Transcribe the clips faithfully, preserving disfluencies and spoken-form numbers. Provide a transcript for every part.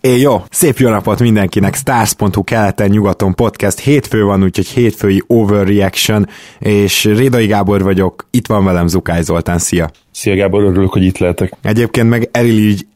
É, jó, szép jó napot mindenkinek, Stars pont hu keleten-nyugaton podcast, hétfő van, úgyhogy hétfői overreaction, és Rédai Gábor vagyok, itt van velem Zukály Zoltán, szia! Szia Gábor, örülök, hogy itt lehetek. Egyébként meg elirigy,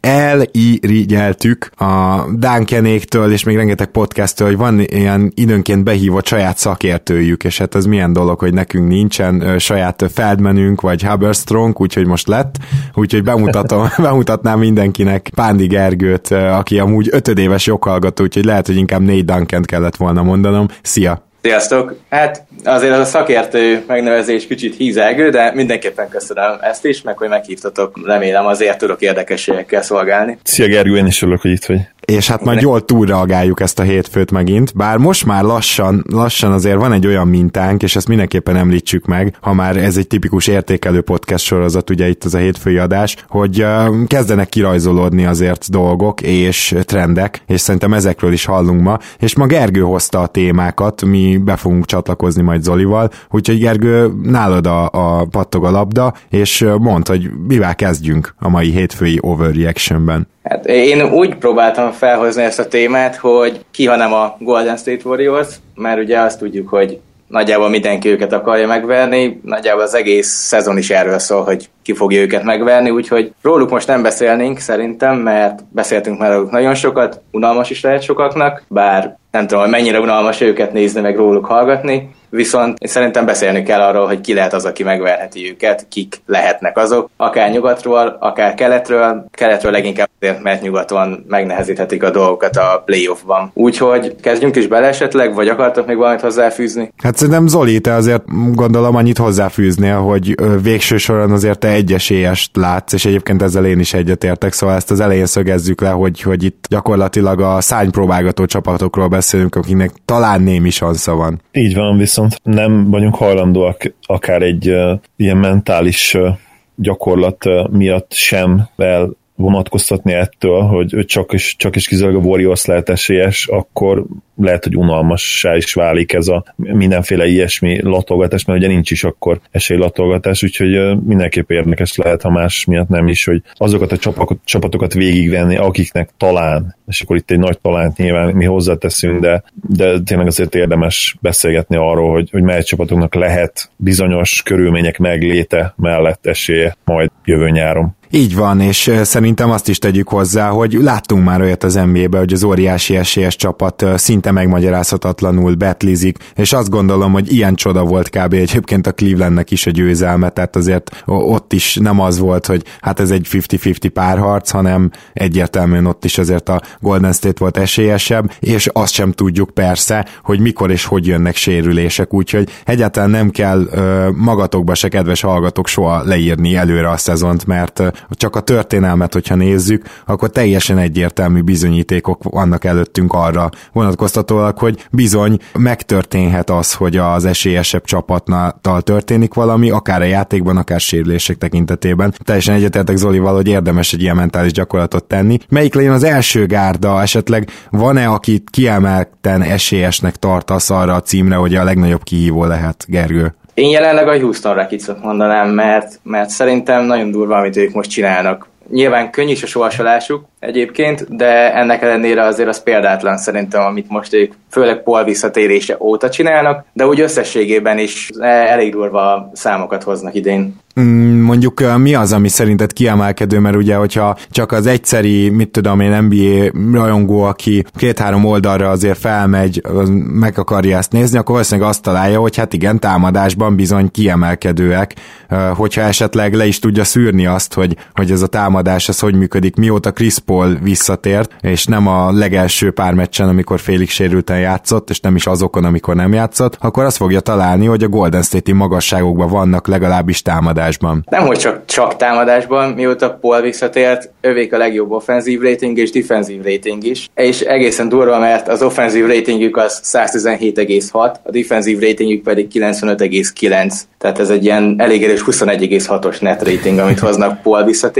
elirigyeltük a Duncanéktől, és még rengeteg podcasttől, hogy van ilyen időnként behívott saját szakértőjük, és hát ez milyen dolog, hogy nekünk nincsen ö, saját Feldmanünk, vagy Haberstrong, úgyhogy most lett, úgyhogy bemutatom, bemutatnám mindenkinek Pándi Gergőt, aki amúgy ötödéves joghallgató, úgyhogy lehet, hogy inkább négy Duncant kellett volna mondanom. Szia! Sziasztok! Hát azért az a szakértő megnevezés kicsit hízelgő, de mindenképpen köszönöm ezt is, meg hogy meghívtatok, remélem azért tudok érdekességekkel szolgálni. Szia Gergő, én is örülök, hogy itt vagy. És hát majd jól túlreagáljuk ezt a hétfőt megint, bár most már lassan, lassan azért van egy olyan mintánk, és ezt mindenképpen említsük meg, ha már ez egy tipikus értékelő podcast sorozat, ugye itt az a hétfői adás, hogy uh, kezdenek kirajzolódni azért dolgok és trendek, és szerintem ezekről is hallunk ma, és ma Gergő hozta a témákat, mi be fogunk csatlakozni majd Zolival, úgyhogy Gergő, nálad a, a pattog a labda, és mondd, hogy mivel kezdjünk a mai hétfői overreactionben. Hát én úgy próbáltam felhozni ezt a témát, hogy ki, ha nem a Golden State Warriors, mert ugye azt tudjuk, hogy nagyjából mindenki őket akarja megverni, nagyjából az egész szezon is erről szól, hogy ki fogja őket megverni, úgyhogy róluk most nem beszélnénk szerintem, mert beszéltünk már róluk nagyon sokat, unalmas is lehet sokaknak, bár nem tudom, hogy mennyire unalmas őket nézni, meg róluk hallgatni, viszont szerintem beszélni kell arról, hogy ki lehet az, aki megverheti őket, kik lehetnek azok, akár nyugatról, akár keletről, keletről leginkább azért, mert nyugaton megnehezíthetik a dolgokat a playoffban. Úgyhogy kezdjünk is bele esetleg, vagy akartok még valamit hozzáfűzni? Hát szerintem Zoli, te azért gondolom annyit hozzáfűznél, hogy végső soron azért te egy esélyest látsz, és egyébként ezzel én is egyetértek, szóval ezt az elején szögezzük le, hogy, hogy itt gyakorlatilag a szárnypróbálgató csapatokról beszélünk, akinek talán némi sansza van. Így van, viszont nem vagyunk hajlandóak akár egy uh, ilyen mentális uh, gyakorlat uh, miatt sem el vonatkoztatni ettől, hogy, hogy csak, is, csak is kizárólag a Warriors lehet esélyes, akkor lehet, hogy unalmassá is válik ez a mindenféle ilyesmi latolgatás, mert ugye nincs is akkor esélylatolgatás, úgyhogy mindenképp érdekes lehet, ha más miatt nem is, hogy azokat a csapatokat, csapatokat végigvenni, akiknek talán, és akkor itt egy nagy talánt nyilván mi hozzáteszünk, de, de tényleg azért érdemes beszélgetni arról, hogy, hogy mely csapatoknak lehet bizonyos körülmények megléte mellett esélye majd jövő nyáron. Így van, és szerintem azt is tegyük hozzá, hogy láttunk már olyat az en bé á-ben, hogy az óriási esélyes csapat szinte megmagyarázhatatlanul betlizik, és azt gondolom, hogy ilyen csoda volt kb. Egyébként a Clevelandnek is a győzelme, tehát azért ott is nem az volt, hogy hát ez egy fifty-fifty párharc, hanem egyértelműen ott is azért a Golden State volt esélyesebb, és azt sem tudjuk persze, hogy mikor és hogy jönnek sérülések, úgyhogy egyáltalán nem kell magatokba se, kedves hallgatók, soha leírni előre a szezont, mert csak a történelmet, hogyha nézzük, akkor teljesen egyértelmű bizonyítékok vannak előttünk arra vonatkoztatólag, hogy bizony megtörténhet az, hogy az esélyesebb csapatnál történik valami, akár a játékban, akár sérülések tekintetében. Teljesen egyetértek Zolival, hogy érdemes egy ilyen mentális gyakorlatot tenni. Melyik legyen az első gárda? Esetleg van-e, akit kiemelten esélyesnek tartasz arra a címre, hogy a legnagyobb kihívó lehet, Gergő? Én jelenleg a Houston Rockets-ot mondanám, mert, mert szerintem nagyon durva, amit ők most csinálnak. Nyilván könnyű is a sorsolásuk egyébként, de ennek ellenére azért az példátlan szerintem, amit most ők főleg Paul visszatérése óta csinálnak, de úgy összességében is elég durva számokat hoznak idén. Mondjuk mi az, ami szerinted kiemelkedő, mert ugye, hogyha csak az egyszeri, mit tudom én, en bé á rajongó, aki két-három oldalra azért felmegy, meg akarja ezt nézni, akkor valószínűleg azt találja, hogy hát igen, támadásban bizony kiemelkedőek, hogyha esetleg le is tudja szűrni azt, hogy, hogy ez a támadás, ez hogy működik, mióta Chris Paul visszatért, és nem a legelső pár meccsen, amikor félig sérülten játszott, és nem is azokon, amikor nem játszott, akkor azt fogja találni, hogy a Golden State-i magasságokban vannak legalábbis támadásban. Nem, hogy csak, csak támadásban, mióta Paul visszatért, övék a legjobb offenzív rating és defenzív rating is, és egészen durva, mert az offenzív ratingjük az száz tizenhét egész hat, a defenzív ratingjük pedig kilencvenöt egész kilenc, tehát ez egy ilyen elég erős huszonegy egész hatos net rating, amit hoznak Paul visszatérése óta.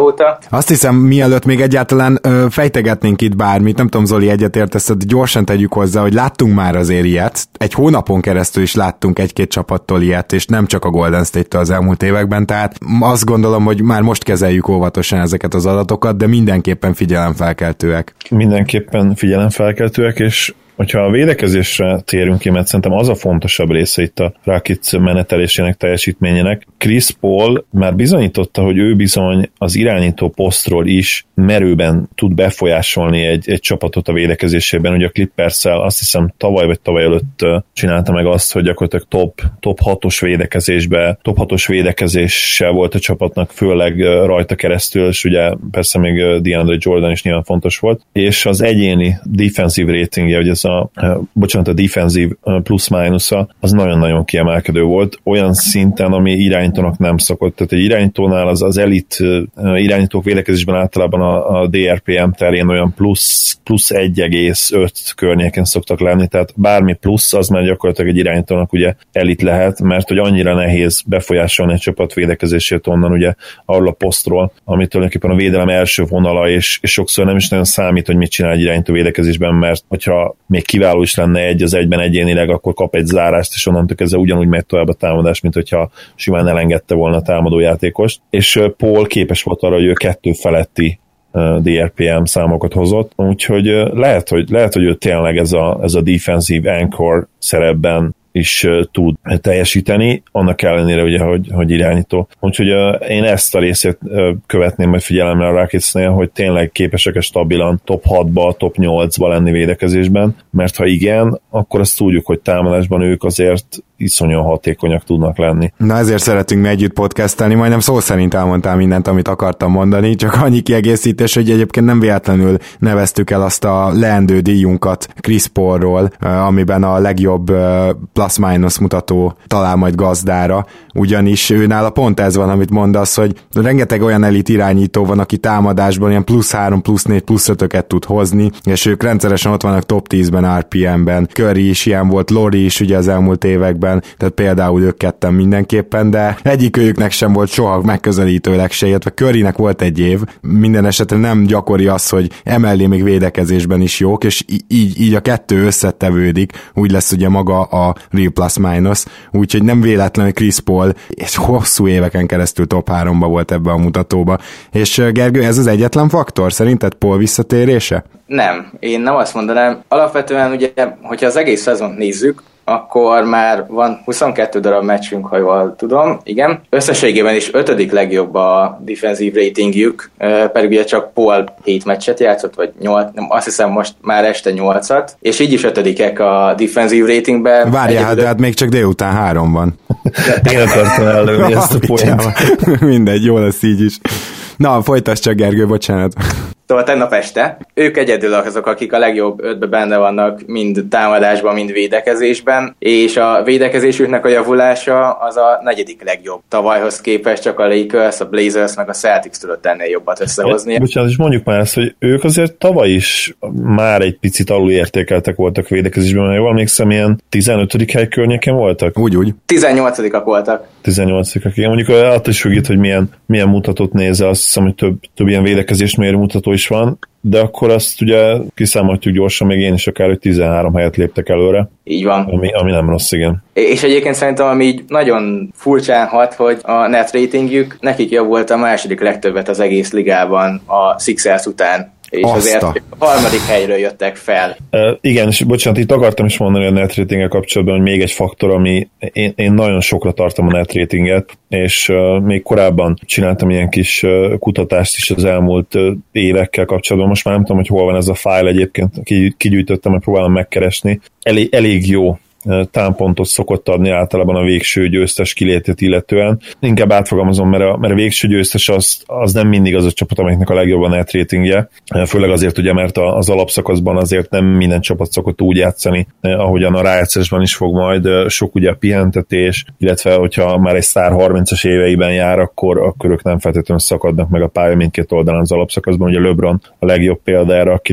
óta. Azt hiszem, mielőtt még egyáltalán ö, fejtegetnénk itt bármit, nem tudom, Zoli, egyetértesz, de gyorsan tegyük hozzá, hogy láttunk már azért ilyet. Egy hónapon keresztül is láttunk egy-két csapattól ilyet, és nem csak a Golden State-től az elmúlt években, tehát azt gondolom, hogy már most kezeljük óvatosan ezeket az adatokat, de mindenképpen figyelemfelkeltőek. Mindenképpen figyelemfelkeltőek, és hogyha a védekezésre térünk ki, mert szerintem az a fontosabb része itt a Rockets menetelésének, teljesítményének. Chris Paul már bizonyította, hogy ő bizony az irányító posztról is merőben tud befolyásolni egy, egy csapatot a védekezésében. Ugye a Clippers-szel azt hiszem tavaly vagy tavaly előtt csinálta meg azt, hogy gyakorlatilag top, top hatos védekezésbe, top hatos védekezéssel volt a csapatnak, főleg rajta keresztül, és ugye persze még DeAndre Jordan is nyilván fontos volt, és az egyéni defensive ratingje, hogy ez a, bocsánat, a defensív plusz-mínusza, az nagyon-nagyon kiemelkedő volt, olyan szinten, ami irányítónak nem szokott. Tehát egy irányítónál az, az elit irányítók védekezésben általában a, a dé er pé em terén olyan plusz, plusz egy egész öt környéken szoktak lenni, tehát bármi plusz, az már gyakorlatilag egy irányítónak ugye elit lehet, mert hogy annyira nehéz befolyásolni egy csapat védekezését onnan ugye arról a posztról, ami tulajdonképpen a védelem első vonala, és, és sokszor nem is nagyon számít, hogy mit csinál egy irányító védekezésben, mert hogyha még kiváló is lenne egy az egyben egyénileg, akkor kap egy zárást, és onnantól kezdve ugyanúgy megy tovább a támadás, mint hogyha simán elengedte volna a támadójátékost. És Paul képes volt arra, hogy ő kettő feletti dé er pé em számokat hozott, úgyhogy lehet, hogy, lehet, hogy ő tényleg ez a, ez a defensive anchor szerepben is tud teljesíteni, annak ellenére ugye, hogy, hogy irányító. Úgyhogy uh, én ezt a részét uh, követném majd figyelemre a Rocketsnél, hogy tényleg képesek-e stabilan top hatba, top nyolcba lenni védekezésben, mert ha igen, akkor azt tudjuk, hogy támadásban ők azért iszonyúan hatékonyak tudnak lenni. Na ezért szeretünk mi együtt podcastelni, majdnem szó szerint elmondtál mindent, amit akartam mondani, csak annyi kiegészítés, hogy egyébként nem véletlenül neveztük el azt a leendő díjunkat Chris Paulról, amiben a legjobb plusz-minusz mutató talál majd gazdára, ugyanis őnála pont ez van, amit mondasz, hogy rengeteg olyan elit irányító van, aki támadásban ilyen plusz három, plusz négy, plusz ötöket tud hozni, és ők rendszeresen ott vannak top tízben er pé em-ben. Curry is ilyen volt, Lori is ugye az elmúlt években, tehát például ők ketten mindenképpen, de egyik őjüknek sem volt soha megközelítőleg se, illetve Currynek volt egy év, minden esetre nem gyakori az, hogy emellé még védekezésben is jók, és így, így a kettő összetevődik, úgy lesz ugye maga a real plus minus, úgyhogy nem véletlenül Chris Paul és hosszú éveken keresztül top háromba volt ebbe a mutatóba. És Gergő, ez az egyetlen faktor? Szerinted Paul visszatérése? Nem, én nem azt mondanám. Alapvetően ugye, hogyha az egész szezont nézzük, akkor már van huszonkettő darab meccsünk, ha jól tudom, igen. Összességében is ötödik legjobb a defensive ratingjük, pedig ugye csak Paul hét meccset játszott, vagy nyolc, nem, azt hiszem most már este nyolcat, és így is ötödikek a defensive ratingben. Várjál, hát, de hát még csak délután három van. Én akartam előni ezt a point. Mindegy, jó lesz így is. Na, folytasd csak, Gergő, bocsánat. Szóval tegnap este ők egyedül azok, akik a legjobb ötbe benne vannak, mind támadásban, mind védekezésben, és a védekezésüknek a javulása az a negyedik legjobb. Tavalyhoz képest csak a Lakers, a Blazers meg a Celtics tudott ennél jobbat összehozni. Bocsánat, és mondjuk már ezt, hogy ők azért tavaly is már egy picit alulértékeltek voltak védekezésben, mert jól emlékszem, ilyen tizenötödik hely környéken voltak? Úgy, úgy. tizennyolcadikak voltak. tizennyolcadikak, igen. Mondjuk attól is függít, hogy milyen, milyen mutatót nézel, azt hiszem, hogy több, több ilyen védekezést mérő mutató is van, de akkor azt ugye kiszámolhatjuk gyorsan, még én is akár, hogy tizenhárom helyet léptek előre. Így van. Ami, ami nem rossz, igen. És egyébként szerintem, ami így nagyon furcsán hat, hogy a net ratingjük nekik javult a második legtöbbet az egész ligában a Sixers után. És Azta. Azért a harmadik helyről jöttek fel. Uh, igen, és bocsánat, itt akartam is mondani a net ratinggel kapcsolatban, hogy még egy faktor, ami én, én nagyon sokra tartom a net ratinget, és uh, még korábban csináltam ilyen kis uh, kutatást is az elmúlt uh, évekkel kapcsolatban. Most már nem tudom, hogy hol van ez a file egyébként, kigyűjtöttem, mert próbálom megkeresni. Elég, elég jó támpontot szokott adni általában a végső győztes kilétét illetően. Inkább átfogalmazom, mert a, mert a végső győztes az, az nem mindig az a csapat, amelyiknek a legjobb a net ratingje. Főleg azért ugye, mert az alapszakaszban azért nem minden csapat szokott úgy játszani, ahogyan a rájátszásban is fog majd. Sok ugye a pihentetés, illetve hogyha már egy sztár harmincas éveiben jár, akkor, akkor ők nem feltétlenül szakadnak meg a pálya mindkét oldalán az alapszakaszban. Ugye LeBron a legjobb példa erre, akiről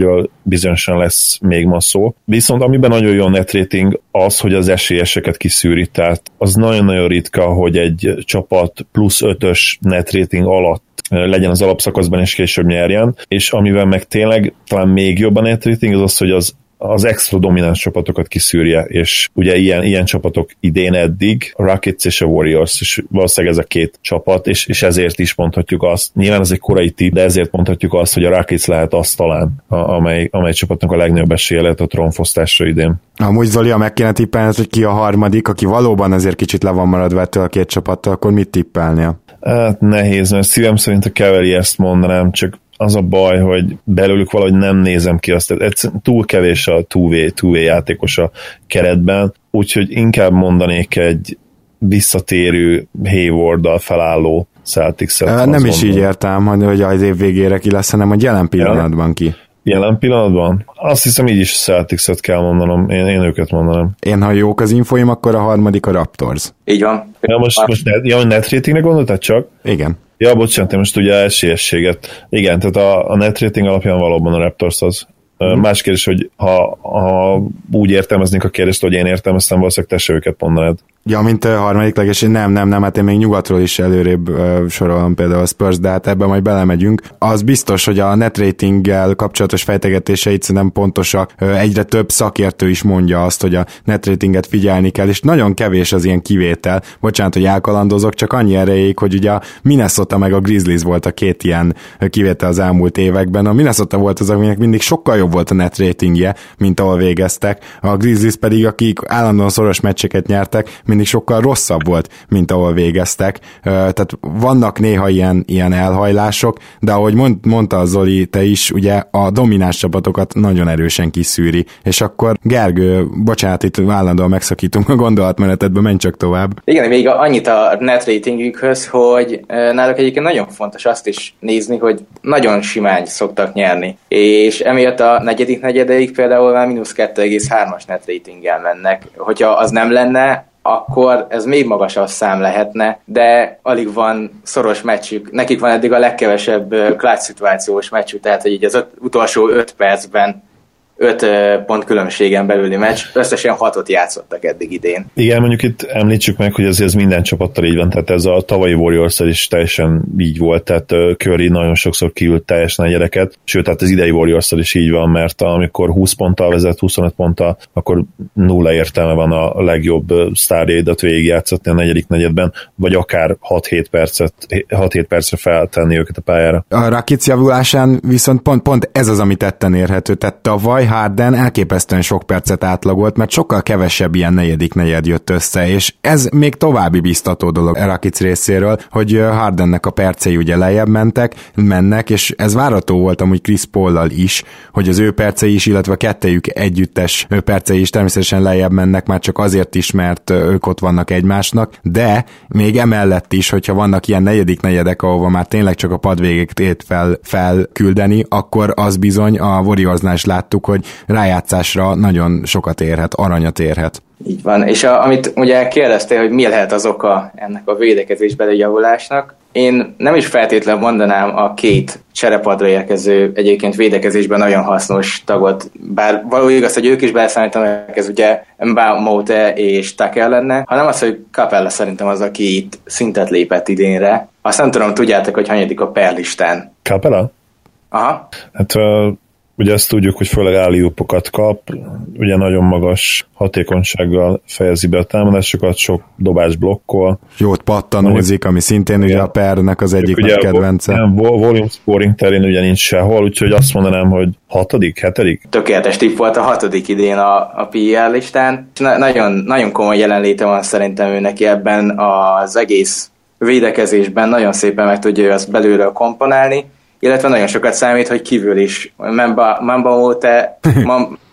bizonyosan lesz még ma szó. Viszont amiben nagyon jó a net rating az, hogy az esélyeseket kiszűri, tehát az nagyon-nagyon ritka, hogy egy csapat plusz ötös net rating alatt legyen az alapszakaszban és később nyerjen, és amivel meg tényleg talán még jobb a net rating az az, hogy az az extra domináns csapatokat kiszűrje, és ugye ilyen, ilyen csapatok idén eddig, a Rockets és a Warriors, és valószínűleg ez a két csapat, és, és ezért is mondhatjuk azt, nyilván ez egy korai tipp, de ezért mondhatjuk azt, hogy a Rockets lehet az talán, a, amely, amely csapatnak a legnagyobb esélye lehet a trónfosztásra idén. Amúgy Zoli, ha meg kéne tippelni, hogy ki a harmadik, aki valóban azért kicsit le van maradva ettől a két csapattal, akkor mit tippelnél? Hát nehéz, mert szívem szerint a Cavaliers-t mondanám, csak az a baj, hogy belőlük valahogy nem nézem ki azt, egyszerűen túl kevés a two-way játékos a keretben, úgyhogy inkább mondanék egy visszatérő Haywarddal felálló Celtics-et. Nem is így értem, hogy az év végére ki lesz, hanem hogy jelen pillanatban ki. Jelen pillanatban? Azt hiszem így is Celtics-et kell mondanom, én, én őket mondanám. Én, ha jók az infoim, akkor a harmadik a Raptors. Így van. Ja, most, most net, ja, net ratingre gondoltad csak? Igen. Ja, bocsánat, én most ugye esélyességet. Igen, tehát a, a net rating alapján valóban a Raptors az. Mm. Más kérdés, hogy ha, ha úgy értelmeznénk a kérdést, hogy én értelmeztem, valószínűleg te se őket mondanád. Ja, mint a harmadik leges, nem, nem, nem, hát én még nyugatról is előrébb uh, sorolom például a Spurs, de hát ebben majd belemegyünk. Az biztos, hogy a net ratinggel kapcsolatos fejtegetéseit szerintem pontosak. Uh, egyre több szakértő is mondja azt, hogy a net ratinget figyelni kell, és nagyon kevés az ilyen kivétel. Bocsánat, hogy elkalandozok, csak annyi erejéig, hogy ugye a Minnesota meg a Grizzlies volt a két ilyen kivétel az elmúlt években. A Minnesota volt az, aminek mindig sokkal jobb volt a net ratingje, mint ahol végeztek. A Grizzlies pedig, akik állandóan szoros meccseket nyertek, mindig sokkal rosszabb volt, mint ahol végeztek. Tehát vannak néha ilyen, ilyen elhajlások, de ahogy mond, mondta Zoli, te is, ugye a domináns csapatokat nagyon erősen kiszűri, és akkor Gergő, bocsánat, itt állandóan megszakítunk a gondolatmenetedbe, menj csak tovább. Igen, még annyit a net ratingükhöz, hogy náluk egyébként nagyon fontos azt is nézni, hogy nagyon simán szoktak nyerni, és emiatt a negyedik negyedeig például már mínusz kettő egész hármas net ratinggel mennek. Hogyha az nem lenne, akkor ez még magasabb szám lehetne, de alig van szoros meccsük. Nekik van eddig a legkevesebb clutch szituációs meccsük, tehát hogy így az öt, utolsó öt percben öt pont különbségen belüli meccs, összesen hatot játszottak eddig idén. Igen, mondjuk itt említsük meg, hogy azért ez minden csapattal így van, tehát ez a tavalyi warriors is teljesen így volt, tehát Curry nagyon sokszor kiült teljes negyedeket, sőt, tehát az idei warriors is így van, mert amikor húsz ponttal vezet, huszonöt ponttal, akkor nulla értelme van a legjobb sztárjaidat végigjátszatni a negyedik negyedben, vagy akár hat-hét percet, hat-hét percre feltenni őket a pályára. A Rockets javulásán viszont pont, pont ez az, ami tetten érhető, tehát tavaly Harden elképesztően sok percet átlagolt, mert sokkal kevesebb ilyen negyedik negyed jött össze, és ez még további biztató dolog a Rockets részéről, hogy Hardennek a percei ugye lejjebb mentek, mennek, és ez várható volt amúgy Chris Paul-lal is, hogy az ő percei is, illetve a kettejük együttes percei is természetesen lejjebb mennek, már csak azért is, mert ők ott vannak egymásnak, de még emellett is, hogyha vannak ilyen negyedik negyedek, ahova már tényleg csak a pad végét fel, felküldeni, akkor az bizony a Warriorsnál is láttuk, hogy rájátszásra nagyon sokat érhet, aranyat érhet. Így van, és a, amit ugye kérdeztél, hogy mi lehet az oka ennek a védekezésbeli javulásnak, én nem is feltétlenül mondanám a két cserepadra érkező, egyébként védekezésben nagyon hasznos tagot, bár való igaz, hogy ők is beleszámítanak, ez ugye Mbá Moute és Tucker lenne, hanem az, hogy Capella szerintem az, aki itt szintet lépett idénre. Azt nem tudom, tudjátok, hogy hanyadik a per listán. Capella? Aha. Hát uh... ugye azt tudjuk, hogy főleg álley-oopokat kap, ugye nagyon magas hatékonysággal fejezi be a támadásokat, sok dobás blokkol. Jót pattanózik, ami szintén ugye a pernek az egyik nagy kedvence. Nem, volume scoring terén ugye nincs sehol, úgyhogy azt mondanám, hogy hatodik, hetedik? Tökéletes tipp volt, a hatodik idén a, a pé er listán. Na, nagyon, nagyon komoly jelenléte van szerintem ő neki ebben az egész védekezésben, nagyon szépen meg tudja azt belülről komponálni, illetve nagyon sokat számít, hogy kívül is Mamba Moute,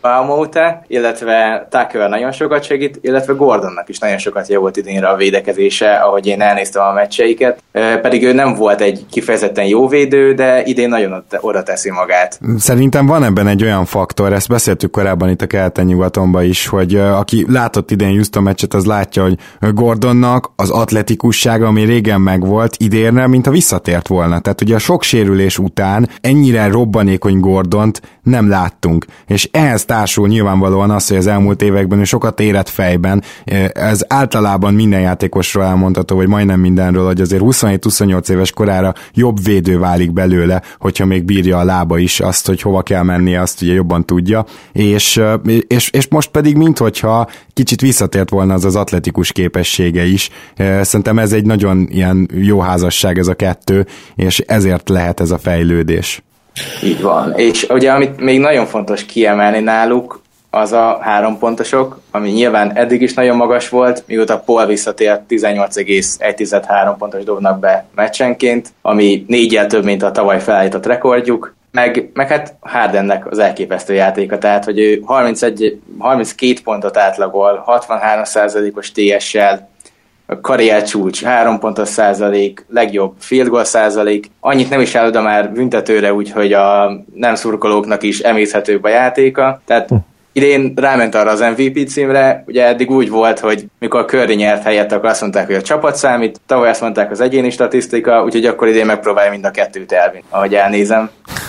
Baumota, illetve Tucker nagyon sokat segít, illetve Gordonnak is nagyon sokat javult idénre a védekezése, ahogy én elnéztem a meccseiket. Pedig ő nem volt egy kifejezetten jó védő, de idén nagyon oda teszi magát. Szerintem van ebben egy olyan faktor, ezt beszéltük korábban itt a keleten-nyugatonban is, hogy aki látott idén Houston meccset, az látja, hogy Gordonnak az atletikussága, ami régen megvolt, idénre, mint a visszatért volna. Tehát ugye a sok sérülés után ennyire robbanékony Gordont nem láttunk. És ehhez társul nyilvánvalóan az, hogy az elmúlt években ő sokat érett fejben. Ez általában minden játékosról elmondható, vagy majdnem mindenről, hogy azért huszonhét-huszonnyolc éves korára jobb védő válik belőle, hogyha még bírja a lába is azt, hogy hova kell mennie, azt ugye jobban tudja. És, és, és most pedig minthogyha kicsit visszatért volna az az atletikus képessége is. Szerintem ez egy nagyon ilyen jó házasság ez a kettő, és ezért lehet ez a fejlődés. Így van. És ugye amit még nagyon fontos kiemelni náluk, az a három pontosok, ami nyilván eddig is nagyon magas volt, mióta Paul visszatért tizennyolc egész egy három pontos dobnak be meccsenként, ami négyel több, mint a tavaly felállított rekordjuk, meg, meg hát Hardennek az elképesztő játéka, tehát hogy ő harmincegy, harminckét pontot átlagol, hatvanhárom százalékos té es-sel, karrier csúcs, három pontos százalék, legjobb field goal százalék, annyit nem is áll oda már büntetőre, úgyhogy a nem szurkolóknak is emészhetőbb a játéka, tehát idén ráment arra az em vé pé címre, ugye eddig úgy volt, hogy mikor Curry nyert helyett, akkor azt mondták, hogy a csapat számít, tavaly azt mondták az egyéni statisztika, úgyhogy akkor idén megpróbálja mind a kettőt elvinni, ahogy elnézem.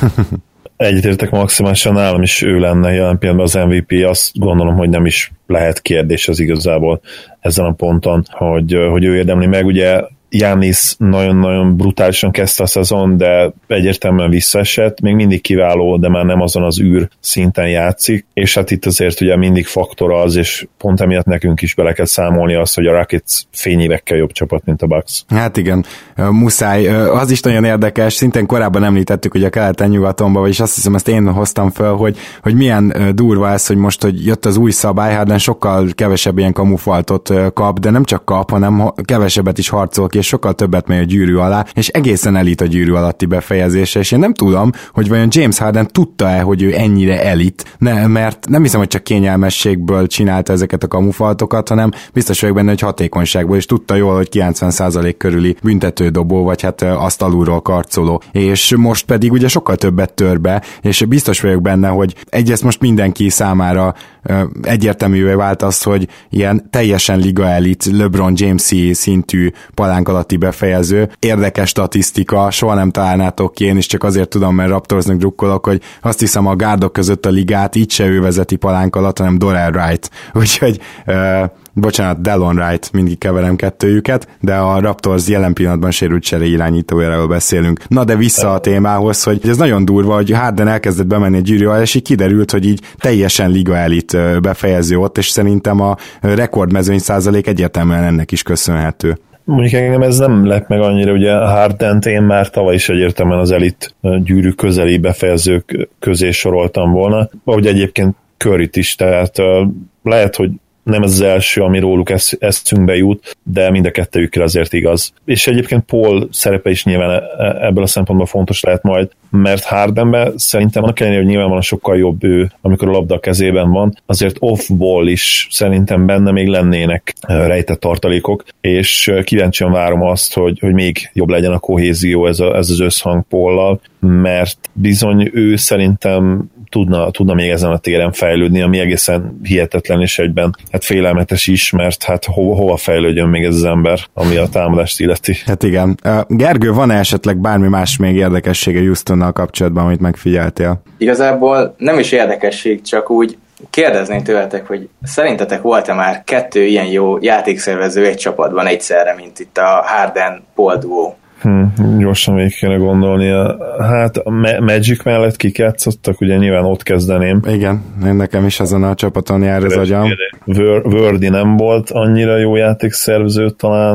Egyetértek maximálisan, nálam is ő lenne jelen pillanatban az em vé pé, azt gondolom, hogy nem is lehet kérdés az igazából ezen a ponton, hogy, hogy ő érdemli meg. Ugye Giannis nagyon-nagyon brutálisan kezdte a szezon, de egyértelműen visszaesett, még mindig kiváló, de már nem azon az űr szinten játszik, és hát itt azért ugye mindig faktor az, és pont emiatt nekünk is bele kell számolni azt, hogy a Rockets fényévekkel jobb csapat, mint a Bucks. Hát igen, muszáj. Az is nagyon érdekes, szintén korábban említettük, hogy a keleten-nyugatonban, vagyis azt hiszem, ezt én hoztam fel, hogy, hogy milyen durva ez, hogy most, hogy jött az új szabály, Harden sokkal kevesebb ilyen kamufaltot kap, de nem csak kap, hanem kevesebbet is harcol ki, és sokkal többet megy a gyűrű alá, és egészen elit a gyűrű alatti befejezése, és én nem tudom, hogy vajon James Harden tudta-e, hogy ő ennyire elit, ne, mert nem hiszem, hogy csak kényelmességből csinálta ezeket a kamufaltokat, hanem biztos vagyok benne, hogy hatékonyságból, és tudta jól, hogy kilencven százalék körüli büntetődobó, vagy hát azt alulról karcoló, és most pedig ugye sokkal többet tör be, és biztos vagyok benne, hogy egyrészt most mindenki számára egyértelművé vált az, hogy ilyen teljesen liga elit, LeBron James-i szintű palánk alatti befejező. Érdekes statisztika, soha nem találnátok ki, én is csak azért tudom, mert Raptorsnak drukkolok, hogy azt hiszem a gárdok között a ligát így se ő vezeti palánk alatt, hanem Dorell Wright. Úgyhogy uh, bocsánat, Delon Wright, mindig keverem kettőjüket, de a Raptors jelen pillanatban sérült csere irányítójáról beszélünk. Na de vissza a témához, hogy ez nagyon durva, hogy Harden elkezdett bemenni a gyűrű alá, és így kiderült, hogy így teljesen liga elit befejező ott, és szerintem a rekordmezőny százalék egyértelműen ennek is köszönhető. Mondjuk engem ez nem lett meg annyira, ugye Hardent én már tavaly is egyértelműen az elit gyűrű közeli befejezők közé soroltam volna, ahogy egyébként Curryt is, tehát lehet, hogy nem ez az első, ami róluk eszünkbe jut, de mind a kettőjükre azért igaz. És egyébként Paul szerepe is nyilván ebből a szempontból fontos lehet majd, mert Hardenben szerintem annak ellenére, hogy nyilvánvalóan sokkal jobb ő, amikor a labda a kezében van, azért off-ball is szerintem benne még lennének rejtett tartalékok, és kíváncsian várom azt, hogy, hogy még jobb legyen a kohézió, ez, a, ez az összhang Paullal, mert bizony ő szerintem tudna, tudna még ezen a téren fejlődni, ami egészen hihetetlen és egyben hát félelmetes is, mert hát hova, hova fejlődjön még ez az ember, ami a támadást illeti. Hát igen. Gergő, van-e esetleg bármi más még érdekessége Houstonnal kapcsolatban, amit megfigyeltél? Igazából nem is érdekesség, csak úgy kérdezném tőletek, hogy szerintetek volt-e már kettő ilyen jó játékszervező egy csapatban egyszerre, mint itt a Harden-Paul duó? Hmm, gyorsan végig kéne gondolni. Hát a Magic mellett kik játszottak, ugye nyilván ott kezdeném. Igen, én nekem is azon a csapaton jár az agyam. Wordy nem volt annyira jó játékszervező talán.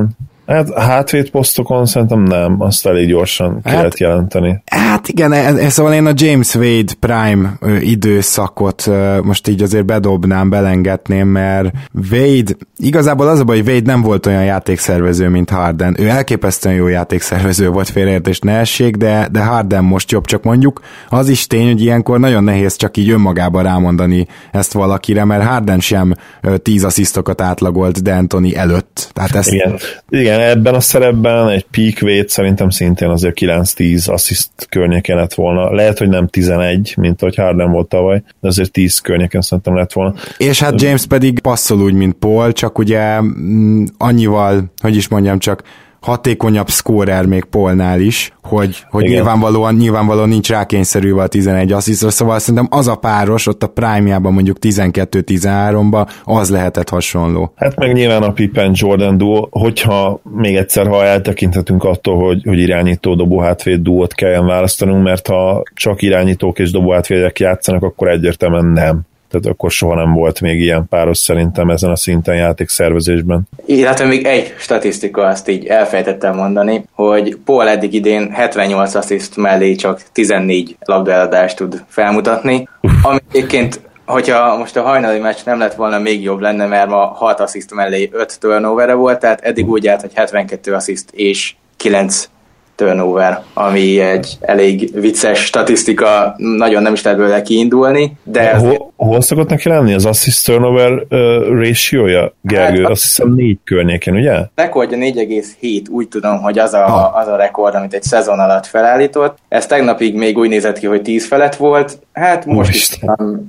Hát hátvéd posztokon szerintem nem, azt elég gyorsan ki hát, lehet jelenteni. Hát igen, ez, szóval én a James Wade Prime időszakot most így azért bedobnám, belengedném, mert Wade, igazából az a baj, hogy Wade nem volt olyan játékszervező, mint Harden. Ő elképesztően jó játékszervező volt, félreértés ne essék, de, de Harden most jobb, csak mondjuk az is tény, hogy ilyenkor nagyon nehéz csak így önmagában rámondani ezt valakire, mert Harden sem tíz asszisztokat átlagolt D'Antoni előtt. Tehát ezt... Igen. Igen, ebben a szerepben egy peak Wade szerintem szintén azért kilenc-tíz assziszt környéken lett volna. Lehet, hogy nem tizenegy, mint ahogy Harden volt tavaly, de azért tíz környéken szerintem lett volna. És hát James pedig passzol úgy, mint Paul, csak ugye mm, annyival, hogy is mondjam, csak hatékonyabb szkórer még Paulnál is, hogy, hogy nyilvánvalóan, nyilvánvalóan nincs rákényszerülve a tizenegy asszisztra, szóval szerintem az a páros ott a prime-jában mondjuk tizenkettő-tizenháromban az lehetett hasonló. Hát meg nyilván a Pippen-Jordan duo, hogyha még egyszer, ha eltekinthetünk attól, hogy, hogy irányító dobóhátvéd duót kelljen választanunk, mert ha csak irányítók és dobóhátvédek játszanak, akkor egyértelműen nem. Tehát akkor soha nem volt még ilyen páros szerintem ezen a szinten játékszervezésben. Illetve még egy statisztika, azt így elfejtettem mondani, hogy Paul eddig idén hetvennyolc assziszt mellé csak tizennégy labdaeladást tud felmutatni, ami egyébként, hogyha most a hajnali meccs nem lett volna, még jobb lenne, mert ma hat assziszt mellé öt turnover volt, tehát eddig úgy állt, hogy hetvenkettő assziszt és kilenc turnover, ami egy elég vicces statisztika, nagyon nem is lehet belőle kiindulni, de... Hol, hol szokott neki lenni az assist turnover uh, ratio-ja, Gergő? Hát, azt hiszem négy környéken, ugye? Rekordja négy egész hét, úgy tudom, hogy az a, ah. az a rekord, amit egy szezon alatt felállított. Ez tegnapig még úgy nézett ki, hogy tíz felett volt, hát most is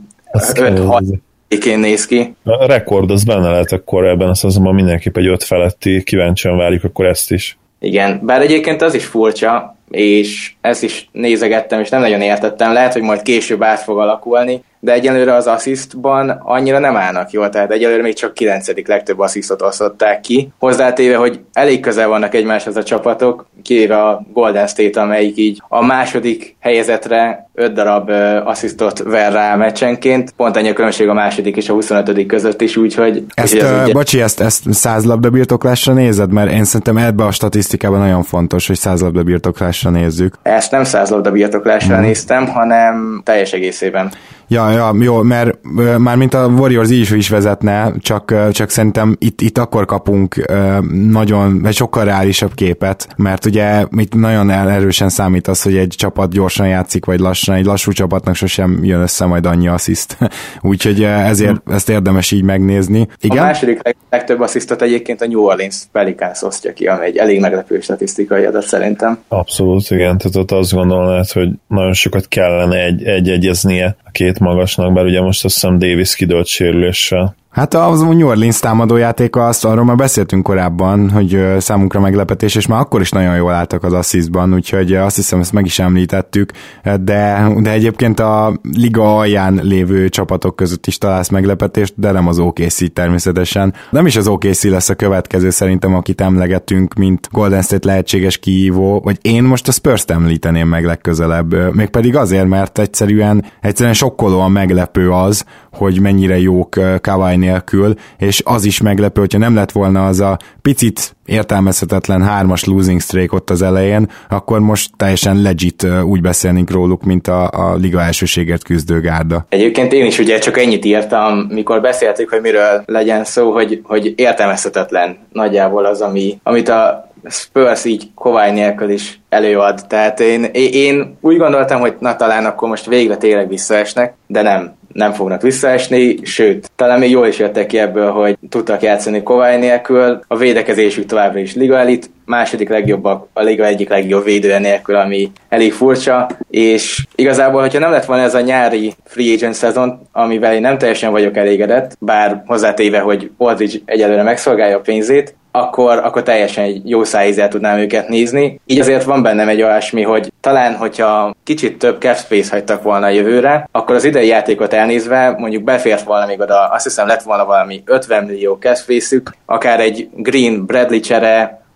öt-hat én néz ki. A rekord az benne lehet akkor ebben, azt azonban mindenképp egy öt feletti, kíváncsian várjuk akkor ezt is. Igen, bár egyébként az is furcsa, és ezt is nézegettem, és nem nagyon értettem, lehet, hogy majd később át fog alakulni, de egyelőre az asszisztban annyira nem állnak jól, tehát egyelőre még csak kilencedik legtöbb asszisztot osztották ki. Hozzátéve, hogy elég közel vannak egymáshoz a csapatok, kivéve a Golden State, amelyik így a második helyezetre öt darab asszisztot ver rá meccsenként, pont ennyi a különbség a második és a huszonötödik között is, úgyhogy... Ezt, úgy, uh, ugye... Bocsi, ezt, ezt száz labda birtoklásra nézed? Mert én szerintem ebbe a statisztikában nagyon fontos, hogy száz labda birtoklásra nézzük. Ezt nem száz labda birtoklásra hmm. néztem, hanem teljes egészében. Ja, ja, jó, mert már mint a Warriors így is vezetne, csak, csak szerintem itt, itt akkor kapunk nagyon, egy sokkal reálisabb képet, mert ugye itt nagyon erősen számít az, hogy egy csapat gyorsan játszik, vagy lassan, egy lassú csapatnak sosem jön össze majd annyi assziszt. Úgyhogy ezért hmm. ezt érdemes így megnézni. Igen? A második leg, legtöbb asszisztot egyébként a New Orleans Pelicans osztja ki, ami egy elég meglepő statisztikai adat szerintem. Abszolút, igen, tehát ott azt gondolom, hogy nagyon sokat kellene egy, egy-egyeznie a két magasnak, bár ugye most azt hiszem Davis kidőlt sérüléssel. Hát az New Orleans támadójátéka, azt arról már beszéltünk korábban, hogy számunkra meglepetés, és már akkor is nagyon jól álltak az asszisztban, úgyhogy azt hiszem, ezt meg is említettük, de, de egyébként a liga alján lévő csapatok között is találsz meglepetést, de nem az o ká cé természetesen. Nem is az o ká cé lesz a következő szerintem, akit emlegetünk, mint Golden State lehetséges kihívó, vagy én most a Spurs-t említeném meg legközelebb, mégpedig azért, mert egyszerűen, egyszerűen sokkolóan meglepő az, hogy mennyire jók Kawhi nélkül, és az is meglepő, hogyha nem lett volna az a picit értelmezhetetlen hármas losing streak ott az elején, akkor most teljesen legit úgy beszélnénk róluk, mint a, a liga elsőségért küzdő gárda. Egyébként én is ugye csak ennyit írtam, mikor beszéltük, hogy miről legyen szó, hogy, hogy értelmezhetetlen nagyjából az, ami, amit a Spurs így Kawhi nélkül is előad. Tehát én, én úgy gondoltam, hogy na talán akkor most végre tényleg visszaesnek, de nem. nem fognak visszaesni, sőt, talán még jól is jöttek ki ebből, hogy tudtak játszani Kawhi nélkül, a védekezésük továbbra is liga elit, második legjobbak, a liga egyik legjobb védője nélkül, ami elég furcsa, és igazából, hogyha nem lett volna ez a nyári free agent szezon, amivel én nem teljesen vagyok elégedett, bár hozzátéve, hogy Aldridge egyelőre megszolgálja a pénzét, akkor, akkor teljesen egy jó szájízzel tudnám őket nézni. Így azért van bennem egy olyasmi, hogy talán, hogyha kicsit több cap space hagytak volna a jövőre, akkor az idei játékot elnézve mondjuk befért volna még oda, azt hiszem lett volna valami ötven millió cap space-ük, akár egy Green Bradley csere,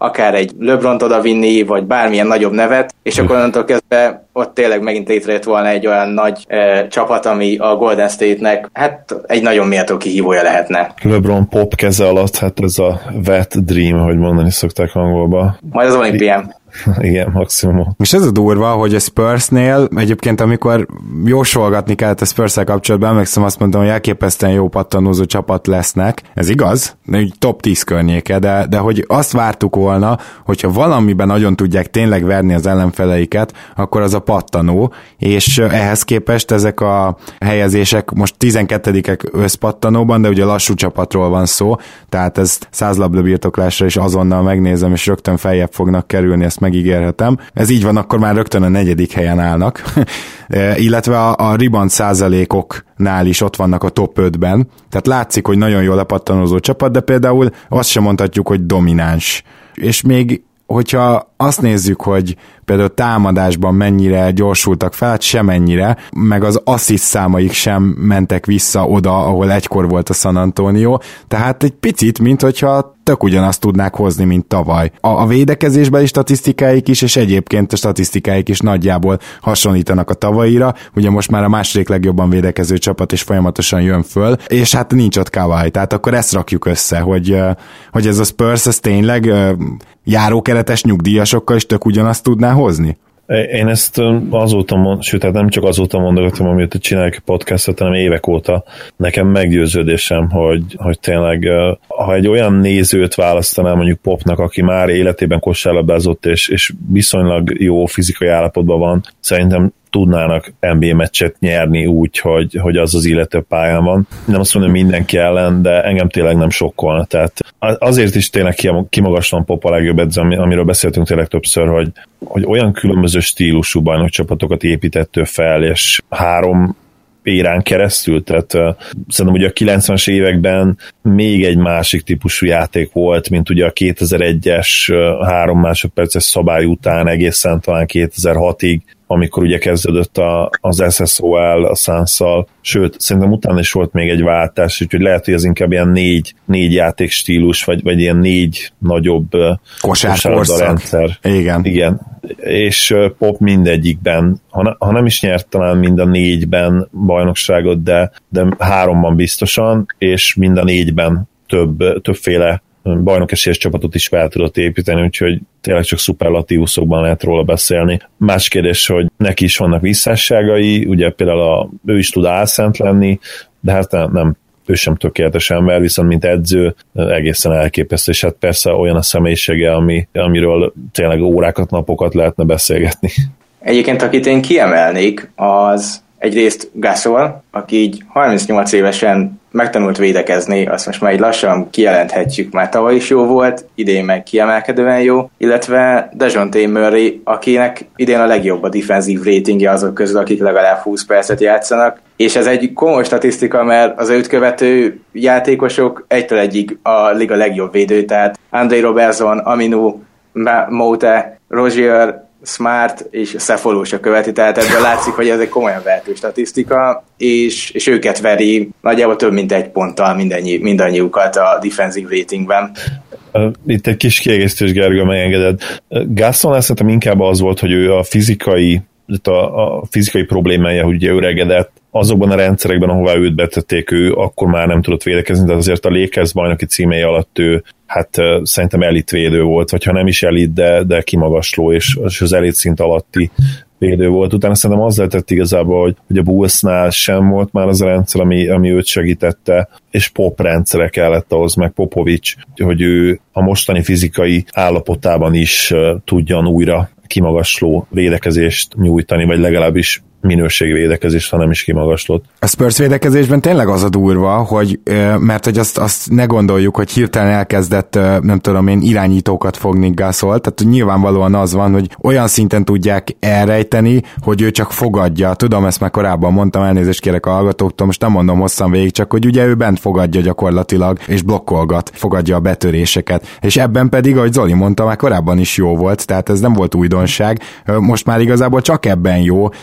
akár egy LeBront odavinni, vagy bármilyen nagyobb nevet, és akkor onnantól kezdve ott tényleg megint létrejött volna egy olyan nagy e, csapat, ami a Golden State-nek hát egy nagyon méltó kihívója lehetne. LeBron Pop keze alatt, hát ez a wet dream, hogy mondani szokták angolba. Majd az olimpián. Igen, maximum. És ez a durva, hogy a Spursnél egyébként, amikor jósolgatni kellett a Spurs-szel kapcsolatban, emlékszem, azt mondtam, hogy elképesztően jó pattanózó csapat lesznek. Ez igaz? Egy top tíz környéke, de, de hogy azt vártuk volna, hogyha valamiben nagyon tudják tényleg verni az ellenfeleiket, akkor az a pattanó, és ehhez képest ezek a helyezések most tizenkettedikek összpattanóban, de ugye lassú csapatról van szó, tehát ez száz labda birtoklásra is azonnal megnézem, és rögtön feljebb fognak kerülni, ezt megígérhetem. Ez így van, akkor már rögtön a negyedik helyen állnak. Illetve a, a rebound százalékoknál is ott vannak a top ötben. Tehát látszik, hogy nagyon jól lepattanózó csapat, de például azt sem mondhatjuk, hogy domináns. És még hogyha azt nézzük, hogy például támadásban mennyire gyorsultak fel, hát semennyire, meg az assziszt számaik sem mentek vissza oda, ahol egykor volt a San Antonio, tehát egy picit, mint hogyha tök ugyanazt tudnák hozni, mint tavaly. A, a védekezésbeli statisztikáik is, és egyébként a statisztikáik is nagyjából hasonlítanak a tavalyira, ugye most már a második legjobban védekező csapat is folyamatosan jön föl, és hát nincs ott Kawhi, tehát akkor ezt rakjuk össze, hogy, hogy ez a Spurs, ez tényleg járókeretes nyugdíjasokkal is tök ugyanazt tudná hozni? Én ezt azóta mond, sőt, hát nem csak azóta mondogatom, amióta csináljuk a podcastot, hanem évek óta nekem meggyőződésem, hogy, hogy tényleg, ha egy olyan nézőt választanám mondjuk Popnak, aki már életében kosárlabdázott, és, és viszonylag jó fizikai állapotban van, szerintem tudnának en bé á meccset nyerni úgy, hogy, hogy az az illető pályán van. Nem azt mondom mindenki ellen, de engem tényleg nem sokkolna. Tehát azért is tényleg kimagaslóan Pop a legjobb edző, amiről beszéltünk tényleg többször, hogy, hogy olyan különböző stílusú bajnokcsapatokat épített ő fel, és három érán keresztül, tehát uh, szerintem ugye a kilencvenes években még egy másik típusú játék volt, mint ugye a kétezer-egyes uh, három másodperces szabály után egészen talán kétezer-hatig, amikor ugye kezdődött a, az es es o el a Suns-szal, sőt, szerintem utána is volt még egy váltás, úgyhogy lehet, hogy ez inkább ilyen négy, négy játékstílus, vagy, vagy ilyen négy nagyobb kosárlabda rendszer. Igen. Igen. És Pop mindegyikben, ha, ne, ha nem is nyert talán mind a négyben bajnokságot, de, de háromban biztosan, és mind a négyben több, többféle bajnokesélyes csapatot is fel tudott építeni, úgyhogy tényleg csak szuperlatívuszokban lehet róla beszélni. Más kérdés, hogy neki is vannak visszásságai, ugye például a, ő is tud álszent lenni, de hát nem, nem ő sem tökéletes ember, viszont mint edző egészen elképesztő, és hát persze olyan a személyisége, ami, amiről tényleg órákat, napokat lehetne beszélgetni. Egyébként, akit én kiemelnék, az egyrészt Gasol, aki így harmincnyolc évesen megtanult védekezni, azt most már így lassan kijelenthetjük, már tavaly is jó volt, idén meg kiemelkedően jó, illetve Dejounte Murray, akinek idén a legjobb a defensív ratingje azok közül, akik legalább húsz percet játszanak, és ez egy komoly statisztika, mert az őt követő játékosok egytől egyig a liga legjobb védő, tehát Andre Robertson, Aminu, Mote, Rozier, Smart és Sefolo se követi, tehát ebből látszik, hogy ez egy komolyan vehető statisztika, és, és őket veri nagyjából több mint egy ponttal mindannyi, mindannyiukat a defensive ratingben. Itt egy kis kiegészítés, Gergő, megengeded. Gasol szerintem inkább az volt, hogy ő a fizikai, a, a fizikai problémája, hogy ugye öregedett, azokban a rendszerekben, ahová őt betették, ő akkor már nem tudott védekezni, de azért a Lakers bajnoki címei alatt ő hát uh, szerintem elitvédő volt, vagy ha nem is elit, de, de kimagasló, és, és az elit szint alatti védő volt. Utána szerintem az lehetett igazából, hogy, hogy a Bullsnál sem volt már az a rendszer, ami, ami őt segítette, és Pop rendszere kellett ahhoz, meg Popovics, hogy ő a mostani fizikai állapotában is uh, tudjan újra kimagasló védekezést nyújtani, vagy legalábbis minőségi védekezést, ha nem is kimagaslott. A Spurs védekezésben tényleg az a durva, hogy, mert hogy azt, azt ne gondoljuk, hogy hirtelen elkezdett, nem tudom én, irányítókat fogni Gasol, tehát nyilvánvalóan az van, hogy olyan szinten tudják elrejteni, hogy ő csak fogadja. Tudom, ezt már korábban mondtam, elnézést kérek a hallgatóktól, most nem mondom hosszan végig, csak hogy ugye ő bent fogadja gyakorlatilag, és blokkolgat, fogadja a betöréseket. És ebben pedig, ahogy Zoli mondta, már korábban is jó volt, tehát ez nem volt újdonság. Most már igazából csak ebben jó, és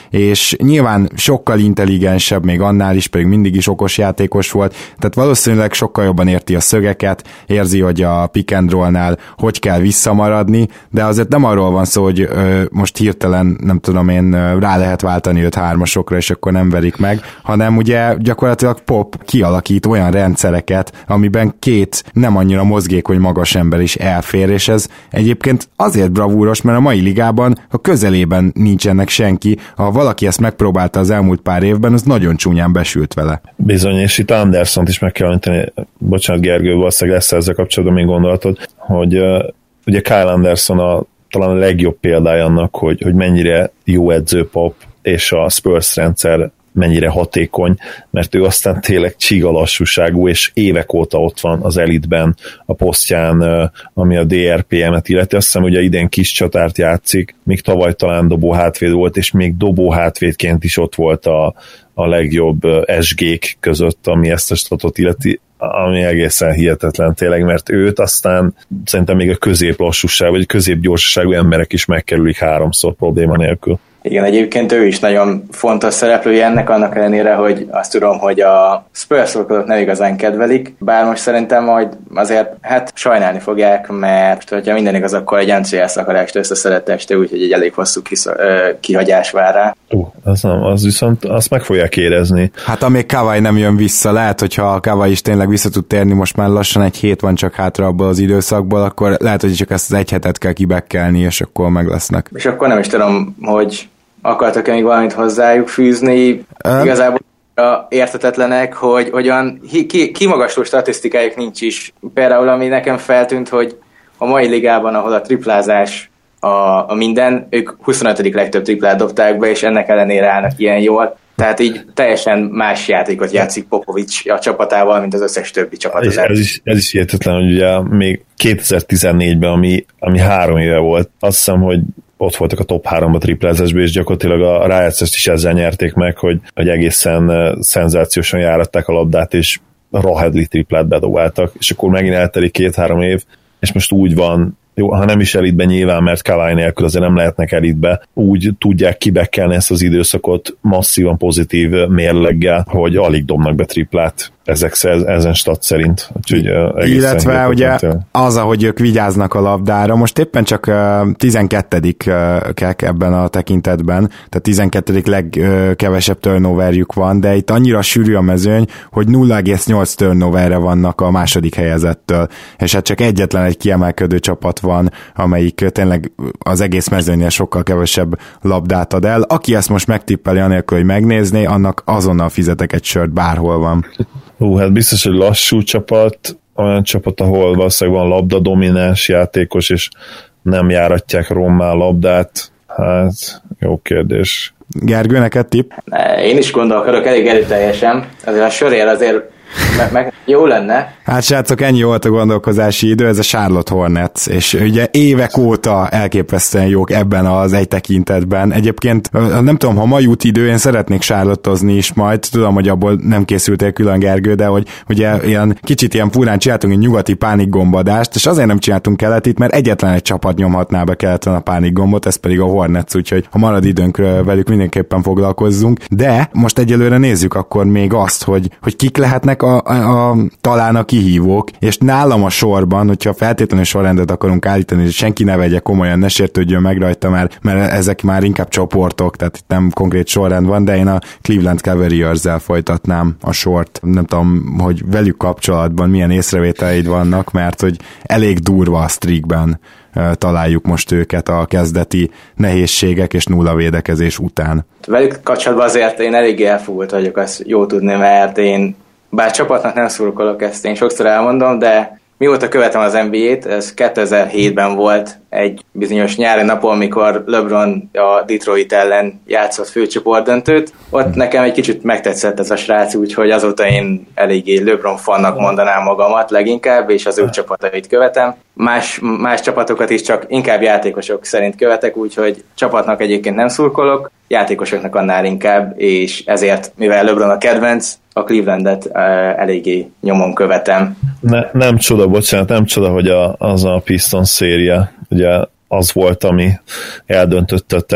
és nyilván sokkal intelligensebb, még annál is, pedig mindig is okos játékos volt, tehát valószínűleg sokkal jobban érti a szögeket, érzi, hogy a pick and roll-nál hogy kell visszamaradni, de azért nem arról van szó, hogy ö, most hirtelen, nem tudom én, rá lehet váltani őt hármasokra, és akkor nem verik meg, hanem ugye gyakorlatilag Pop kialakít olyan rendszereket, amiben két nem annyira mozgékony magas ember is elfér, és ez egyébként azért bravúros, mert a mai ligában a közelében nincsenek senki, ha valaki ezt megpróbálta az elmúlt pár évben, az nagyon csúnyán besült vele. Bizony, és itt Andersont is meg kell említeni, bocsánat Gergő, valószínűleg lesz ezzel kapcsolatban még gondolatod, hogy uh, ugye Kyle Anderson a, talán a legjobb példája annak, hogy, hogy mennyire jó edző Pop, és a Spurs rendszer mennyire hatékony, mert ő aztán tényleg csiga lassúságú, és évek óta ott van az elitben, a posztján, ami a dé er pé em-et illeti. Azt hiszem, ugye idén kis csatárt játszik, még tavaly talán dobó hátvéd volt, és még dobó hátvédként is ott volt a, a legjobb es gé-k között, ami ezt a statot illeti, ami egészen hihetetlen tényleg, mert őt aztán szerintem még a középlassúság, vagy középgyorsaságú emberek is megkerülik háromszor probléma nélkül. Igen, egyébként ő is nagyon fontos szereplője ennek, annak ellenére, hogy azt tudom, hogy a Spurs-szurkolók nem igazán kedvelik, bár most szerintem majd azért hát sajnálni fogják, mert hogyha minden igaz, akkor egy en cé el szakarást összeszedett este, úgyhogy egy elég hosszú kisz, ö, kihagyás vár rá. Uh, az nem, az viszont azt meg fogják érezni. Hát amíg Kawhi nem jön vissza, lehet, hogyha a Kawhi is tényleg vissza tud térni, most már lassan egy hét van csak hátra abból az időszakból, akkor lehet, hogy csak ezt az egy hetet kell kibekkelni, és akkor meg lesznek. És akkor nem is tudom, hogy akartok-e még valamit hozzájuk fűzni? Um. Igazából értetetlenek, hogy hogyan ki, kimagasló statisztikájuk nincs is. Például ami nekem feltűnt, hogy a mai ligában, ahol a triplázás a, a minden, ők huszonötödik legtöbb triplát dobták be, és ennek ellenére állnak ilyen jól. Tehát így teljesen más játékot játszik Popovics a csapatával, mint az összes többi csapat. Ez, ez, is, ez is hihetetlen, hogy ugye még kétezer-tizennégyben, ami, ami három éve volt, azt hiszem, hogy ott voltak a top háromba triplázásban, és gyakorlatilag a rájátszást is ezzel nyerték meg, hogy, hogy egészen szenzációsan járatták a labdát, és rahedli triplát bedobáltak, és akkor megint eltelik két-három év, és most úgy van, jó, ha nem is elitben nyilván, mert Kawhi nélkül azért nem lehetnek elitbe, úgy tudják kibekkelni ezt az időszakot masszívan pozitív mérleggel, hogy alig dobnak be triplát ezek ezen stat szerint. Úgyhogy, illetve ugye az, ahogy ők vigyáznak a labdára, most éppen csak uh, tizenkettedikek ebben a tekintetben, tehát tizenkettedik legkevesebb turnoverjük van, de itt annyira sűrű a mezőny, hogy nulla egész nyolc turnoverre vannak a második helyezettől, és hát csak egyetlen egy kiemelkedő csapat van, amelyik tényleg az egész mezőnynél sokkal kevesebb labdát ad el. Aki ezt most megtippeli anélkül, hogy megnézné, annak azonnal fizetek egy sört, bárhol van. Hú, hát biztos, hogy lassú csapat, olyan csapat, ahol valószínűleg van labda domináns játékos, és nem járatják rommá labdát. Hát, jó kérdés. Gergő, neked tipp? Én is gondolkodok elég erőteljesen, azért a sörér azért meg, meg jó lenne. Hát srácok, ennyi volt a gondolkozási idő, ez a Charlotte Hornets, és ugye évek óta elképesztően jók ebben az egy tekintetben. Egyébként nem tudom, ha ma jut idő, én szeretnék Charlotte-ozni is majd, tudom, hogy abból nem készültél külön, Gergő, de hogy ugye ilyen kicsit ilyen furán csináltunk egy nyugati pánikgombadást, és azért nem csináltunk keletit, mert egyetlen egy csapat nyomhatná be keleten a pánikgombot, ez pedig a Hornets, úgyhogy ha marad időnk, velük mindenképpen foglalkozzunk. De most egyelőre nézzük akkor még azt, hogy, hogy kik lehetnek A, a, a, talán a kihívók, és nálam a sorban, hogyha feltétlenül sorrendet akarunk állítani, hogy senki ne vegye komolyan, ne sértődjön meg rajta, mert, mert ezek már inkább csoportok, tehát itt nem konkrét sorrend van, de én a Cleveland Cavaliers-zel folytatnám a sort. Nem tudom, hogy velük kapcsolatban milyen észrevételeid vannak, mert hogy elég durva a streakben találjuk most őket a kezdeti nehézségek és nulla védekezés után. Velük kapcsolatban azért én eléggé elfogult vagyok, azt jó tudni, mert én bár csapatnak nem szurkolok, ezt én sokszor elmondom, de mióta követem az en bé á-t, ez kétezer-hétben volt egy bizonyos nyári napon, amikor LeBron a Detroit ellen játszott főcsoportdöntőt. Ott nekem egy kicsit megtetszett ez a srác, úgyhogy azóta én eléggé LeBron fannak mondanám magamat leginkább, és az ő csapatait követem. Más, más csapatokat is csak inkább játékosok szerint követek, úgyhogy csapatnak egyébként nem szurkolok, játékosoknak annál inkább, és ezért, mivel LeBron a kedvenc, a Clevelandet uh, eléggé nyomon követem. Ne, nem csoda, bocsánat, nem csoda, hogy a, az a Pistons széria, ugye az volt, ami eldöntötte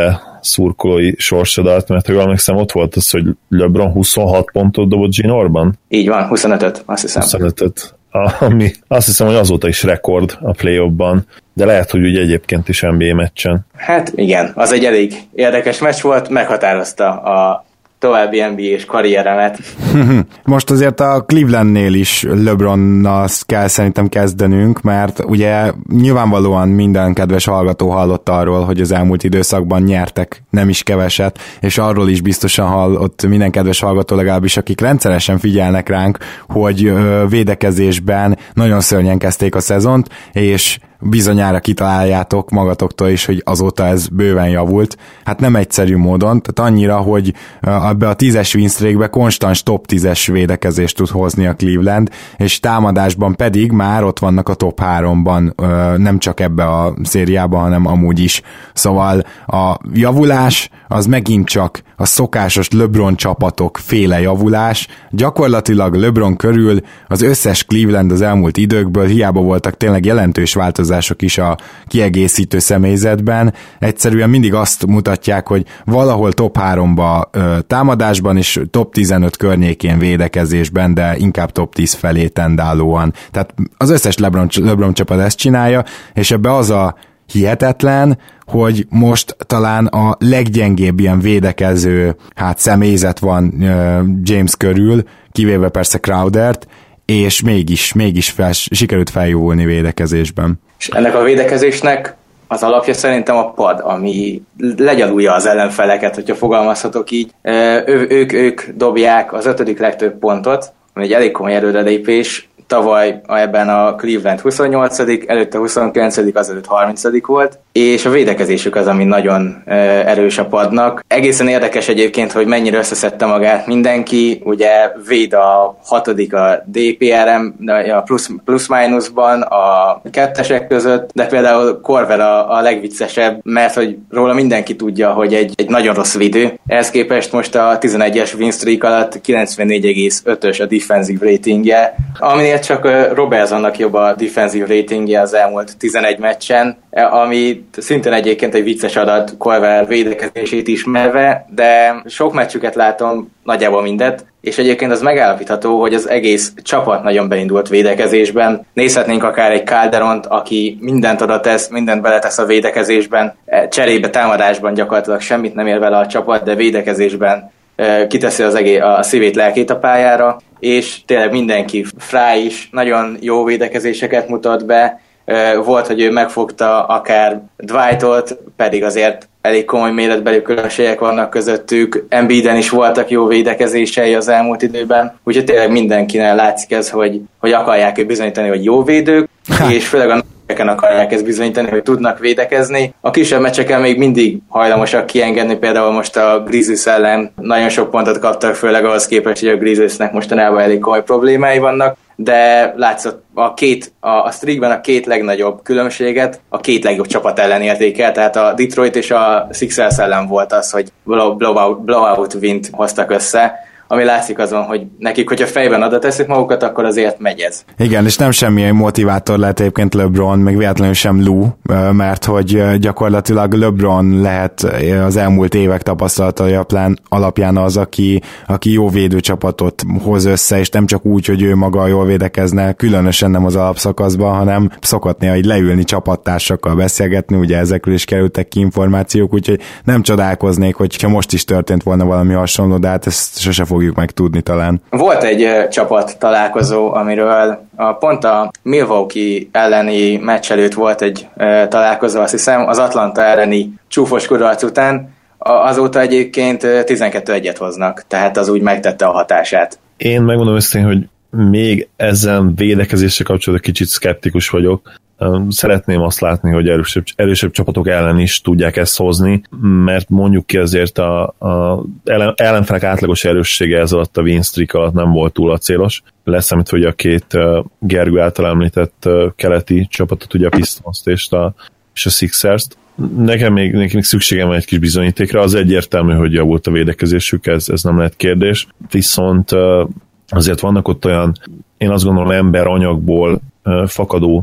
szurkolói sorsodat, mert ha jól emlékszem, ott volt az, hogy LeBron huszonhat pontot dobott Ginorban. Így van, huszonötöt, azt hiszem. huszonötöt, ami azt hiszem, hogy azóta is rekord a play-offban, de lehet, hogy ugye egyébként is en bé á meccsen. Hát igen, az egy elég érdekes meccs volt, meghatározta a további en bé á-s karrieremet. Most azért a Clevelandnél is LeBronnal kell szerintem kezdenünk, mert ugye nyilvánvalóan minden kedves hallgató hallott arról, hogy az elmúlt időszakban nyertek nem is keveset, és arról is biztosan hallott minden kedves hallgató legalábbis, akik rendszeresen figyelnek ránk, hogy védekezésben nagyon szörnyen kezdték a szezont, és bizonyára kitaláljátok magatoktól is, hogy azóta ez bőven javult. Hát nem egyszerű módon, tehát annyira, hogy ebbe a tízes win streakbe konstans top tízes védekezést tud hozni a Cleveland, és támadásban pedig már ott vannak a top háromban, nem csak ebbe a szériában, hanem amúgy is. Szóval a javulás az megint csak a szokásos LeBron csapatok féle javulás. Gyakorlatilag LeBron körül az összes Cleveland az elmúlt időkből, hiába voltak tényleg jelentős változások is a kiegészítő személyzetben, egyszerűen mindig azt mutatják, hogy valahol top háromba ö, támadásban és top tizenöt környékén védekezésben, de inkább top tíz felé tendálóan. Tehát az összes LeBron, LeBron csapat ezt csinálja, és ebbe az a hihetetlen, hogy most talán a leggyengébb ilyen védekező hát személyzet van uh, James körül, kivéve persze Crowdert, és mégis, mégis fel, sikerült feljavulni védekezésben. És ennek a védekezésnek az alapja szerintem a pad, ami legyalulja az ellenfeleket, hogyha fogalmazhatok így. Ő, ők, ők dobják az ötödik legtöbb pontot, ami egy elég komoly előrelépés. Tavaly ebben a Cleveland huszonnyolcadik, előtte huszonkilencedik, azelőtt harmincadik volt, és a védekezésük az, ami nagyon erős a padnak. Egészen érdekes egyébként, hogy mennyire összeszedte magát mindenki, ugye véd a hatodik a dé pé er-em, a plusz, plusz-minuszban, a kettesek között, de például Korver a, a legviccesebb, mert hogy róla mindenki tudja, hogy egy, egy nagyon rossz védő. Ehhez képest most a tizenegyes win streak alatt kilencvennégy egész ötös a defensive ratingje, aminél csak Robertsonnak jobb a defensive ratingje az elmúlt tizenegy meccsen, ami szintén egyébként egy vicces adat Korver védekezését ismerve, de sok meccsüket látom, nagyjából mindet, és egyébként az megállapítható, hogy az egész csapat nagyon beindult védekezésben. Nézhetnénk akár egy Calderont, aki mindent oda tesz, mindent beletesz a védekezésben, cserébe támadásban gyakorlatilag semmit nem ér vele a csapat, de védekezésben kiteszi az egész, a szívét, lelkét a pályára, és tényleg mindenki, Fry is nagyon jó védekezéseket mutat be, volt, hogy ő megfogta akár Dwightot, pedig azért elég komoly méretbeli különbségek vannak közöttük, Embiiden is voltak jó védekezései az elmúlt időben, úgyhogy tényleg mindenkinek látszik ez, hogy, hogy akarják ő bizonyítani, hogy jó védők, és főleg a meccseken akarják ezt bizonyítani, hogy tudnak védekezni. A kisebb meccseken még mindig hajlamosak kiengedni, például most a Grizzlies ellen nagyon sok pontot kaptak, főleg ahhoz képest, hogy a Grizzliesnek mostanában elég komoly problémái vannak, de látszott a két, a, a streakben a két legnagyobb különbséget a két legjobb csapat ellen érték el, tehát a Detroit és a Sixers ellen volt az, hogy blowout, blowout win-t hoztak össze, ami látszik azon, hogy nekik, hogyha fejben oda teszik magukat, akkor azért megy ez. Igen, és nem semmilyen motivátor lehet egyébként LeBron, meg véletlenül sem Lou, mert hogy gyakorlatilag LeBron lehet az elmúlt évek tapasztalatai alapján az, aki, aki jó védőcsapatot hoz össze, és nem csak úgy, hogy ő maga jól védekezne, különösen nem az alapszakaszban, hanem szokott néha így leülni csapattársakkal beszélgetni, ugye ezekről is kerültek ki információk, úgyhogy nem csodálkoznék, hogyha most is történt volna valami hasonló, de hát ezt sose fogjuk megtudni talán. Volt egy uh, csapat találkozó, amiről a, pont a Milwaukee elleni meccs előtt volt egy uh, találkozó, azt hiszem, az Atlanta elleni csúfos kudarc után, a, azóta egyébként uh, tizenkettő egyet hoznak, tehát az úgy megtette a hatását. Én megmondom őszintén, hogy még ezen védekezésre kapcsolatban kicsit szkeptikus vagyok. Szeretném azt látni, hogy erősebb, erősebb csapatok ellen is tudják ezt hozni, mert mondjuk ki azért a, a ellen, ellenfelek átlagos erőssége ez alatt a win streak alatt nem volt túl acélos. Leszámítva, hogy a két uh, Gergő által említett uh, keleti csapatot, ugye a Pistons-t és a, és a Sixers-t. Nekem még, nekem még szükségem van egy kis bizonyítékra, az egyértelmű, hogy javult a védekezésük, ez, ez nem lehet kérdés. Viszont uh, azért vannak ott olyan, én azt gondolom, ember anyagból uh, fakadó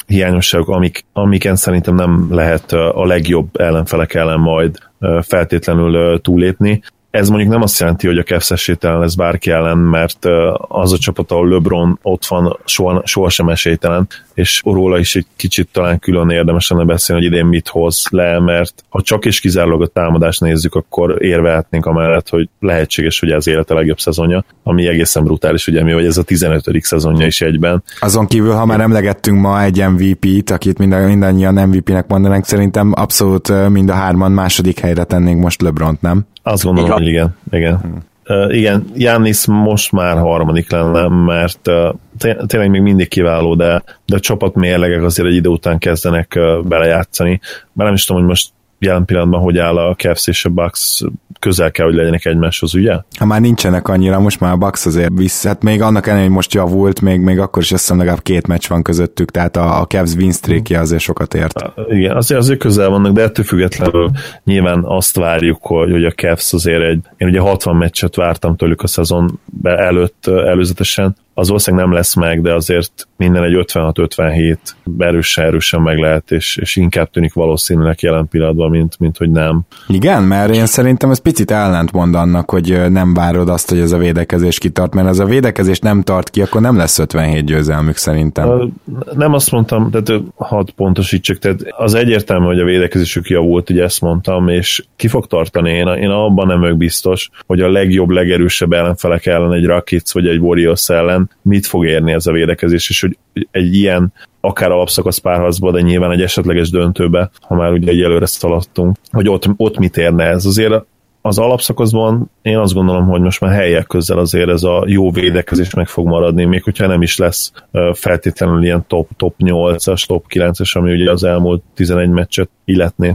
hiányosságok, amik, amiken szerintem nem lehet a legjobb ellenfelek ellen majd feltétlenül túlépni. Ez mondjuk nem azt jelenti, hogy a Cavs esélytelen lesz bárki ellen, mert az a csapat, ahol LeBron ott van, soha, sohasem esélytelen, és róla is egy kicsit talán külön érdemes lenne beszélni, hogy idén mit hoz le, mert ha csak és kizárólag a támadást nézzük, akkor érvehetnénk amellett, hogy lehetséges, hogy ez élete legjobb szezonja, ami egészen brutális, ugye mi, hogy ez a tizenötödik szezonja is egyben. Azon kívül, ha már emlegettünk ma egy em vé pét, akit minden, mindannyian em vé pének mondanánk, szerintem abszolút mind a hárman második helyre tennénk most LeBront, nem? Azt gondolom, hogy igen. Igen. Hmm. Uh, igen, Giannis most már harmadik lenne, mert uh, té- tényleg még mindig kiváló, de, de a csapat mérlegek azért egy idő után kezdenek uh, belejátszani. Már nem is tudom, hogy most jelen pillanatban hogy áll a Cavs és a Bucks, közel kell, hogy legyenek egymáshoz, ugye? Ha már nincsenek annyira, most már a Bucks azért vissza, hát még annak ellenére, hogy most javult, még, még akkor is azt hiszem legalább két meccs van közöttük, tehát a, a Cavs win streakje azért sokat ért. Igen, azért, azért közel vannak, de ettől függetlenül nyilván azt várjuk, hogy, hogy a Cavs azért egy, én ugye hatvan meccset vártam tőlük a szezon előtt előzetesen, az valószínűleg nem lesz meg, de azért minden egy ötvenhat ötvenhét erősen, erősen meg lehet, és, és inkább tűnik valószínűleg jelen pillanatban, mint, mint hogy nem. Igen, mert én szerintem ez picit ellentmond annak, hogy nem várod azt, hogy ez a védekezés kitart, mert az a védekezés nem tart ki, akkor nem lesz ötvenhét győzelmük szerintem. Nem azt mondtam, tehát hadd pontosítsak, tehát az egyértelmű, hogy a védekezésük javult, ugye ezt mondtam, és ki fog tartani, én, én abban nem vagyok biztos, hogy a legjobb, legerősebb ellenfelek ellen egy Rockets vagy egy Warriors ellen mit fog érni ez a védekezés, és hogy egy ilyen akár alapszakasz párharcba, de nyilván egy esetleges döntőbe, ha már ugye egy előre szaladtunk, hogy ott, ott mit érne ez. Azért az alapszakaszban én azt gondolom, hogy most már helyek közel azért ez a jó védekezés meg fog maradni, még hogyha nem is lesz feltétlenül ilyen top, top nyolcas, top kilences, ami ugye az elmúlt tizenegy meccset illetné.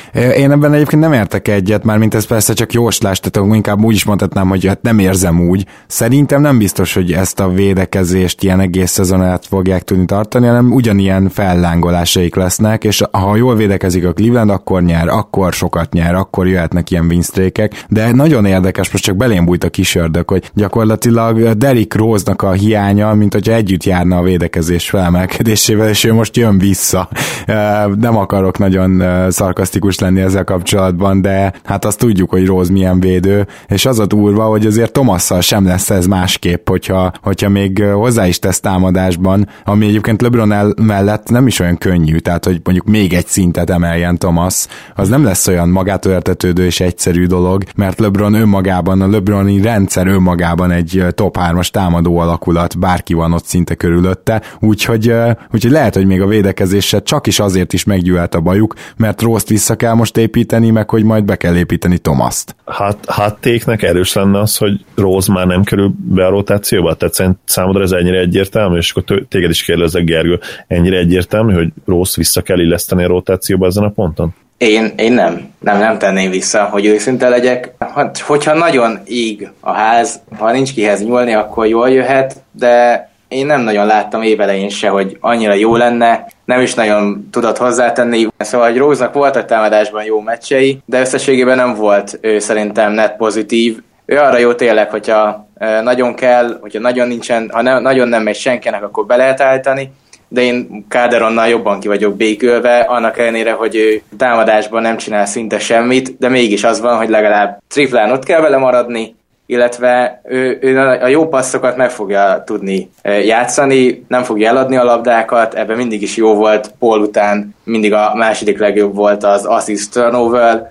Én ebben egyébként nem értek egyet, már mint ez persze csak jóslás, tehát inkább úgy is mondhatnám, hogy hát nem érzem úgy. Szerintem nem biztos, hogy ezt a védekezést ilyen egész szezonát fogják tudni tartani, hanem ugyanilyen fellángolásaik lesznek, és ha jól védekezik a Cleveland, akkor nyer, akkor sokat nyer, akkor jöhetnek ilyen winstrékek, de nagyon érdekes, most csak belém bújt a kis ördög, hogy gyakorlatilag Derrick Rose-nak a hiánya, mint hogyha együtt járna a védekezés felemelkedésével, és ő most jön vissza. Nem akarok nagyon szarkasztikus lenni ezzel kapcsolatban, de hát azt tudjuk, hogy Rose milyen védő, és az a durva, hogy azért Thomasszal sem lesz ez másképp, hogyha, hogyha még hozzá is tesz támadásban, ami egyébként LeBron mellett nem is olyan könnyű, tehát hogy mondjuk még egy szintet emeljen Thomas, az nem lesz olyan magától értetődő és egyszerű dolog, mert LeBron önmagában, a LeBroni rendszer önmagában egy top hármas támadó alakulat, bárki van ott szinte körülötte, úgyhogy, úgyhogy lehet, hogy még a védekezéssel csak is azért is meggyűlt a bajuk, mert Rose-t vissza kell most építeni, meg hogy majd be kell építeni Thomaszt. Hát, háttéknek erős lenne az, hogy Rose már nem kerül be a rotációba, tehát számodra ez ennyire egyértelmű, és akkor téged is kérdezek, Gergő, ennyire egyértelmű, hogy Rose vissza kell illeszteni a rotációba ezen a ponton? Én, én nem. Nem, nem tenném vissza, hogy őszinte legyek. Hogyha nagyon ég a ház, ha nincs kihez nyúlni, akkor jól jöhet, de én nem nagyon láttam évelején se, hogy annyira jó lenne, nem is nagyon tudott hozzátenni. Szóval, hogy Rose-nak voltak támadásban jó meccsei, de összességében nem volt ő szerintem net pozitív. Ő arra jó tényleg, hogyha nagyon kell, hogyha nagyon nincsen, ha ne, nagyon nem megy senkinek, akkor be lehet állítani, de én Calderonnal jobban ki vagyok békülve, annak ellenére, hogy ő támadásban nem csinál szinte semmit, de mégis az van, hogy legalább triplán ott kell vele maradni, illetve ő, ő a jó passzokat meg fogja tudni játszani, nem fogja eladni a labdákat, ebben mindig is jó volt, Paul után mindig a második legjobb volt az assist turnover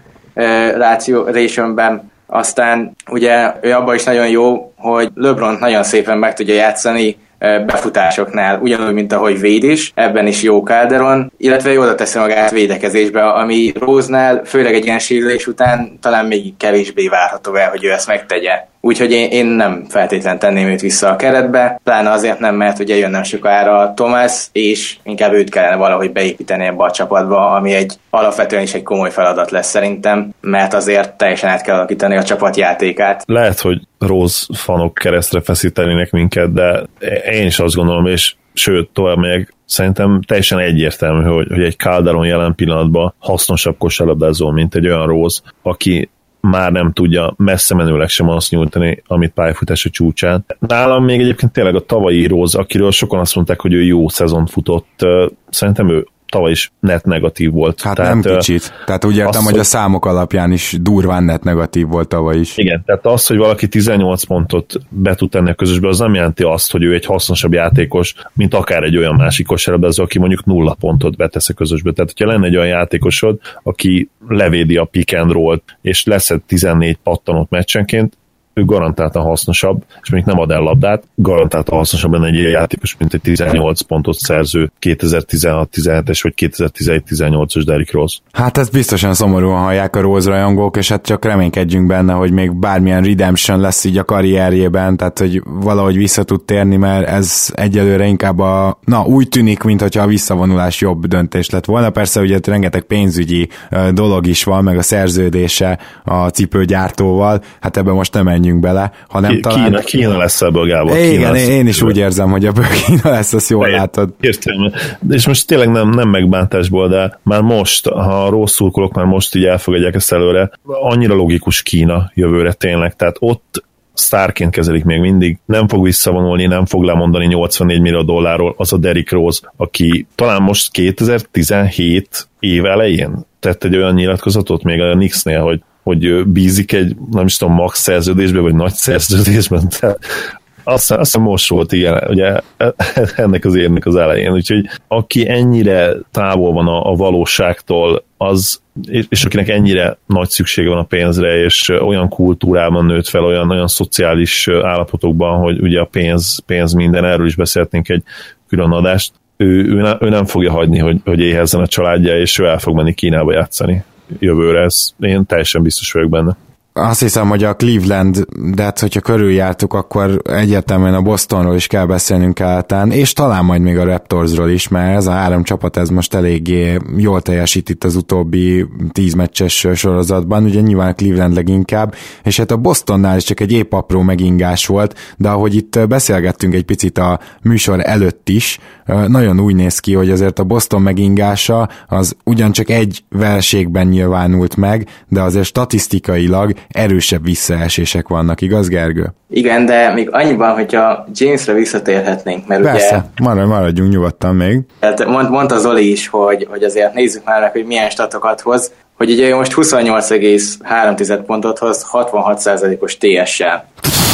rationben, aztán ugye ő abban is nagyon jó, hogy LeBron nagyon szépen meg tudja játszani befutásoknál, ugyanúgy, mint ahogy véd is, ebben is jó Calderon, illetve jól teszi magát védekezésbe, ami Rose-nál, főleg egy ilyen sérülés után talán még kevésbé várható el, hogy ő ezt megtegye. Úgyhogy én, én nem feltétlen tenném őt vissza a keretbe, pláne azért nem, mert ugye jön nem sokára Thomas, és inkább őt kellene valahogy beépíteni ebbe a csapatba, ami egy alapvetően is egy komoly feladat lesz szerintem, mert azért teljesen át kell alakítani a csapat játékát. Lehet, hogy Rose fanok keresztre feszítenének minket, de én is azt gondolom, és sőt, tovább megyek, szerintem teljesen egyértelmű, hogy, hogy egy Calderon jelen pillanatban hasznosabb kosárlabdázó, mint egy olyan Rose, aki már nem tudja messze menőleg sem azt nyújtani, amit pályafutása csúcsán. Nálam még egyébként tényleg a tavalyi Rose, akiről sokan azt mondták, hogy ő jó szezont futott, szerintem ő tavaly is net negatív volt. Hát tehát, nem kicsit. Tehát úgy értem, az, hogy a számok alapján is durván net negatív volt tavaly is. Igen, tehát az, hogy valaki tizennyolc pontot be tud tenni a közösbe, az nem jelenti azt, hogy ő egy hasznosabb játékos, mint akár egy olyan másik kosárlabdázó, aki mondjuk nulla pontot betesz a közösbe. Tehát, hogyha lenne egy olyan játékosod, aki levédi a pick and roll-t, és leszed tizennégy pattanót meccsenként, ő garantáltan hasznosabb, és mondjuk nem ad el labdát, garantáltan hasznosabb lenne egy ilyen játékos, mint egy tizennyolc pontot szerző kétezer-tizenhat tizenhetes vagy kétezer-tizenhét tizennyolcas Derrick Rose. Hát ezt biztosan szomorúan hallják a Rose rajongók, és hát csak reménykedjünk benne, hogy még bármilyen redemption lesz így a karrierjében, tehát hogy valahogy vissza tud térni, mert ez egyelőre inkább a, na úgy tűnik, mintha a visszavonulás jobb döntés lett volna. Persze ugye rengeteg pénzügyi dolog is van, meg a szerződése a cipőgyártóval, hát ebben most nem menjünk bele, hanem Kína, talán... Kína, Kína lesz ebből, Gábor. Igen, lesz én is úgy érzem, hogy ebből Kína lesz, azt jól Ért, látod. Értem. És most tényleg nem, nem megbántásból, de már most, ha rossz szurkolók már most így elfogadják ezt előre, annyira logikus Kína jövőre tényleg, tehát ott sztárként kezelik még mindig, nem fog visszavonulni, nem fog lemondani nyolcvannégy millió dollárról az a Derrick Rose, aki talán most kétezer-tizenhét év elején tett egy olyan nyilatkozatot még a Knicksnél, hogy hogy bízik egy, nem is tudom, max szerződésben, vagy nagy szerződésben, tehát azt hiszem most volt, igen, ugye ennek az érnek az elején, úgyhogy aki ennyire távol van a, a valóságtól, az, és akinek ennyire nagy szüksége van a pénzre, és olyan kultúrában nőtt fel, olyan, olyan szociális állapotokban, hogy ugye a pénz, pénz minden, erről is beszélhetnénk egy külön adást, ő, ő, ne, ő nem fogja hagyni, hogy, hogy éhezzen a családja, és ő el fog menni Kínába játszani jövőre, ez én teljesen biztos vagyok benne. Azt hiszem, hogy a Cleveland, de hát, hogyha körüljártuk, akkor egyértelműen a Bostonról is kell beszélnünk keleten, és talán majd még a Raptorsról is, mert ez a három csapat, ez most eléggé jól teljesít itt az utóbbi tíz meccses sorozatban, ugye nyilván a Cleveland leginkább, és hát a Bostonnál is csak egy épp apró megingás volt, de ahogy itt beszélgettünk egy picit a műsor előtt is, nagyon úgy néz ki, hogy azért a Boston megingása az ugyancsak egy verségben nyilvánult meg, de azért statisztikailag erősebb visszaesések vannak, igaz, Gergő? Igen, de még annyiban, hogyha Jamesre visszatérhetnénk, mert persze, ugye... Persze, maradjunk nyugodtan még. Tehát mond, mondta Zoli is, hogy, hogy azért nézzük már meg, hogy milyen statokat hoz, hogy ugye most huszonnyolc egész három pontot hoz hatvanhat százalékos té es-sel.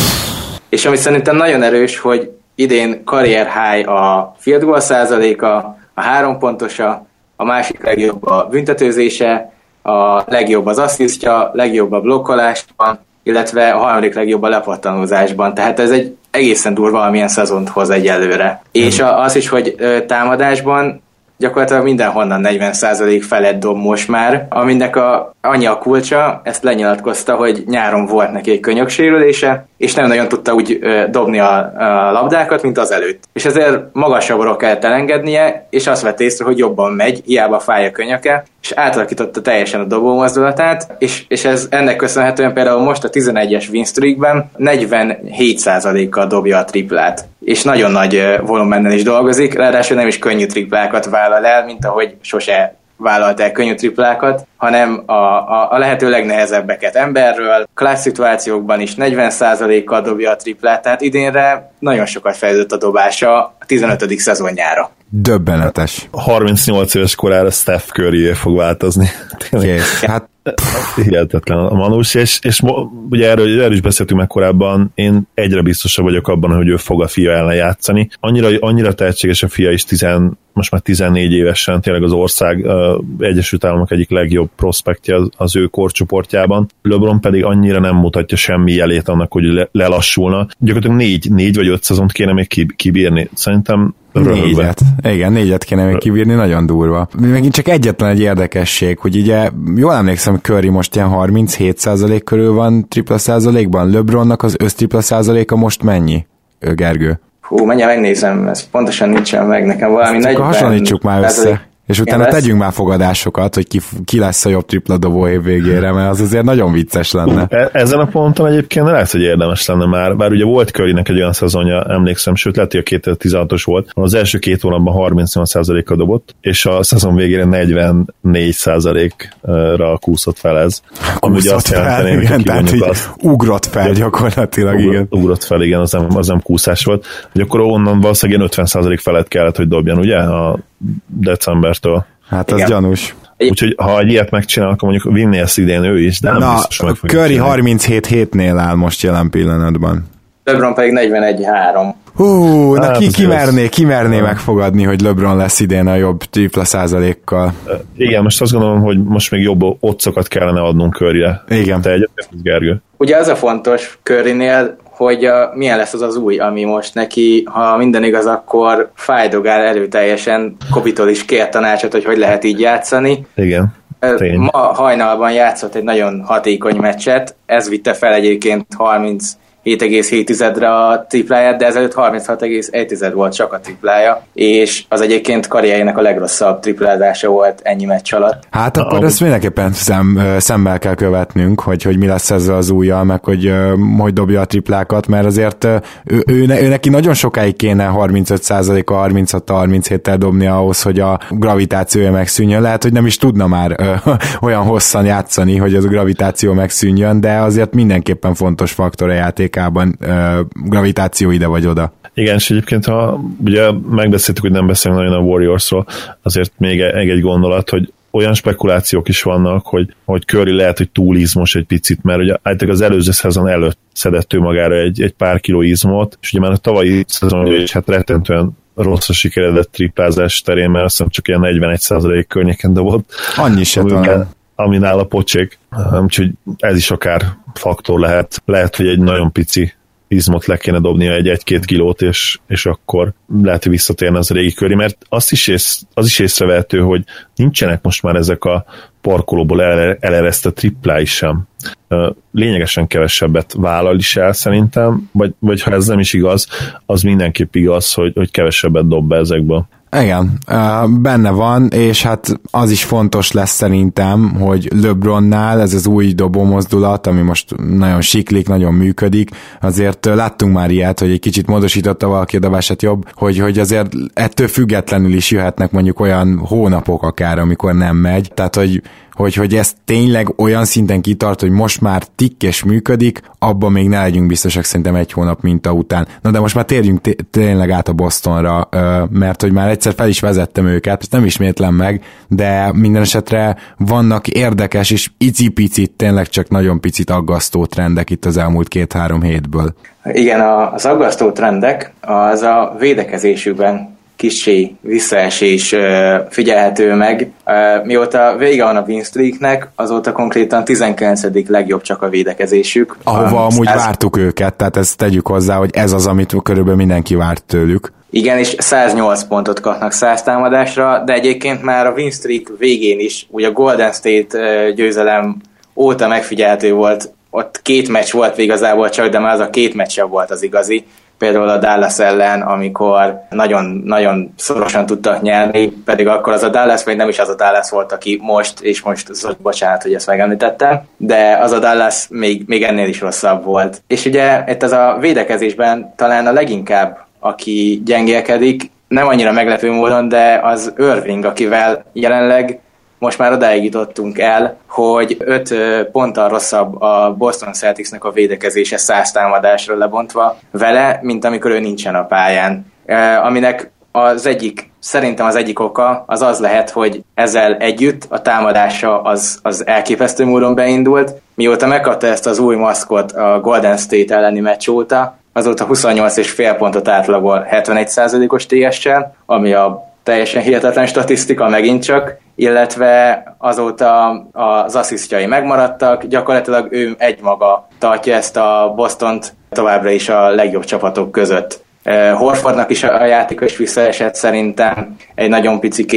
És ami szerintem nagyon erős, hogy idén karrier high a field goal százaléka, a három pontosa, a másik legjobb a büntetőzése, a legjobb az asszisztja, legjobb a blokkolásban, illetve a harmadik legjobb a lepattanózásban. Tehát ez egy egészen durva, valamilyen szezont hoz egyelőre. Hmm. És az is, hogy támadásban gyakorlatilag mindenhonnan negyven százalék felett dob most már, aminek a, annyi a kulcsa, ezt lenyilatkozta, hogy nyáron volt neki egy könyöksérülése, és nem nagyon tudta úgy ö, dobni a, a labdákat, mint az előtt. És ezért magasabbra kellett elengednie, és azt vett észre, hogy jobban megy, hiába fáj a könyöke, és átalakította teljesen a dobó mozdulatát, és, és ez ennek köszönhetően például most a tizenegyes win streakben negyvenhét százalékkal dobja a triplát, és nagyon nagy volumennel is dolgozik, ráadásul nem is könnyű triplákat vállal el, mint ahogy sose vállalt el könnyű triplákat, hanem a, a, a lehető legnehezebbeket emberről, klassz szituációkban is negyven százalékkal dobja a triplát, tehát idénre nagyon sokat fejlődött a dobása a tizenötödik szezonjára. Döbbenetes. harmincnyolc éves korára Steph Curry fog változni. Kész. Hát hihetetlen a manus, és, és ugye erről, erről is beszéltünk meg korábban, én egyre biztosabb vagyok abban, hogy ő fog a fia ellen játszani. Annyira, annyira tehetséges a fia is, tizen, most már tizennégy évesen, tényleg az ország uh, Egyesült Államok egyik legjobb prospektje az, az ő korcsoportjában. LeBron pedig annyira nem mutatja semmi jelét annak, hogy le, lelassulna. Gyakorlatilag négy, négy vagy öt szezont kéne még kibírni. Szerintem Négyet. Igen, négyet kéne még kibírni, nagyon durva. Megint csak egyetlen egy érdekesség, hogy ugye jól emlékszem, Curry most ilyen harminchét százalék körül van tripla százalékban, LeBronnak az össztripla százaléka most mennyi, Gergő? Hú, menjen megnézem, ez pontosan nincsen meg nekem valami negyven. Hasonlítsuk már össze. És utána lesz. Tegyünk már fogadásokat, hogy ki, ki lesz a jobb tripla dobó év végére, mert az azért nagyon vicces lenne. E- ezen a ponton egyébként lehet, hogy érdemes lenne már, bár ugye volt Currynek egy olyan szezonja, emlékszem, sőt lehet, hogy a kétezer-tizenhatos volt, az első két hónapban harmincnyolc százalékkal dobott, és a szezon végére negyvennégy százalékra kúszott fel ez. Ami ugye azt jelenteni, hogy igen, tehát azt, ugrott fel gyakorlatilag, ugrott, igen. Ugrott fel, igen, az nem, az nem kúszás volt. Hogy akkor onnan valószínűleg ötven százalék felett kellett, hogy dobjan, ugye, a decembertől. Hát az igen. Gyanús. Úgyhogy ha egy ilyet megcsinál, akkor mondjuk vinni ezt idén ő is, de nem na, biztos meg fogja. Curry harminchét hétnél áll most jelen pillanatban. LeBron pedig negyvenegy három. Hú, na hát ki, ki merné, ki merné megfogadni, hogy LeBron lesz idén a jobb tripla százalékkal. Igen, most azt gondolom, hogy most még jobb occokat kellene adnunk Curryre. Igen. Te egyetértesz, Gergő? Ugye az a fontos Currynél, hogy a, milyen lesz az az új, ami most neki, ha minden igaz, akkor fájdogál erőteljesen. Kobitól is kért tanácsot, hogy hogy lehet így játszani. Igen. Tény. Ma hajnalban játszott egy nagyon hatékony meccset, ez vitte fel egyébként harminchét egész hét a tripláját, de ezelőtt harminchat egész egy volt csak a triplája, és az egyébként karrierjének a legrosszabb triplázása volt ennyi meccs alatt. Hát akkor ah, ezt mindenképpen szem, szemmel kell követnünk, hogy, hogy mi lesz ezzel az ujjal, meg hogy hogy dobja a triplákat, mert azért ő, ő, ő neki nagyon sokáig kéne harmincöt százaléka harminchat harminchéttel dobni ahhoz, hogy a gravitációja megszűnjön. Lehet, hogy nem is tudna már ö, olyan hosszan játszani, hogy az a gravitáció megszűnjön, de azért mindenképpen fontos faktor a játék Amerikában uh, gravitáció ide vagy oda. Igen, és egyébként ha ugye megbeszéltük, hogy nem beszélünk nagyon a Warriorsról, azért még egy, egy gondolat, hogy olyan spekulációk is vannak, hogy, hogy Curry lehet, hogy túl izmos egy picit, mert ugye általában az előző szezon előtt szedett ő magára egy, egy pár kiló izmot, és ugye már a tavalyi szezon is hát rettentően rosszra sikeredett triplázás terén, mert azt hiszem csak ilyen negyvenegy százalék környéken dobott. Annyi se talán. Ami nála pocsék, úgyhogy ez is akár faktor lehet. Lehet, hogy egy nagyon pici izmot le kéne dobnia, egy egy-két kilót, és, és akkor lehet, hogy visszatérne az a régi Curry, mert azt is ész, az is észrevehető, hogy nincsenek most már ezek a parkolóból eleresztett triplái sem. Lényegesen kevesebbet vállal is el szerintem, vagy, vagy ha ez nem is igaz, az mindenképp igaz, hogy, hogy kevesebbet dob be ezekből. Igen, benne van, és hát az is fontos lesz szerintem, hogy LeBronnál ez az új dobómozdulat, ami most nagyon siklik, nagyon működik, azért láttunk már ilyet, hogy egy kicsit módosította valaki a dobását jobb, hogy, hogy azért ettől függetlenül is jöhetnek mondjuk olyan hónapok akár, amikor nem megy, tehát hogy Hogy, hogy ez tényleg olyan szinten kitart, hogy most már tikkes működik, abban még ne legyünk biztosak szerintem egy hónap minta után. Na de most már térjünk t- tényleg át a Bostonra, mert hogy már egyszer fel is vezettem őket, ezt nem ismétlem meg, de minden esetre vannak érdekes és icipicit, tényleg csak nagyon picit aggasztó trendek itt az elmúlt két-három hétből. Igen, az aggasztó trendek az a védekezésükben kicsi visszaesés figyelhető meg. Mióta vége van a win streaknek, azóta konkrétan tizenkilencedik legjobb csak a védekezésük. Ahova amúgy száz... vártuk őket, tehát ezt tegyük hozzá, hogy ez az, amit körülbelül mindenki várt tőlük. Igen, és száznyolc pontot kapnak száz támadásra, de egyébként már a win streak végén is, ugye a Golden State győzelem óta megfigyelhető volt, ott két meccs volt igazából csak, de már az a két meccs volt az igazi. Például a Dallas ellen, amikor nagyon, nagyon szorosan tudtak nyerni, pedig akkor az a Dallas, vagy nem is az a Dallas volt, aki most, és most, bocsánat, hogy ezt megemlítettem, de az a Dallas még, még ennél is rosszabb volt. És ugye itt az a védekezésben talán a leginkább, aki gyengélkedik, nem annyira meglepő módon, de az Irving, akivel jelenleg most már odáig jutottunk el, hogy öt ponttal rosszabb a Boston Celticsnek a védekezése száz támadásra lebontva vele, mint amikor ő nincsen a pályán. Aminek az egyik, szerintem az egyik oka az az lehet, hogy ezzel együtt a támadása az, az elképesztő módon beindult. Mióta megkapta ezt az új maszkot a Golden State elleni meccs óta, azóta huszonnyolc egész öt pontot átlagol hetvenegy százalékos té es-sel, ami a teljesen hihetetlen statisztika megint csak, illetve azóta az asszisztjai megmaradtak, gyakorlatilag ő egymaga tartja ezt a Bostont továbbra is a legjobb csapatok között. Horfordnak is a játéka is visszaesett szerintem egy nagyon picikét,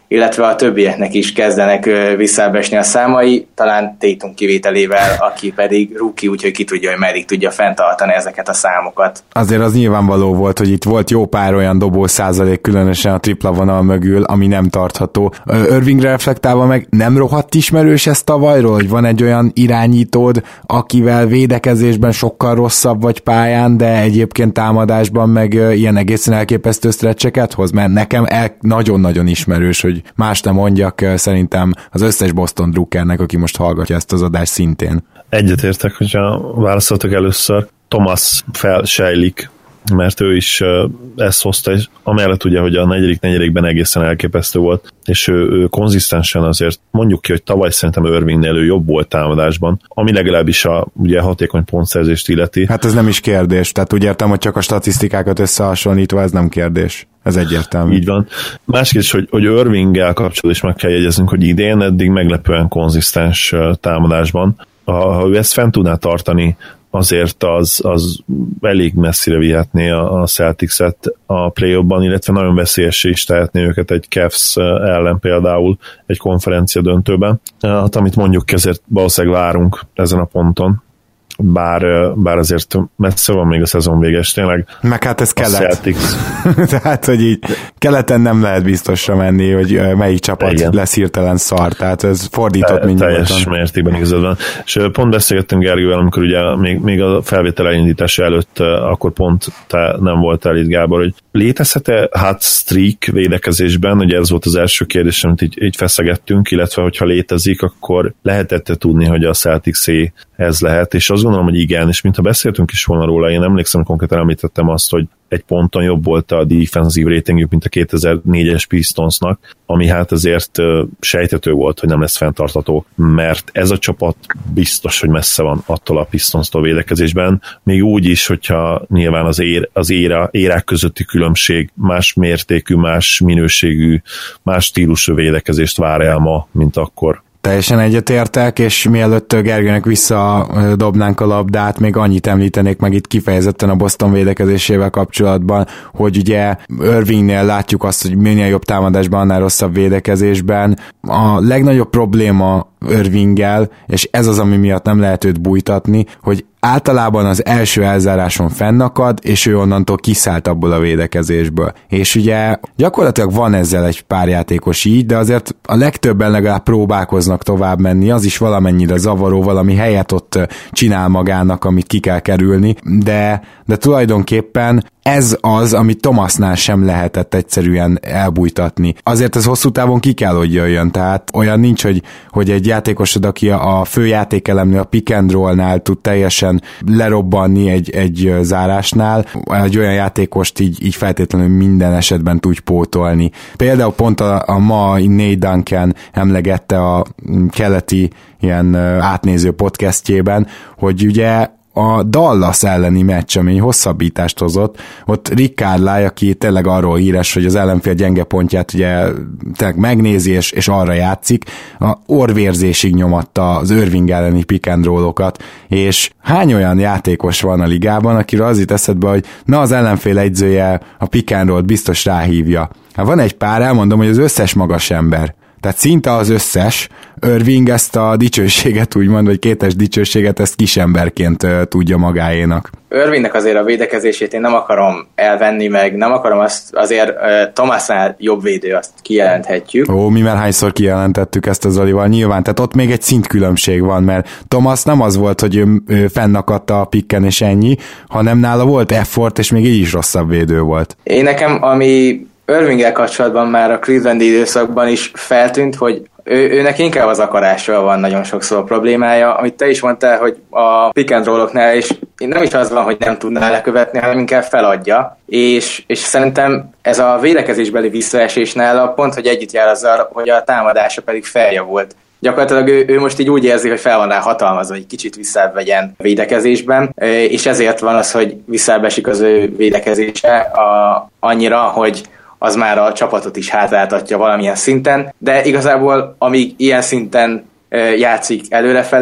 illetve a többieknek is kezdenek visszábbesni a számai, talán Tatum kivételével, aki pedig rookie, úgyhogy ki tudja, hogy meddig tudja fenntartani ezeket a számokat. Azért az nyilvánvaló volt, hogy itt volt jó pár olyan dobó százalék, különösen a tripla vonal mögül, ami nem tartható. Irvingre reflektálva meg nem rohadt ismerős ez tavalyról, hogy van egy olyan irányítód, akivel védekezésben sokkal rosszabb vagy pályán, de egyébként támadásban meg ilyen egészen elképesztő stretcheket hoz, mert nekem el, nagyon-nagyon ismerős, hogy más nem mondjak, szerintem az összes Boston drukkernek, aki most hallgatja ezt az adást szintén. Egyetértek, hogyha válaszoltak először, Thomas felsejlik, mert ő is ezt hozta, és amellett ugye, hogy a negyedik negyedikben egészen elképesztő volt, és ő, ő konzisztensen azért, mondjuk ki, hogy tavaly szerintem Irvingnél ő jobb volt támadásban, ami legalábbis a ugye hatékony pontszerzést illeti. Hát ez nem is kérdés, tehát úgy értem, hogy csak a statisztikákat összehasonlítva ez nem kérdés. Ez egyértelmű. Így van. Másképp is, hogy, hogy Irvinggel kapcsolatban is meg kell jegyeznünk, hogy idén eddig meglepően konzisztens támadásban. Ha ő ezt fent tudná tartani, azért az, az elég messzire vihetné a Celtics-et a play-offban, illetve nagyon veszélyessé is tehetné őket egy Cavs ellen például egy konferencia döntőben. Hát amit mondjuk ezért valószínűleg várunk ezen a ponton, bár, bár azért messze van még a szezon véges, tényleg. Meg hát ez kelet. Tehát, hogy így keleten nem lehet biztosra menni, hogy melyik csapat igen. lesz hirtelen szar, tehát ez fordított mindjárt. Teljes mértékben igazad van. És pont beszélgettünk Gergővel, amikor ugye még, még a felvétel elindítása előtt, akkor pont te nem voltál itt, Gábor, hogy létezhet-e hot streak védekezésben, ugye ez volt az első kérdés, amit így, így feszegettünk, illetve hogyha létezik, akkor lehetett tudni, hogy a Celtics-é ez lehet, és azt gondolom, hogy igen, és mintha beszéltünk is volna róla, én emlékszem, konkrétan említettem azt, hogy egy ponton jobb volt a defensív ratingjük, mint a kétezer-négyes Pistonsnak, ami hát azért uh, sejtető volt, hogy nem lesz fenntartható, mert ez a csapat biztos, hogy messze van attól a Pistons-tól védekezésben, még úgy is, hogyha nyilván az, ér, az éra, érák közötti különbség más mértékű, más minőségű, más stílusú védekezést vár el ma, mint akkor. Teljesen egyetértek, és mielőtt Gergőnek visszadobnánk a labdát, még annyit említenék meg itt kifejezetten a Boston védekezésével kapcsolatban, hogy ugye Irvingnél látjuk azt, hogy minél jobb támadásban, annál rosszabb védekezésben. A legnagyobb probléma Irvinggel, és ez az, ami miatt nem lehet őt bújtatni, hogy általában az első elzáráson fennakad, és ő onnantól kiszállt abból a védekezésből. És ugye gyakorlatilag van ezzel egy pár játékos így, de azért a legtöbben legalább próbálkoznak tovább menni, az is valamennyire zavaró, valami helyet ott csinál magának, amit ki kell kerülni, de, de tulajdonképpen ez az, amit Thomasnál sem lehetett egyszerűen elbújtatni. Azért ez hosszú távon ki kell, hogy jöjjön, tehát olyan nincs, hogy, hogy egy játékosod, aki a fő játékelemnél, a pick and roll-nál tud teljesen lerobbanni egy, egy zárásnál, egy olyan játékost így, így feltétlenül minden esetben tudj pótolni. Például pont a, a ma Nate Duncan emlegette a keleti ilyen átnéző podcastjében, hogy ugye a Dallas elleni meccs, ami hosszabbítást hozott, ott Rick Carlisle, aki tényleg arról híres, hogy az ellenfél gyenge pontját ugye tényleg megnézi, és, és arra játszik, a orvérzésig nyomatta az Irving elleni pick and roll-okat, és hány olyan játékos van a ligában, akiről az itt eszedbe, hogy na az ellenfél egyzője a pick and roll-t biztos ráhívja. Hát van egy pár, elmondom, hogy az összes magas ember. Tehát szinte az összes, Irving ezt a dicsőséget úgymond, vagy kétes dicsőséget ezt kisemberként uh, tudja magáénak. Irvingnek azért a védekezését én nem akarom elvenni, meg nem akarom azt, azért uh, Thomasnál jobb védő, azt kijelenthetjük. Ó, mi már hányszor kijelentettük ezt az Zolival, nyilván, tehát ott még egy szintkülönbség van, mert Thomas nem az volt, hogy ő, ő fennakadta a pikken és ennyi, hanem nála volt effort, és még így is rosszabb védő volt. Én nekem, ami Irvinggel kapcsolatban már a Clevelandi időszakban is feltűnt, hogy ő, őnek inkább az akarással van nagyon sokszor a problémája, amit te is mondtál, hogy a pick and roll-oknál is nem is az van, hogy nem tudná lekövetni, hanem inkább feladja, és, és szerintem ez a védekezésbeli visszaesés nála pont, hogy együtt jár azzal, hogy a támadása pedig feljavult. Gyakorlatilag ő, ő most így úgy érzi, hogy fel van rá hatalmazva, hogy kicsit visszább vegyen védekezésben, és ezért van az, hogy visszább esik az ő védekezése a, annyira, hogy az már a csapatot is hátráltatja valamilyen szinten, de igazából amíg ilyen szinten játszik előrefele,